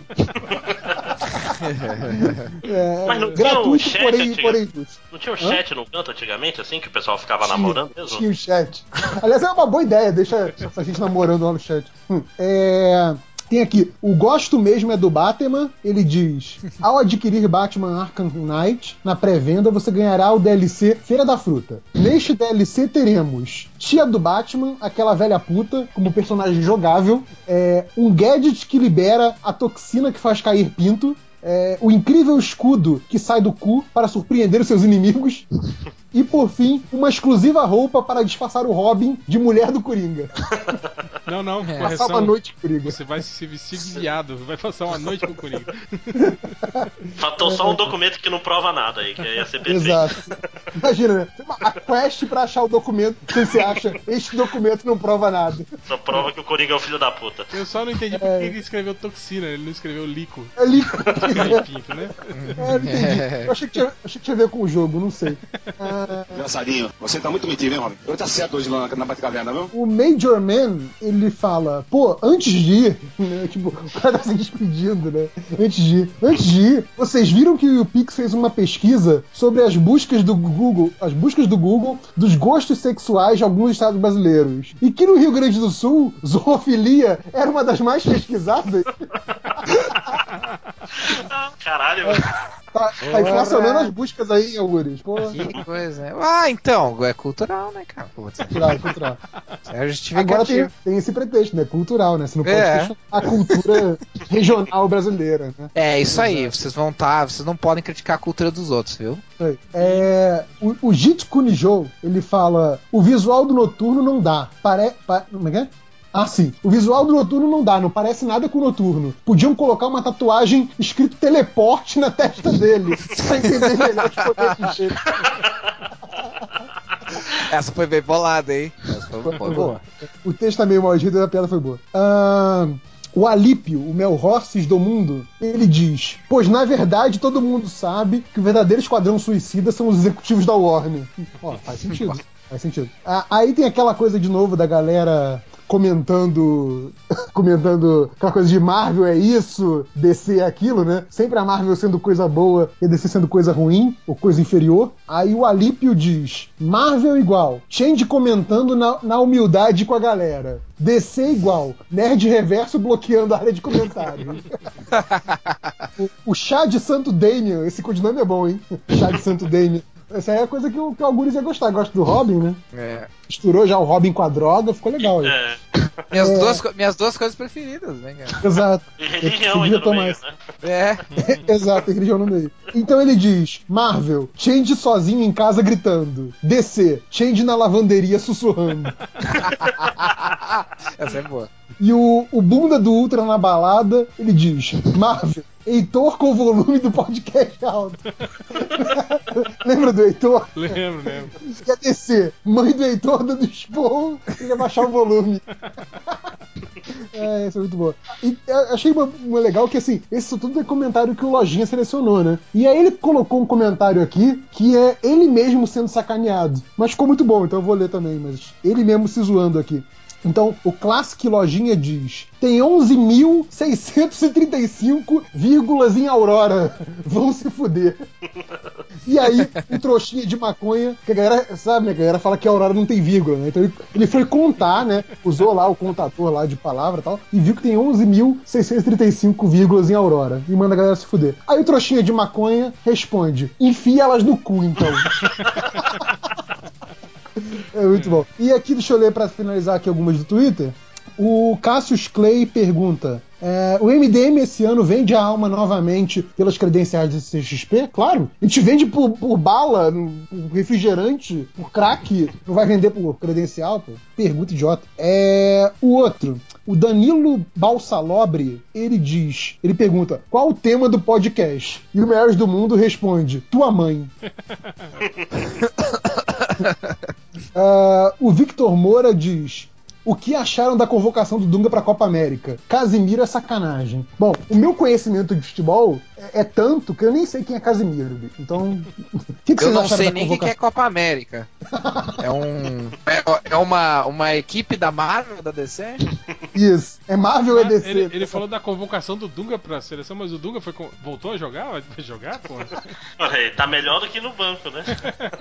É, mas não tinha um chat porém, antiga... porém Não tinha um chat Hã? no canto antigamente, assim, que o pessoal ficava tinha, namorando mesmo? Tinha o chat. Aliás, é uma boa ideia, deixa a gente namorando lá no chat. Hum, é... Tem aqui, o gosto mesmo é do Batman. Ele diz: ao adquirir Batman Arkham Knight na pré-venda, você ganhará o D L C Feira da Fruta. Neste D L C teremos tia do Batman, aquela velha puta, como personagem jogável, é, um gadget que libera a toxina que faz cair pinto, é, o incrível escudo que sai do cu para surpreender os seus inimigos e, por fim, uma exclusiva roupa para disfarçar o Robin de mulher do Coringa. Não, não, é. correção. Passar uma noite com o Coringa. Você vai se vestir de viado, vai passar uma noite com o Coringa. Faltou só um documento que não prova nada aí, que ia ser perfeito. Exato. Imagina, né? A quest pra achar o documento, que você acha, este documento não prova nada. Só prova que o Coringa é o filho da puta. Eu só não entendi porque é. ele escreveu toxina, ele não escreveu lico. É lico. Pinto, né? É, eu não entendi. Eu achei que tinha, achei que tinha a ver com o jogo, não sei. Ah... Engraçadinho, você tá muito metido, hein, Robin? Eu tá certo hoje lá na, na Batcaverna, não? O Major Man, ele fala: pô, antes de ir, né, tipo, o cara tá se despedindo, né? Antes de ir, antes de ir, vocês viram que o Pix fez uma pesquisa sobre as buscas do Google, as buscas do Google dos gostos sexuais de alguns estados brasileiros. E que no Rio Grande do Sul, zoofilia era uma das mais pesquisadas. Caralho, é, tá, tá inflacionando as buscas aí, Algures. Que coisa. Ah, então, é cultural, né, cara? Cultural, é cultural. É Agora tem, tem esse pretexto, né? Cultural, né? Você não pode é. questionar a cultura regional brasileira, né? É, isso Exato. aí. Vocês vão estar. Tá, vocês não podem criticar a cultura dos outros, viu? É, o, o Jit Kunijou, ele fala: o visual do Noturno não dá. Pare, pa, como é que é? Ah, sim. O visual do Noturno não dá, não parece nada com o Noturno. Podiam colocar uma tatuagem escrito teleporte na testa dele, pra entender melhor os poderes dele. Essa foi bem bolada, hein? Essa foi, foi, foi boa. O texto tá meio mal escrito, a piada foi boa. Ah, o Alípio, o Melhorces do mundo, ele diz: pois na verdade todo mundo sabe que o verdadeiro esquadrão suicida são os executivos da Warner. Ó, faz sentido. Faz sentido. Ah, aí tem aquela coisa de novo da galera comentando comentando aquela coisa de Marvel é isso, D C é aquilo, né? Sempre a Marvel sendo coisa boa e a D C sendo coisa ruim ou coisa inferior. Aí o Alípio diz: Marvel igual, Change comentando na, na humildade com a galera. D C igual, Nerd Reverso bloqueando a área de comentário. o, o Chá de Santo Damian, esse codinome é bom, hein? Chá de Santo Damian. Essa aí é a coisa que o, que o Algures ia gostar. Gosta do Robin, né? É. Misturou já o Robin com a droga, ficou legal. É. Minhas, é... duas, minhas duas coisas preferidas, né, cara? Exato. E religião ainda no meio, né? É. Exato, e religião no meio. Então ele diz: Marvel, Change sozinho em casa gritando. D C, Change na lavanderia sussurrando. Essa é boa. E o, o bunda do Ultra na balada, ele diz: Marvel, Heitor com o volume do podcast alto. Lembra do Heitor? Lembro, lembro. E a D C, mãe do Heitor dando esporro, ele ia baixar o volume. É, isso é muito bom. E eu achei uma, uma legal que, assim, esse tudo é comentário que o Lojinha selecionou, né? E aí ele colocou um comentário aqui que é ele mesmo sendo sacaneado. Mas ficou muito bom, então eu vou ler também, mas ele mesmo se zoando aqui. Então, o Classic Lojinha diz: tem onze mil seiscentos e trinta e cinco vírgulas em Aurora. Vão se fuder. E aí, o trouxinha de maconha, que a galera, sabe, né? A galera fala que a Aurora não tem vírgula, né? Então ele, ele foi contar, né? Usou lá o contador lá de palavra e tal, e viu que tem onze mil seiscentos e trinta e cinco vírgulas em Aurora. E manda a galera se fuder. Aí o trouxinha de maconha responde: enfia elas no cu, então. É muito bom. E aqui, deixa eu ler pra finalizar aqui algumas do Twitter. O Cassius Clay pergunta: É, o M D M esse ano vende a alma novamente pelas credenciais da C X P? Claro. A gente vende por, por bala, por refrigerante, por crack. Não vai vender por credencial, pô. Pergunta idiota. É, o outro, o Danilo Balsalobre, ele diz, ele pergunta, qual o tema do podcast? E o Melhores do Mundo responde, tua mãe. uh, o Victor Moura diz, o que acharam da convocação do Dunga pra Copa América? Casimiro é sacanagem. Bom, o meu conhecimento de futebol é, é tanto que eu nem sei quem é Casimiro, bicho. Então, o que, que eu vocês não acharam sei da nem o convocação? que é Copa América. É um. É, é uma, uma equipe da Marvel, da D C? Isso. É Marvel e D C. Ele, ele falou da convocação do Dunga pra seleção, mas o Dunga foi com... voltou a jogar? Vai jogar, pô? Olha, tá melhor do que no banco, né?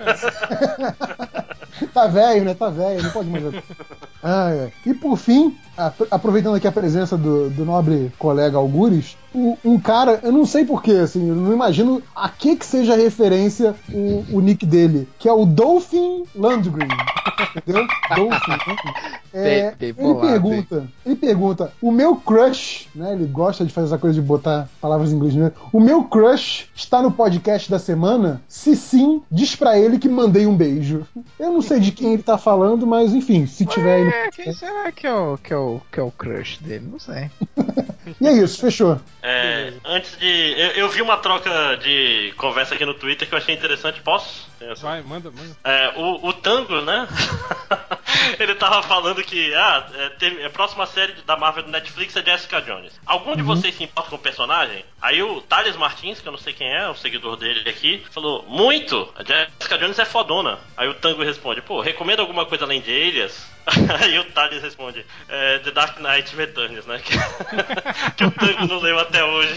Tá velho, né? Tá velho, não pode mais jogar. Ah, é. E por fim, a- aproveitando aqui a presença do, do nobre colega Algures, o- um cara, eu não sei porquê, assim, eu não imagino a que que seja referência o, o nick dele, que é o Dolphin Landgren. Entendeu? Dolphin Landgren. É, Bem- bem ele bolado, pergunta, ele pergunta, o meu crush, né? Ele gosta de fazer essa coisa de botar palavras em inglês, né? O meu crush está no podcast da semana? Se sim, diz pra ele que mandei um beijo. Eu não sei de quem ele tá falando, mas enfim, se tiver aí no É, quem será que é o, que é o, que é o crush dele? Não sei. E é isso, fechou. É, antes de. Eu, eu vi uma troca de conversa aqui no Twitter que eu achei interessante. Posso? Vai, manda, manda. É, o, o Tango, né? Ele tava falando que ah, é, tem- a próxima série da Marvel do Netflix é Jessica Jones. Algum de Uhum. vocês se importa com o personagem? Aí o Thales Martins, que eu não sei quem é, o seguidor dele aqui, falou: muito! A Jessica Jones é fodona. Aí o Tango responde: pô, recomenda alguma coisa além de Elias? Aí o Thales responde: é, The Dark Knight Returns, né? Que, que o Tango não leu até hoje.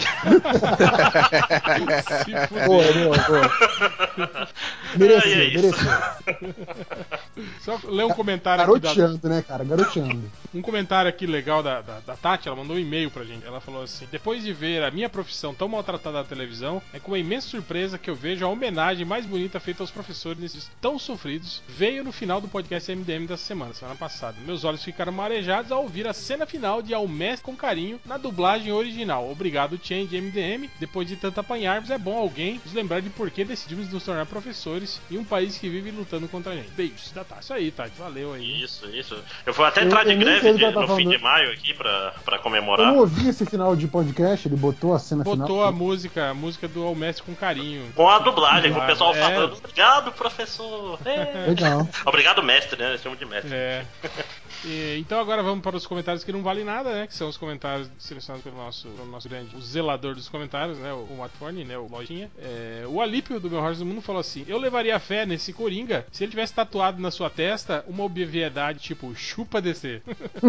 Se fuder. Boa, boa, boa. Mereceu, É, é isso. mereceu. Só ler um comentário aqui da, Garoteando, né, cara? Garoteando. um comentário aqui legal da, da, da Tati, ela mandou um e-mail pra gente. Ela falou assim: depois de ver a minha profissão tão maltratada na televisão, é com uma imensa surpresa que eu vejo a homenagem mais bonita feita aos professores nesses tão sofridos. Veio no final do podcast M D M dessa semana, semana passada. Meus olhos ficaram marejados ao ouvir a cena final de Ao Mestre com Carinho na dublagem original. Obrigado, Change M D M. Depois de tanto apanharmos, é bom alguém nos lembrar de por que decidimos nos tornar professores em um país que vive lutando contra a gente. Beijos da Tati. Isso aí, Tati. Valeu aí. Isso, isso. Eu vou até Eu- entrar de eu nem sei greve do que ela de- tá no fim falando. de maio aqui pra, pra Eu comemorar. não ouvi esse final de podcast, ele botou a cena Botou final. a música, a música do Ao Mestre com Carinho. Com a dublagem, com o pessoal É. falando: obrigado, professor. É. Legal. Obrigado, mestre, né? Eles chamam de mestre. É. E, então agora vamos para os comentários que não valem nada, né? Que são os comentários selecionados pelo nosso, pelo nosso grande, o zelador dos comentários, né? O, o Watford, né? O Lojinha. É, o Alípio do Meu Horse do Mundo falou assim: eu levaria fé nesse Coringa se ele tivesse tatuado na sua testa uma obviedade tipo chupa D C.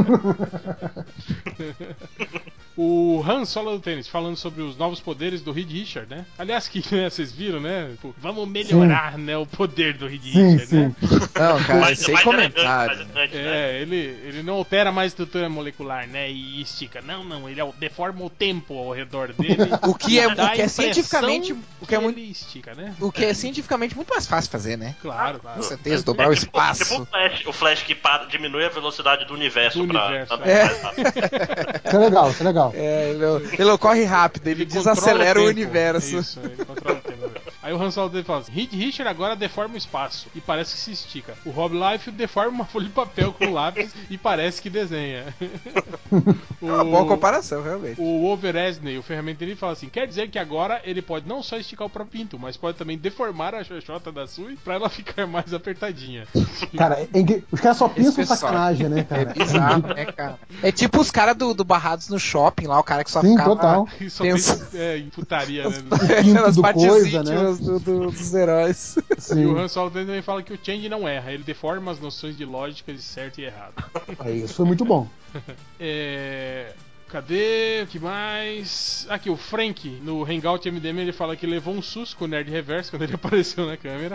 O Han Solo do Tênis falando sobre os novos poderes do Reed Richard, né? Aliás, que né, vocês viram, né? Tipo, vamos melhorar, né, o poder do Reed Sim, Richard, sim. né? Não, cara, Mais- sem mais elegante, comentário. mais elegante, né? É, ele, ele não altera mais a estrutura molecular, né? E estica. Não, não, ele al- deforma o tempo ao redor dele. O que é, e dá o que a é impressão cientificamente. O que é muito, ele estica, né? o que é cientificamente muito mais fácil fazer, né? Claro, claro. Com certeza, dobrar o É tipo, tipo espaço. o Flash, o Flash que para, diminui a velocidade do universo Do pra. universo, pra- é. mais rápido. Isso é legal, isso é legal. É, ele, ele corre rápido, ele, controla desacelera o, tempo. universo. Isso, ele controla o tempo. Aí o Han Solo dele fala assim: Reed Richard agora deforma o espaço e parece que se estica. O Rob Liefeld deforma uma folha de papel com lápis e parece que desenha. É uma boa comparação, realmente. O Overesney, o ferramenteiro, fala assim: quer dizer que agora ele pode não só esticar o próprio pinto, mas pode também deformar a xoxota da Sui pra ela ficar mais apertadinha. Cara, é que- os caras só Esse pensam pessoal sacanagem, né, cara? É bizarro, né, cara? É tipo os caras do, do Barrados no shopping lá, o cara que só Sim, ficava total. E só pensa- pensa é, em putaria, né? Pinto nas do partes coisa, né? íntimas do- do- dos heróis. E Sim. o Han Solo também fala que o Change não erra, ele deforma as noções de lógica de certo e errado. É, isso foi muito bom. É... Cadê? O que mais? Aqui, o Frank, no Hangout M D M, ele fala que levou um susto com o Nerd Reverso quando ele apareceu na câmera.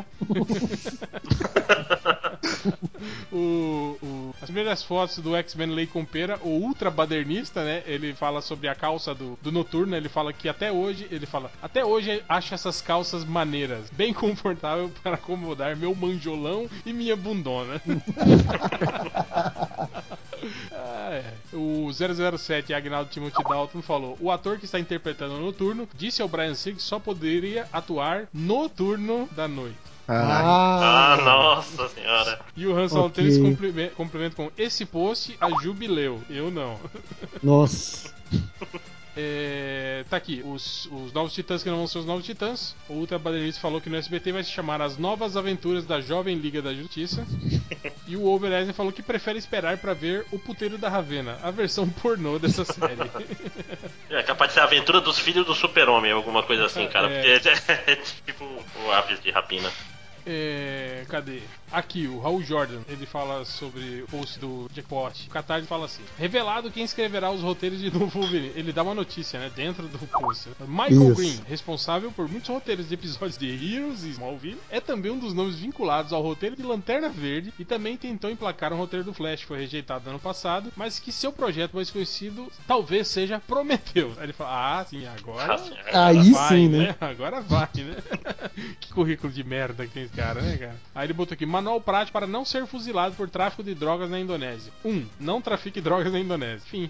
o, o- as primeiras fotos do X-Men Lei Compera, o ultra badernista, né? Ele fala sobre a calça do, do Noturno. Ele fala que até hoje, ele fala, até hoje acho essas calças maneiras, bem confortável para acomodar meu manjolão e minha bundona. Ah, é. O zero zero sete Agnaldo Timothy Dalton falou: o ator que está interpretando o Noturno disse ao Brian Singer que só poderia atuar no turno da noite. Ah, ah nossa senhora. E o Hans Salteiro okay. complementa com: esse post a jubileu. Eu não. Nossa. É, tá aqui, os, os Novos Titãs que não vão ser os Novos Titãs. O Ultra Baderista falou que no S B T vai se chamar As Novas Aventuras da Jovem Liga da Justiça. E o Overeisen falou que prefere esperar pra ver O Puteiro da Ravena, a versão pornô dessa série. É capaz de ser a aventura dos filhos do Super-Homem, alguma coisa assim, cara. É. Porque é, é, é tipo o Aves de Rapina. É, cadê? Aqui, o Raul Jordan, ele fala sobre o post do Jackpot. O Catarse fala assim: revelado quem escreverá os roteiros de novo Wolverine. Ele dá uma notícia, né, dentro do post. Michael Isso. Green, responsável por muitos roteiros de episódios de Heroes e Smallville, é também um dos nomes vinculados ao roteiro de Lanterna Verde e também tentou emplacar um roteiro do Flash, que foi rejeitado ano passado, mas que seu projeto mais conhecido talvez seja Prometheus. Aí ele fala: ah, sim, agora, agora Aí vai, sim, né? né? Agora vai, né? Que currículo de merda que tem esse cara, né, cara? Aí ele botou aqui: manual prático para não ser fuzilado por tráfico de drogas na Indonésia. um. Um, não trafique drogas na Indonésia. Fim.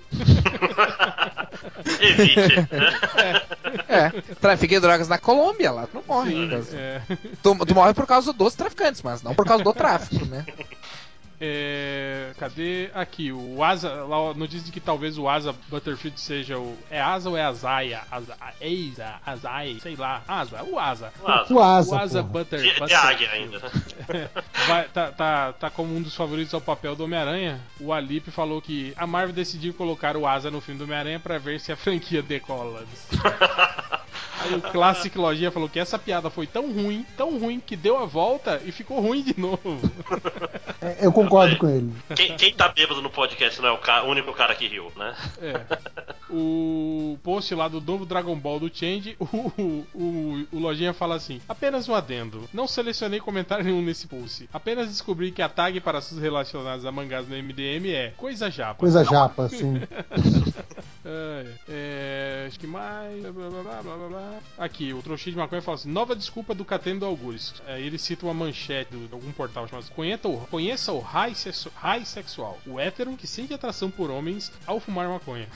Evite. É. é. Trafique drogas na Colômbia, lá tu não morre. Sim, caso... é. tu, tu morre por causa dos traficantes, mas não por causa do tráfico, né? É, cadê? Aqui, o Asa. Lá no diz que talvez o Asa Butterfield seja o. É Asa ou é Azaia? Asa, Eisa, Azai, sei lá. Asa, o Asa. O Asa, o Asa, o Asa Butter, de, de águia ainda. Vai, tá, tá, tá como um dos favoritos ao papel do Homem-Aranha. O Alip falou que a Marvel decidiu colocar o Asa no filme do Homem-Aranha pra ver se a franquia decola. Aí o Classic Lojinha falou que essa piada foi tão ruim, tão ruim, que deu a volta e ficou ruim de novo. É, eu concordo com ele. Quem, quem tá bêbado no podcast não é o, ca- o único cara que riu, né? É. O post lá do novo Dragon Ball do Change, o, o, o, o Lojinha fala assim: apenas um adendo. Não selecionei comentário nenhum nesse post. Apenas descobri que a tag para assuntos relacionados a mangás no M D M é Coisa Japa. Coisa Japa, sim. é, é, acho que mais. Blá, blá, blá, blá, blá. Aqui, o Trouxinha de Maconha fala assim: nova desculpa do Cateno do Augusto. É, ele cita uma manchete de algum portal chamado Conheça o, conheça o high, sexu, high sexual, o hétero que sente atração por homens ao fumar maconha.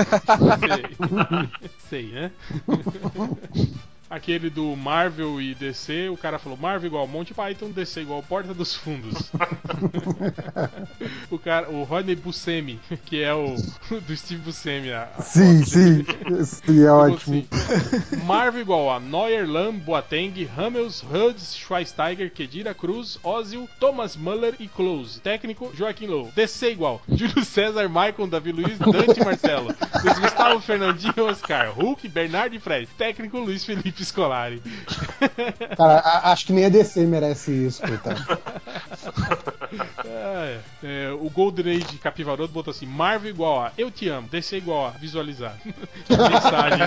Sei. Sei, né? Aquele do Marvel e D C, o cara falou Marvel igual Monty Python, D C igual Porta dos Fundos. o cara, o Rodney Buscemi, que é o do Steve Buscemi. A, a sim, sim. Sim, é ótimo. Assim, Marvel igual a Neuer, Lam, Boateng, Hummels, Hudds, Schweinsteiger, Kedira Cruz, Ozil, Thomas Muller e Close. Técnico, Joaquim Low. D C igual Júlio César, Maicon, Davi Luiz, Dante Marcelo. Luiz Gustavo, Fernandinho, Oscar, Hulk, Bernardo e Fred. Técnico, Luiz Felipe Scolari. Cara, a, acho que nem a D C merece isso, coitado. É, é, o Golden Age Capivaroto botou assim: Marvel igual a Eu Te Amo, D C igual a Visualizar. Mensagem.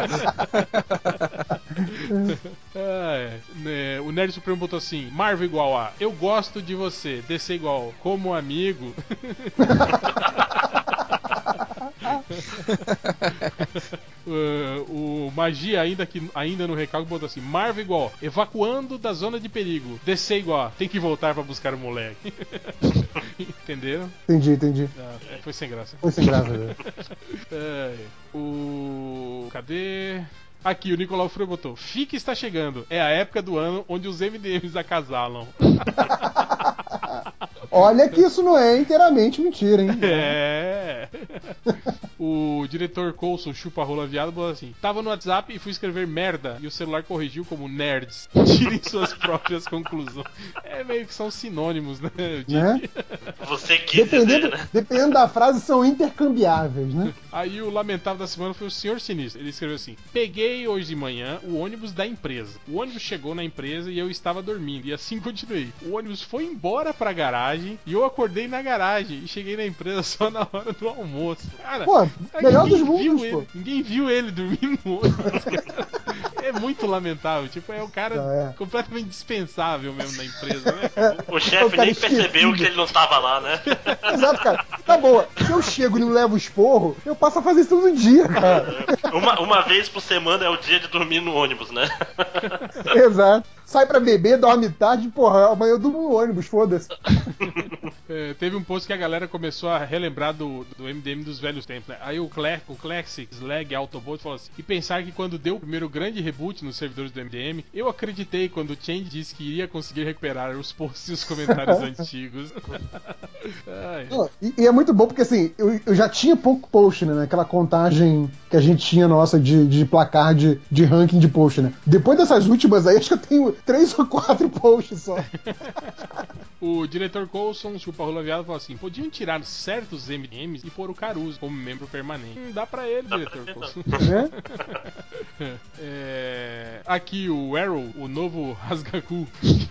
é, né, o Nerd Supremo botou assim: Marvel igual a Eu Gosto de Você, D C igual Como Amigo. Uh, o Magia ainda, que, ainda no recalque botou assim: Marvel igual evacuando da zona de perigo, D C igual tem que voltar pra buscar o moleque. Entenderam? Entendi, entendi. Ah, é, foi sem graça. Foi sem graça, velho. é, o... Cadê? Aqui, o Nicolau Freire botou: Fique está chegando, é a época do ano onde os M D Ms acasalam. Olha que isso não é inteiramente mentira, hein? É. O diretor Coulson, chupa-rola viado, falou assim: tava no WhatsApp e fui escrever merda e o celular corrigiu como nerds. Tirem suas próprias conclusões. É meio que são sinônimos, né? né? Você quis dependendo, dizer, né? Dependendo da frase, são intercambiáveis, né? Aí o lamentável da semana foi o senhor Sinistro. Ele escreveu assim: peguei hoje de manhã o ônibus da empresa. O ônibus chegou na empresa e eu estava dormindo. E assim continuei. O ônibus foi embora pra garagem e eu acordei na garagem e cheguei na empresa só na hora do almoço. Cara, pô, melhor dos viu mundos, ele, pô. Ninguém viu ele dormindo no ônibus. É muito lamentável. Tipo, é o cara é. completamente dispensável mesmo na empresa, né? O, o chefe nem esquecido. percebeu que ele não tava lá, né? Exato, cara. Tá bom, se eu chego e não levo esporro, eu passo a fazer isso todo dia, cara. Uma, uma vez por semana é o dia de dormir no ônibus, né? Exato. Sai pra beber, dorme tarde, porra, amanhã eu durmo no ônibus, foda-se. É, teve um post que a galera começou a relembrar do, do M D M dos velhos tempos, né? Aí o, Cle, o Classic Slag Autobot falou assim: e pensar que quando deu o primeiro grande reboot nos servidores do M D M, eu acreditei quando o Change disse que iria conseguir recuperar os posts e os comentários antigos. Ai. Não, e, e é muito bom porque assim, eu, eu já tinha pouco post, né? Naquela contagem que a gente tinha nossa de, de placar de, de ranking de post, né? Depois dessas últimas aí, acho que eu tenho três ou quatro posts só. O diretor Coulson, Chupa Rola Viado, falou assim: podiam tirar certos M D Ms e pôr o Caruso como membro permanente. Hum, dá pra ele, dá diretor pra Coulson. Né? É... Aqui o Arrow, o novo Rasgaku.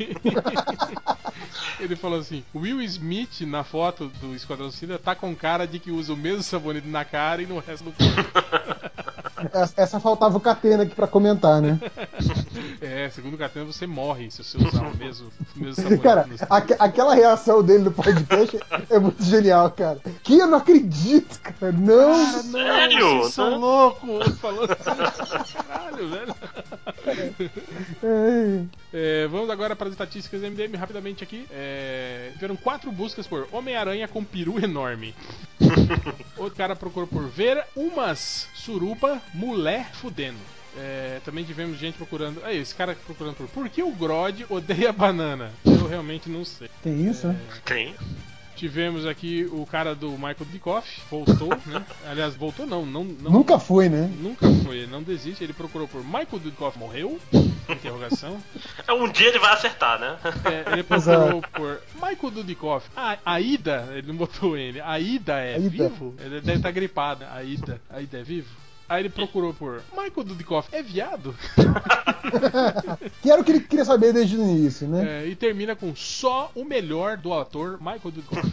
Ele falou assim: Will Smith na foto do Esquadrão Suicida tá com cara de que usa o mesmo sabonete na cara e no resto do corpo. Essa, essa faltava o Catena aqui pra comentar, né? É, segundo o Catena você morre se você usar o mesmo, o mesmo sabonete. Cara, aqu aquela reação dele no podcast é muito genial, cara. Que eu não acredito, cara. Não, cara, não, sério? vocês são Não? loucos. Falando assim, caralho, velho. É, vamos agora para as estatísticas do M D M rapidamente aqui. É, tiveram quatro buscas por Homem-Aranha com peru enorme. Outro cara procurou por ver umas suruba mulher fudendo. É, também tivemos gente procurando. Aí, esse cara procurando por por que o Grodd odeia banana? Eu realmente não sei. Tem isso, é, né? Tem. Tivemos aqui o cara do Michael Dickoff, voltou, né? Aliás, voltou não, não, não. Nunca foi, né? Nunca foi, ele não desiste. Ele procurou por Michael Dickoff morreu? Interrogação. Um dia ele vai acertar, né? É, ele procurou por Michael Dudikoff. Ah, a Ida, ele não botou ele. A Ida é Aida. vivo? Ele deve estar gripada. A Ida, a Ida é vivo? Aí ele procurou por Michael Dudikoff é viado? Que era o que ele queria saber desde o início, né? É, e termina com só o melhor do ator Michael Dudikoff.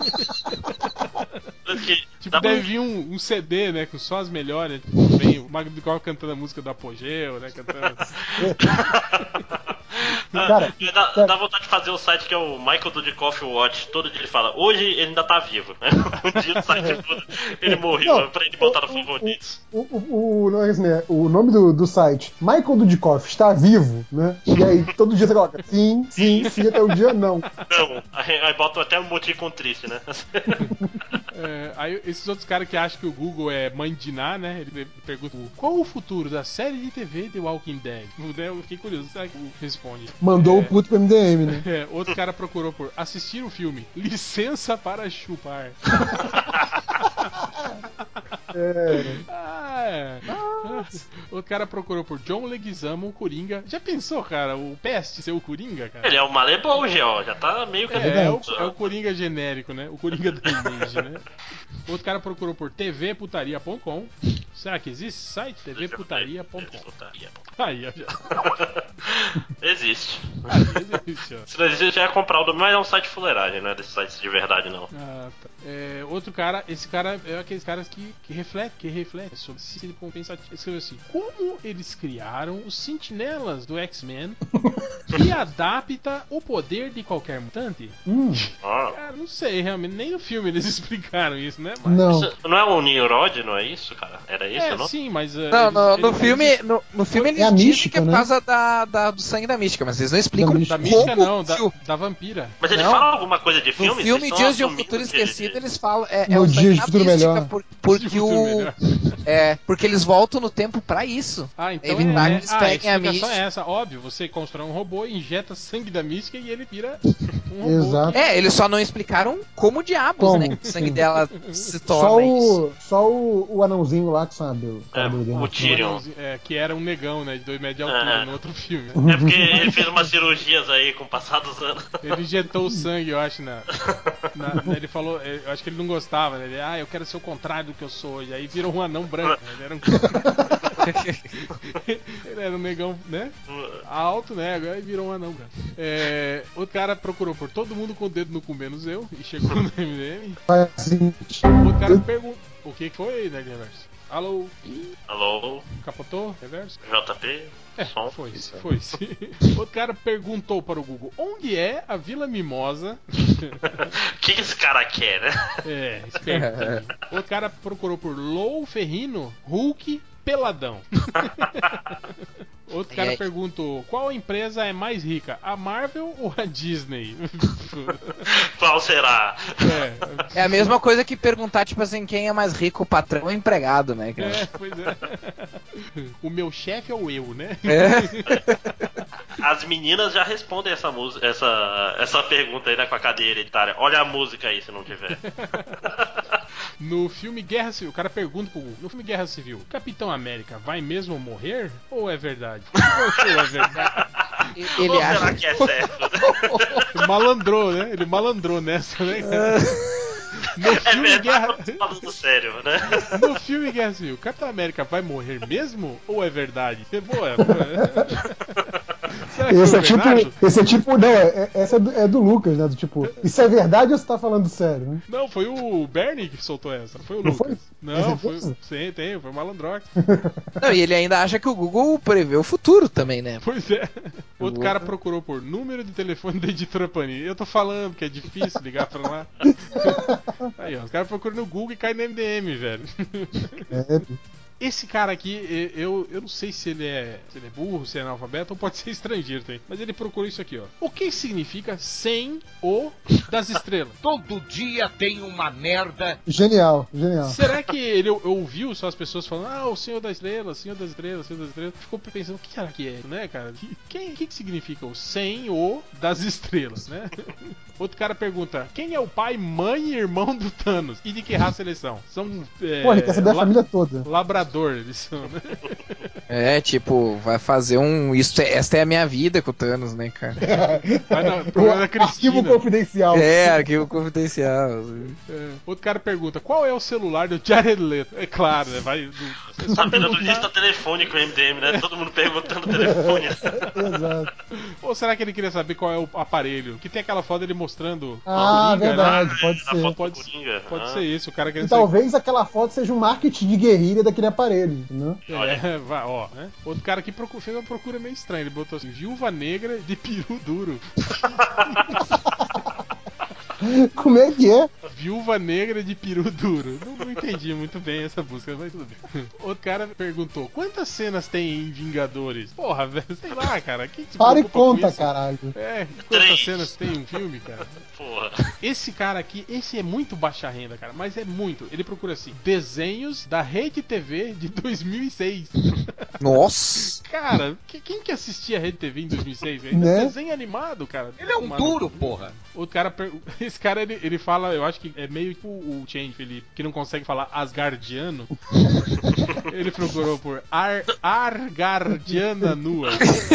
Tipo, deve vir um, um C D, né, com só as melhores. Tipo, vem o Michael Dudikoff cantando a música do Apogeu, né, cantando... Cara, dá, cara, dá vontade de fazer um site que é o Michael Dudikoff Watch. Todo dia ele fala, hoje ele ainda tá vivo, né? Um dia o site muda, ele morreu, Não, pra ele botar no o- favoritos. O, o, o, não é isso, né? O nome do, do site, Michael Dudikoff, está vivo, né? E aí todo dia você coloca sim, sim, sim, até o dia não. Não, aí, aí botam até um emoticon triste, né? É, aí esses outros caras que acham que o Google é mãe de Ná, né? Ele pergunta qual o futuro da série de T V The Walking Dead? Eu fiquei curioso, será que o Google responde? Mandou é, o puto pro M D M, né? É, outro cara procurou por assistir o filme Licença para Chupar. É. Ah, é. Outro cara procurou por John Leguizamo, o Coringa. Já pensou, cara, o Peste ser o Coringa, cara? Ele é o Malebolge, ó, já tá meio que... É, é o, é o Coringa genérico, né? O Coringa da Image, né? Outro cara procurou por t v putaria ponto com. Será que existe esse site? t v putaria ponto com. Aí, ó, já. Existe. Aí existe, ó. Se não existe, já ia comprar o domínio, mas é um site fuleiragem, não é desse site de verdade, não. Ah, tá. É, outro cara, esse cara é aqueles caras que, que reflete, que reflete sobre se compensativo. Ele escreveu assim: como eles criaram os sentinelas do X-Men que adapta o poder de qualquer mutante? Hum. Ah. Cara, não sei, realmente, nem no filme eles explicaram isso, né? Mas... Não. Isso não é o Nimrod, não é isso, cara? Era isso, É, não? sim, mas... Uh, Não, eles, no, no eles, filme, eles... no, no filme eles É a dizem mística, que é por né? causa da, da- do sangue da mística, mas eles não explicam Da Da mística. mística como não, da, que o- da vampira. Mas ele Não. fala alguma coisa de No filme? filme Vocês Dias de um estão Futuro assumindo que ele- Esquecido, eles falam. É, No é o Dias sangue de da Futuro mística, Melhor. por- Dias de porque Futuro o. Melhor. É, porque eles voltam no tempo pra isso. Ah, então Evitar é, que eles ah, a peguem a explicação mística. é essa, óbvio, você constrói um robô, injeta sangue da mística e ele vira um robô. Exato. que- É, eles só não explicaram como diabos, Como? né? Que o sangue Sim. dela se Só, torna isso. o, só o, o anãozinho lá que sabe. O cara É, do Game o of Thrones. Tyrion. É, que era um negão, né, de dois metros de altura É. no outro filme. É porque ele fez umas cirurgias aí com o passar dos anos. Ele injetou o sangue, eu acho, na, na- na- ele falou, eu acho que ele não gostava, né? Ele, ah, eu quero ser o contrário do que eu sou hoje. Aí virou um anão branco, né? Ele era um... ele era um negão, né? Alto, né? Agora virou um anão branco. É, o cara procurou por todo mundo com o dedo no cu, menos eu, e chegou no M D M. Faz assim. O cara perguntou, o que que foi, né, Reverso? Alô? Alô? Capotou? Reverso? J P? É, Som? foi-se, foi-se. Outro cara perguntou para o Google, onde é a Vila Mimosa? O que, que esse cara quer, né? É, espertinho. Outro cara procurou por Lou Ferrino, Hulk, Peladão. Outro cara Ai, ai. perguntou, qual empresa é mais rica, a Marvel ou a Disney? Qual será? É, É a mesma coisa que perguntar, tipo assim, quem é mais rico, o patrão ou o empregado, né, cara? é, pois é. O meu chefe ou eu, né? É. As meninas já respondem essa, música, essa, essa pergunta aí, né, com a cadeia hereditária. Olha a música aí, se não tiver. No filme Guerra Civil, o cara pergunta pro Google, no filme Guerra Civil, Capitão América vai mesmo morrer? Ou é verdade? Ou é verdade? Ele Ou acha será que é certo? Né? Malandrou, né? Ele malandrou nessa, né, cara? No É filme verdade, Guerra... eu tô falando sério, né? No filme Guerra Civil, Capitão América vai morrer mesmo? Ou é verdade? Pô, é, pô, é... Será que Esse foi é, tipo, Bernardo? esse é tipo. Não, é, essa é do, é do Lucas, né? Do tipo, isso é verdade ou você tá falando sério, né? Não, foi o Bernie que soltou essa, não foi o Não Lucas. foi? Não, Tem foi. certeza? Sim, tem, foi o Malandrox. Não, e ele ainda acha que o Google prevê o futuro também, né? Pois é. Outro cara procurou por número de telefone da editora Panini. Eu tô falando que é difícil ligar pra lá. Aí, ó, os caras procuram no Google e caem no M D M, velho. É, Esse cara aqui, eu, eu não sei se ele é se ele é burro, se é analfabeto ou pode ser estrangeiro também. Mas ele procurou isso aqui, ó. O que significa sem o das estrelas? Todo dia tem uma merda. genial, genial. Será que ele ouviu só as pessoas falando, ah, o Senhor das Estrelas, Senhor das Estrelas, Senhor das Estrelas? Ficou pensando, o que será que é, né, cara? O que, que, que significa o sem o das estrelas, né? Outro cara pergunta, quem é o pai, mãe e irmão do Thanos? E de que raça eles são? São, é, Pô, ele quer saber a la- família toda. labrador, eles são, né? É, tipo, vai fazer um. Isso, é- esta é a minha vida com o Thanos, né, cara? Vai no programa da O Cristina. arquivo confidencial. É, arquivo confidencial. É. Outro cara pergunta, qual é o celular do Jared Leto? É claro, né? Vai, do, é só Sabendo do perguntar. lista telefônico M D M, né? Todo mundo perguntando o telefone. Exato. Ou será que ele queria saber qual é o aparelho? Que tem aquela foto dele mostrando Ah, Coringa, verdade, né? pode Na ser. foto Pode, do Coringa. pode Ah. ser isso, o cara E querendo saber. talvez aquela foto seja um marketing de guerrilha daquele aparelho, entendeu? É, vai, ó, né? Outro cara aqui procura, fez uma procura meio estranha. Ele botou assim: Viúva Negra de peru duro. Como é que é? Viúva Negra de peru duro. Não, não entendi muito bem essa busca, mas tudo bem. Outro cara perguntou: quantas cenas tem em Vingadores? Porra, velho, sei lá, cara. Quem se Para e preocupa com conta, isso? caralho. É, quantas Três. cenas tem um filme, cara? Porra. Esse cara aqui, esse é muito baixa renda, cara, mas é muito. Ele procura assim: desenhos da Rede T V de dois mil e seis. Nossa! Cara, que- quem que assistia a Rede T V em dois mil e seis? Ainda Né? desenho animado, cara. Ele é um Mano, duro, porra. O cara, per- esse cara, ele, ele fala, eu acho que é meio tipo o Change, Felipe, que não consegue falar asgardiano. Ele procurou por Ar, Argardiana nua.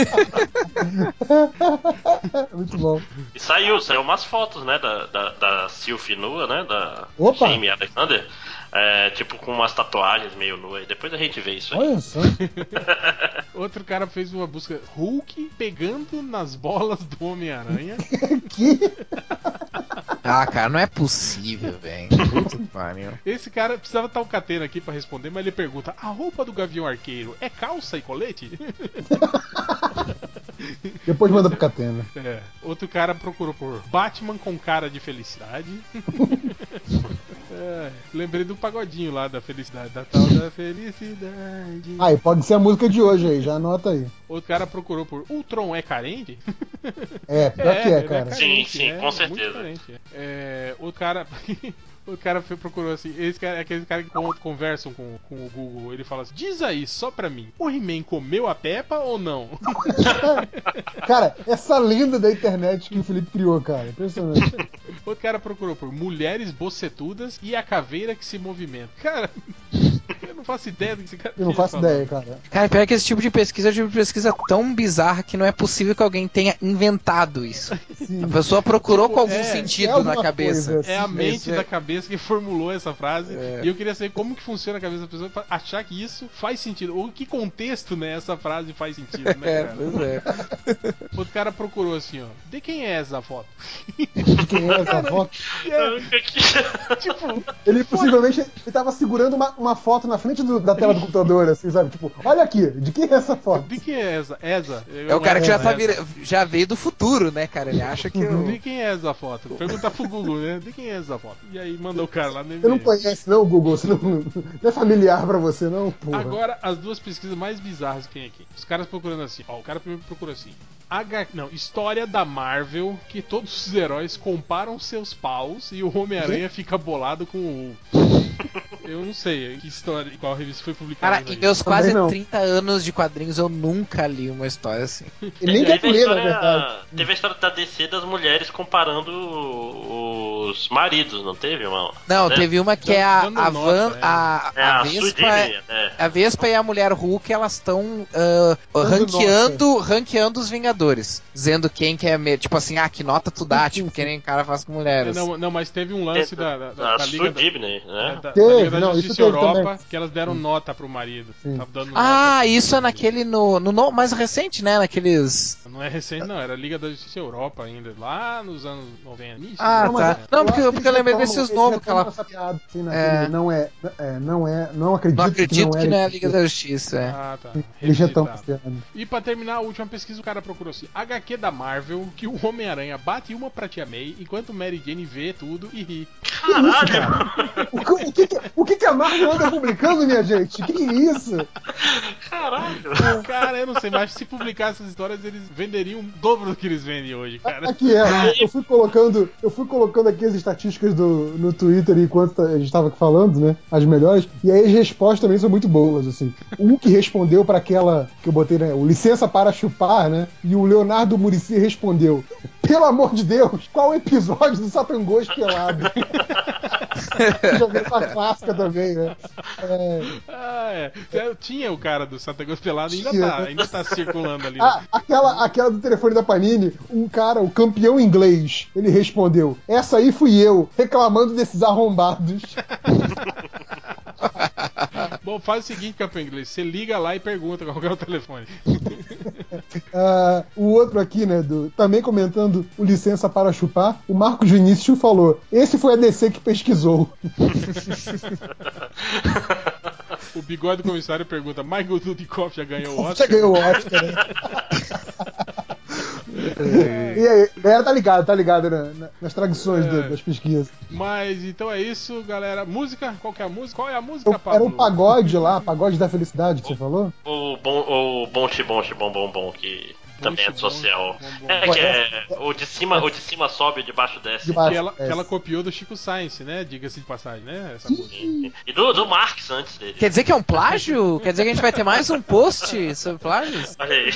Muito bom. E saiu, saiu umas fotos, né, da, da, da Sylvie nua, né, da Opa! Jamie Alexander, é, tipo com umas tatuagens meio nuas. Depois a gente vê isso aí. Olha só. Outro cara fez uma busca Hulk pegando nas bolas do Homem-Aranha. Que? Ah, cara, não é possível, velho. Puta que pariu. Esse cara precisava estar o catena aqui pra responder, mas ele pergunta: a roupa do Gavião Arqueiro é calça e colete? Depois manda pro Catena. É. Outro cara procurou por Batman com cara de felicidade. É, lembrei do pagodinho lá da felicidade, da tal da felicidade. Ah, e pode ser a música de hoje aí, já anota aí. Outro cara procurou por Ultron é carente? É, pior que é, ele cara. Sim, sim, é, com muito certeza. carente, é. É, outro cara. O cara foi, procurou assim, esse cara é aquele cara que con- conversam com, com o Google. Ele fala assim: diz aí, só pra mim, o He-Man comeu a Peppa ou não? Cara, essa lenda da internet que o Felipe criou, cara. Impressionante. Outro cara procurou por mulheres bocetudas e a caveira que se movimenta. Cara, eu não faço ideia do que esse cara Eu não queria faço falar. ideia, cara. Cara, pior que esse tipo de pesquisa é um tipo de pesquisa tão bizarra que não é possível que alguém tenha inventado isso. Sim. A pessoa procurou Tipo, com algum é, é sentido alguma na cabeça. coisa. É a Sim, mente isso é- da cabeça que formulou essa frase. É. E eu queria saber como que funciona a cabeça da pessoa pra achar que isso faz sentido. Ou em que contexto, né, essa frase faz sentido, né, É, cara? pois é. Outro cara procurou assim, ó. De quem é essa foto? Quem é essa foto? É, tipo, Ele possivelmente ele tava segurando uma, uma foto na frente frente do- da tela do computador, assim, sabe? Tipo, olha aqui, de quem é essa foto? De quem é essa? Essa? É o cara que já, tá essa. vira, já veio do futuro, né, cara? Ele acha que eu... De quem é essa foto? Perguntar pro Google, né? De quem é essa foto? E aí manda o cara lá no Você não e-mail. conhece, não, Google? Você não, não é familiar pra você, não, porra? Agora, as duas pesquisas mais bizarras que tem aqui. Os caras procurando assim. Ó, o cara primeiro procurou assim. H... Não, história da Marvel que todos os heróis comparam seus paus e o Homem-Aranha fica bolado com o Hulk. Eu não sei que história, qual revista foi publicada. Cara, em meus quase trinta anos de quadrinhos eu nunca li uma história assim. E nem teve, quero a ler, na história, verdade. teve a história da D C das mulheres comparando os maridos, não teve, irmão? Não, né? teve uma que é a, Dando a, nota, Van, é. a, É a a Vespa, Sudimini, né? a Vespa e a Mulher Hulk, elas estão uh, ranqueando, ranqueando os Vingadores, dizendo quem que é, me- tipo assim, ah, que nota tu dá, tipo, que nem cara faz com É, mulheres. não, não, mas teve um lance da, da, da, A da Liga da, Sudimini, né? é, da, Teve, da Liga da não, isso Justiça teve Europa, também. que elas deram nota pro marido. Tava dando Ah, nota. isso é naquele no, no, no mais recente, né, naqueles... Não é recente, não, era a Liga da Justiça Europa ainda, lá nos anos noventa. Início Ah, dos tá. anos noventa. Não, porque, acho porque que eu eles lembrei retomam- desses eles novos que retomam ela... essa piada, assim, naquele, É. não é, é, não é, não acredito, Não acredito que que não não é é a Liga da Justiça, é. Ah, tá. Eles retomam Revisitado. essa piada. E pra terminar, a última pesquisa, o cara procurou assim: H Q da Marvel, que o Homem-Aranha bate uma pra Tia May, enquanto Mary Jane vê tudo e ri. Caralho! O que, o, que, que- o que que a Marvel anda publicando, minha gente? Que que é isso? Caralho! Cara, eu não sei, mas se publicar essas histórias, eles venderiam o dobro do que eles vendem hoje, cara. Aqui é, eu fui colocando, eu fui colocando aqui as estatísticas do, no Twitter enquanto a gente estava aqui falando, né? As melhores, e aí as respostas também são muito boas, assim. Um que respondeu para aquela que eu botei, né? O licença para chupar, né? E o Leonardo Muricy respondeu: pelo amor de Deus, qual o episódio do Satangos pelado? Já vi essa clássica também, né? É... Ah, é. Eu tinha o cara do Santa Cruz pelado, ainda Tinha, tá, né? ainda tá circulando ali. Ah, aquela, aquela do telefone da Panini, um cara, o campeão inglês, ele respondeu: essa aí fui eu, reclamando desses arrombados. Bom, faz o seguinte, campeão inglês, você liga lá e pergunta qual que é o telefone. Ah, o outro aqui, né, do, também comentando o licença para chupar, o Marcos Vinícius falou: esse foi a D C que pesquisou. O bigode do comissário pergunta: Michael Dudikoff já ganhou o Oscar? Já ganhou o Oscar, né? E aí, galera tá ligado, tá ligado né, na- nas tradições É. da- das pesquisas. Mas então é isso, galera. Música? Qual que é a música? Qual é a música, Era Pablo? um pagode lá, pagode da felicidade que você falou? O bom, o bom bom bom bom bom que também é Bonte, social. bonte, bom, bom. É Pô, que essa- é o de cima, o de cima sobe, o de baixo desce. De baixo. Que ela, que essa. ela copiou do Chico Science, né? Diga-se de passagem, né? Essa Ih, música. E do, do Marx antes dele. Quer dizer que é um plágio? Quer dizer que a gente vai ter mais um post sobre plágios? Olha aí.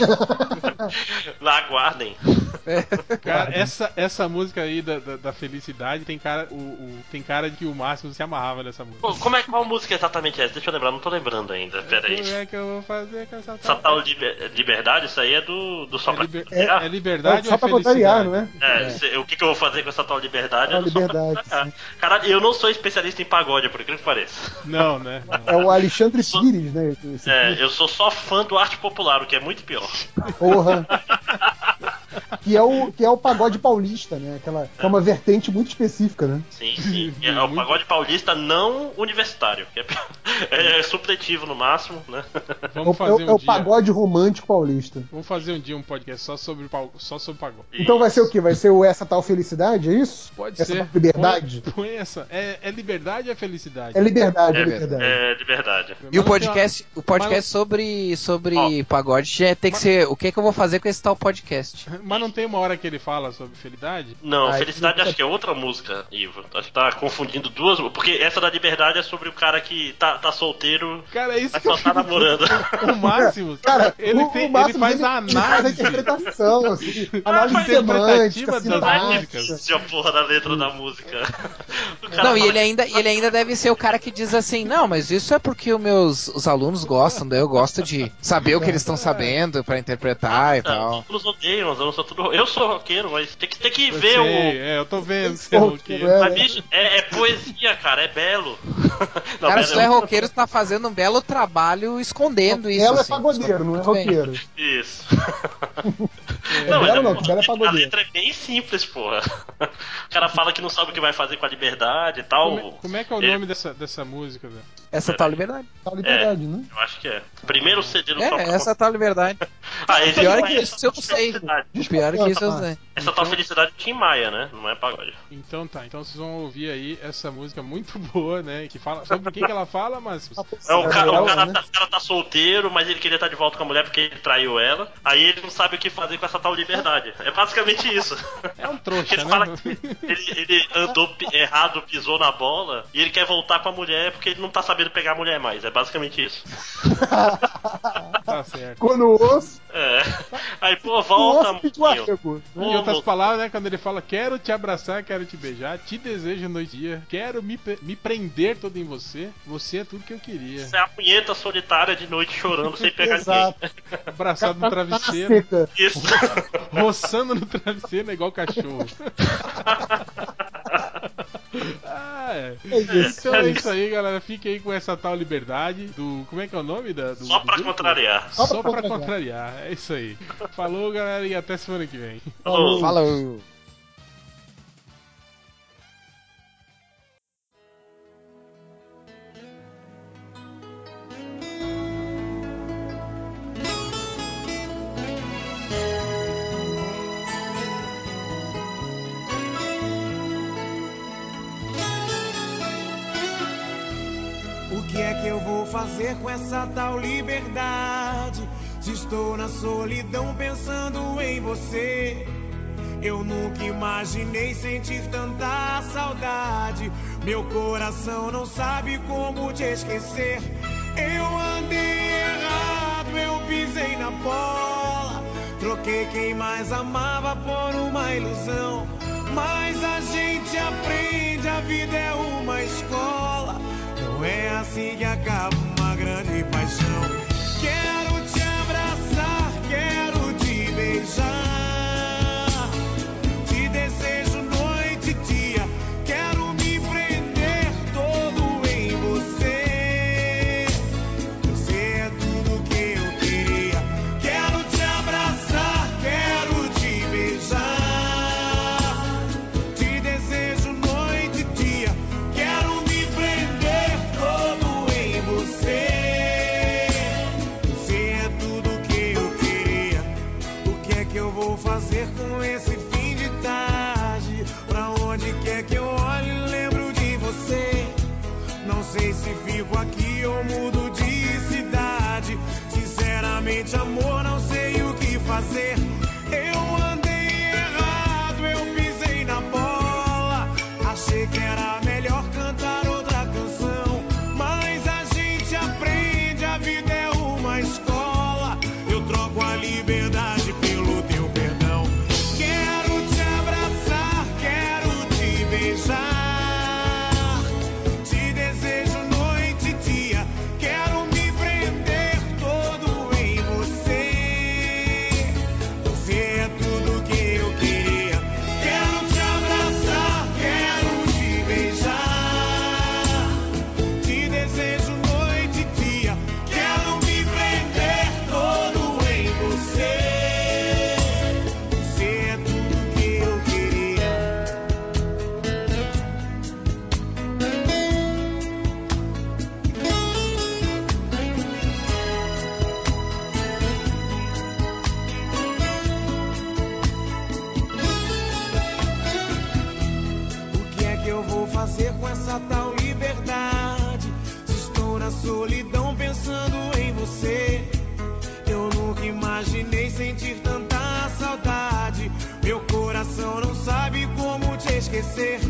Lá aguardem. Cara, essa, essa música aí da, da, da felicidade tem cara, o, o- tem cara de que o Márcio se amarrava nessa música. Pô, como é, qual música exatamente é essa? Deixa eu lembrar, não tô lembrando ainda. Pera aí. Como é que eu vou fazer com essa Essa tal liber- liberdade, isso aí é do, do só É, pra liber- contrariar? é liberdade só ou é pra felicidade? contrariar, não é? É, se- o que, que eu vou fazer com essa tal liberdade Ah, é do só pra liberdade, contrariar. Caralho, eu não sou especialista em pagode, por incrível que pareça. Não, né? Não. É o Alexandre Sou- Pires, né? Esse É, eu sou só fã do arte popular, o que é muito pior. Porra. Que é, o, que é o pagode paulista, né? Aquela, que é uma vertente muito específica, né? Sim, sim. É o pagode paulista não universitário, que é, pior. É supletivo no máximo, né? É o, Vamos é fazer o- um é o dia. pagode romântico paulista. Vamos fazer um dia um podcast só sobre pau- só sobre pagode. Então vai ser o quê? Vai ser o Essa Tal Felicidade, é isso? Pode essa ser. Tal liberdade? Põe, põe essa. É, é liberdade ou é felicidade? É liberdade, é, É, liberdade. é de verdade. E o Mas não tem podcast, o podcast mas- sobre, sobre pagode já tem que ser o que, que eu vou fazer com esse tal podcast. uma- Mas não tem uma hora que ele fala sobre felicidade? Não, Ah, Felicidade isso- acho que é outra música, Ivo. Acho que tá confundindo duas. Porque essa da Liberdade é sobre o cara que tá, tá solteiro, Cara, é isso mas que eu só tá fico- namorando. O Máximo, Cara, ele, o, tem, o Máximo, ele faz ele, a ele faz a análise. interpretação, assim, Ah, análise faz a semântica, interpretativa das sintática. músicas. Se a porra da letra da música. O cara Não, e fala ele ainda, ele ainda deve ser o cara que diz assim, não, mas isso é porque os meus os alunos gostam, daí eu gosto de saber o que eles estão sabendo pra interpretar e Cara, tal. os alunos odeiam, os alunos são tudo. Eu sou roqueiro, mas tem que, tem que Eu ver sei, o. é, eu tô vendo que você é Pô, roqueiro. é, Mas, né? bicho, é, é poesia, cara, é belo. Não, Cara, Bela se tu é roqueiro, tu tá fazendo um belo trabalho escondendo isso. Ela é assim. pagodeiro, não é Muito bem. roqueiro. Isso. É, Não, mas Bela é, não, porra, que Bela é a pagodeiro. letra é bem simples, porra. O cara fala que não sabe o que vai fazer com a liberdade e tal. Como é, como é que é o Ele- nome dessa, dessa música, velho? Essa tal liberdade. Tal liberdade, né? Eu acho que é. Primeiro C D do É, Top essa tal liberdade. Ah, O existe pior é uma- que isso eu não sei. Felicidade. O pior é que isso eu sei. Essa tal felicidade é Tim Maia, né? Não é pagode. Então tá, então vocês vão ouvir aí essa música muito boa, né? Que fala sobre quem que ela fala, mas. É, o, ca- o ela, cara, né? tá, o cara tá solteiro, mas ele queria estar de volta com a mulher porque ele traiu ela. Aí ele não sabe o que fazer com essa tal liberdade. É basicamente isso. É um trouxa, Ele né? fala que ele, ele andou pi- errado, pisou na bola, e ele quer voltar com a mulher porque ele não tá sabendo pegar a mulher mais. É basicamente isso. Tá certo. Quando o osso, É. Aí, pô, o volta, osso pediu amiguinho. arrego. Em outras palavras, né? Quando ele fala quero te abraçar, quero te beijar, te desejo noite e dia, quero me, pe- me prender todo em você, você é tudo que eu queria. Você é a punheta solitária de noite chorando sem pegar Exato. ninguém. Abraçado no Tá na travesseiro, seca. Isso. roçando no travesseiro, é igual cachorro. Ah, é. É isso. Então é isso aí, galera. Fique aí com essa tal liberdade do. Como é que é o nome da? Do, Só do pra grupo? contrariar. Só, Só pra pra contrariar. É isso aí. Falou, galera, e até semana que vem. Falou. Falou. O que é que eu vou fazer com essa tal liberdade? Se estou na solidão pensando em você. Eu nunca imaginei sentir tanta saudade. Meu coração não sabe como te esquecer. Eu andei errado, eu pisei na bola. Troquei quem mais amava por uma ilusão. Mas a gente aprende, a vida é uma escola. Não é assim que acaba uma grande paixão. Quero te abraçar, quero te beijar. Te desejo noite e dia. Quero me prender todo em você. Você é tudo que eu queria. Quero te abraçar, quero te beijar. Te desejo noite e dia. Quero me prender todo em você. Você é tudo que eu queria. O que é que eu vou fazer com esse fim de tarde? Pra onde quer que eu olhe, lembro de você. Não sei se fico aqui ou mudo de cidade. Sinceramente, amor, não sei o que fazer. Eu andei errado, eu pisei na bola. Achei que era melhor cantar outra canção. Mas a gente aprende, a vida é uma escola. Eu troco a liberdade pelo teu perdão. Quero te abraçar, quero te beijar. Te desejo noite e dia. Quero me prender todo em você. Você é tudo que eu queria. Quero te abraçar, quero te beijar. Te desejo noite e dia. Quero me prender todo em você. Você é tudo que eu queria. O que é que eu vou fazer com essa tal liberdade? Se estou na solidão pensando em você. Eu nunca imaginei sentir tanta saudade. Meu coração não sabe como te esquecer.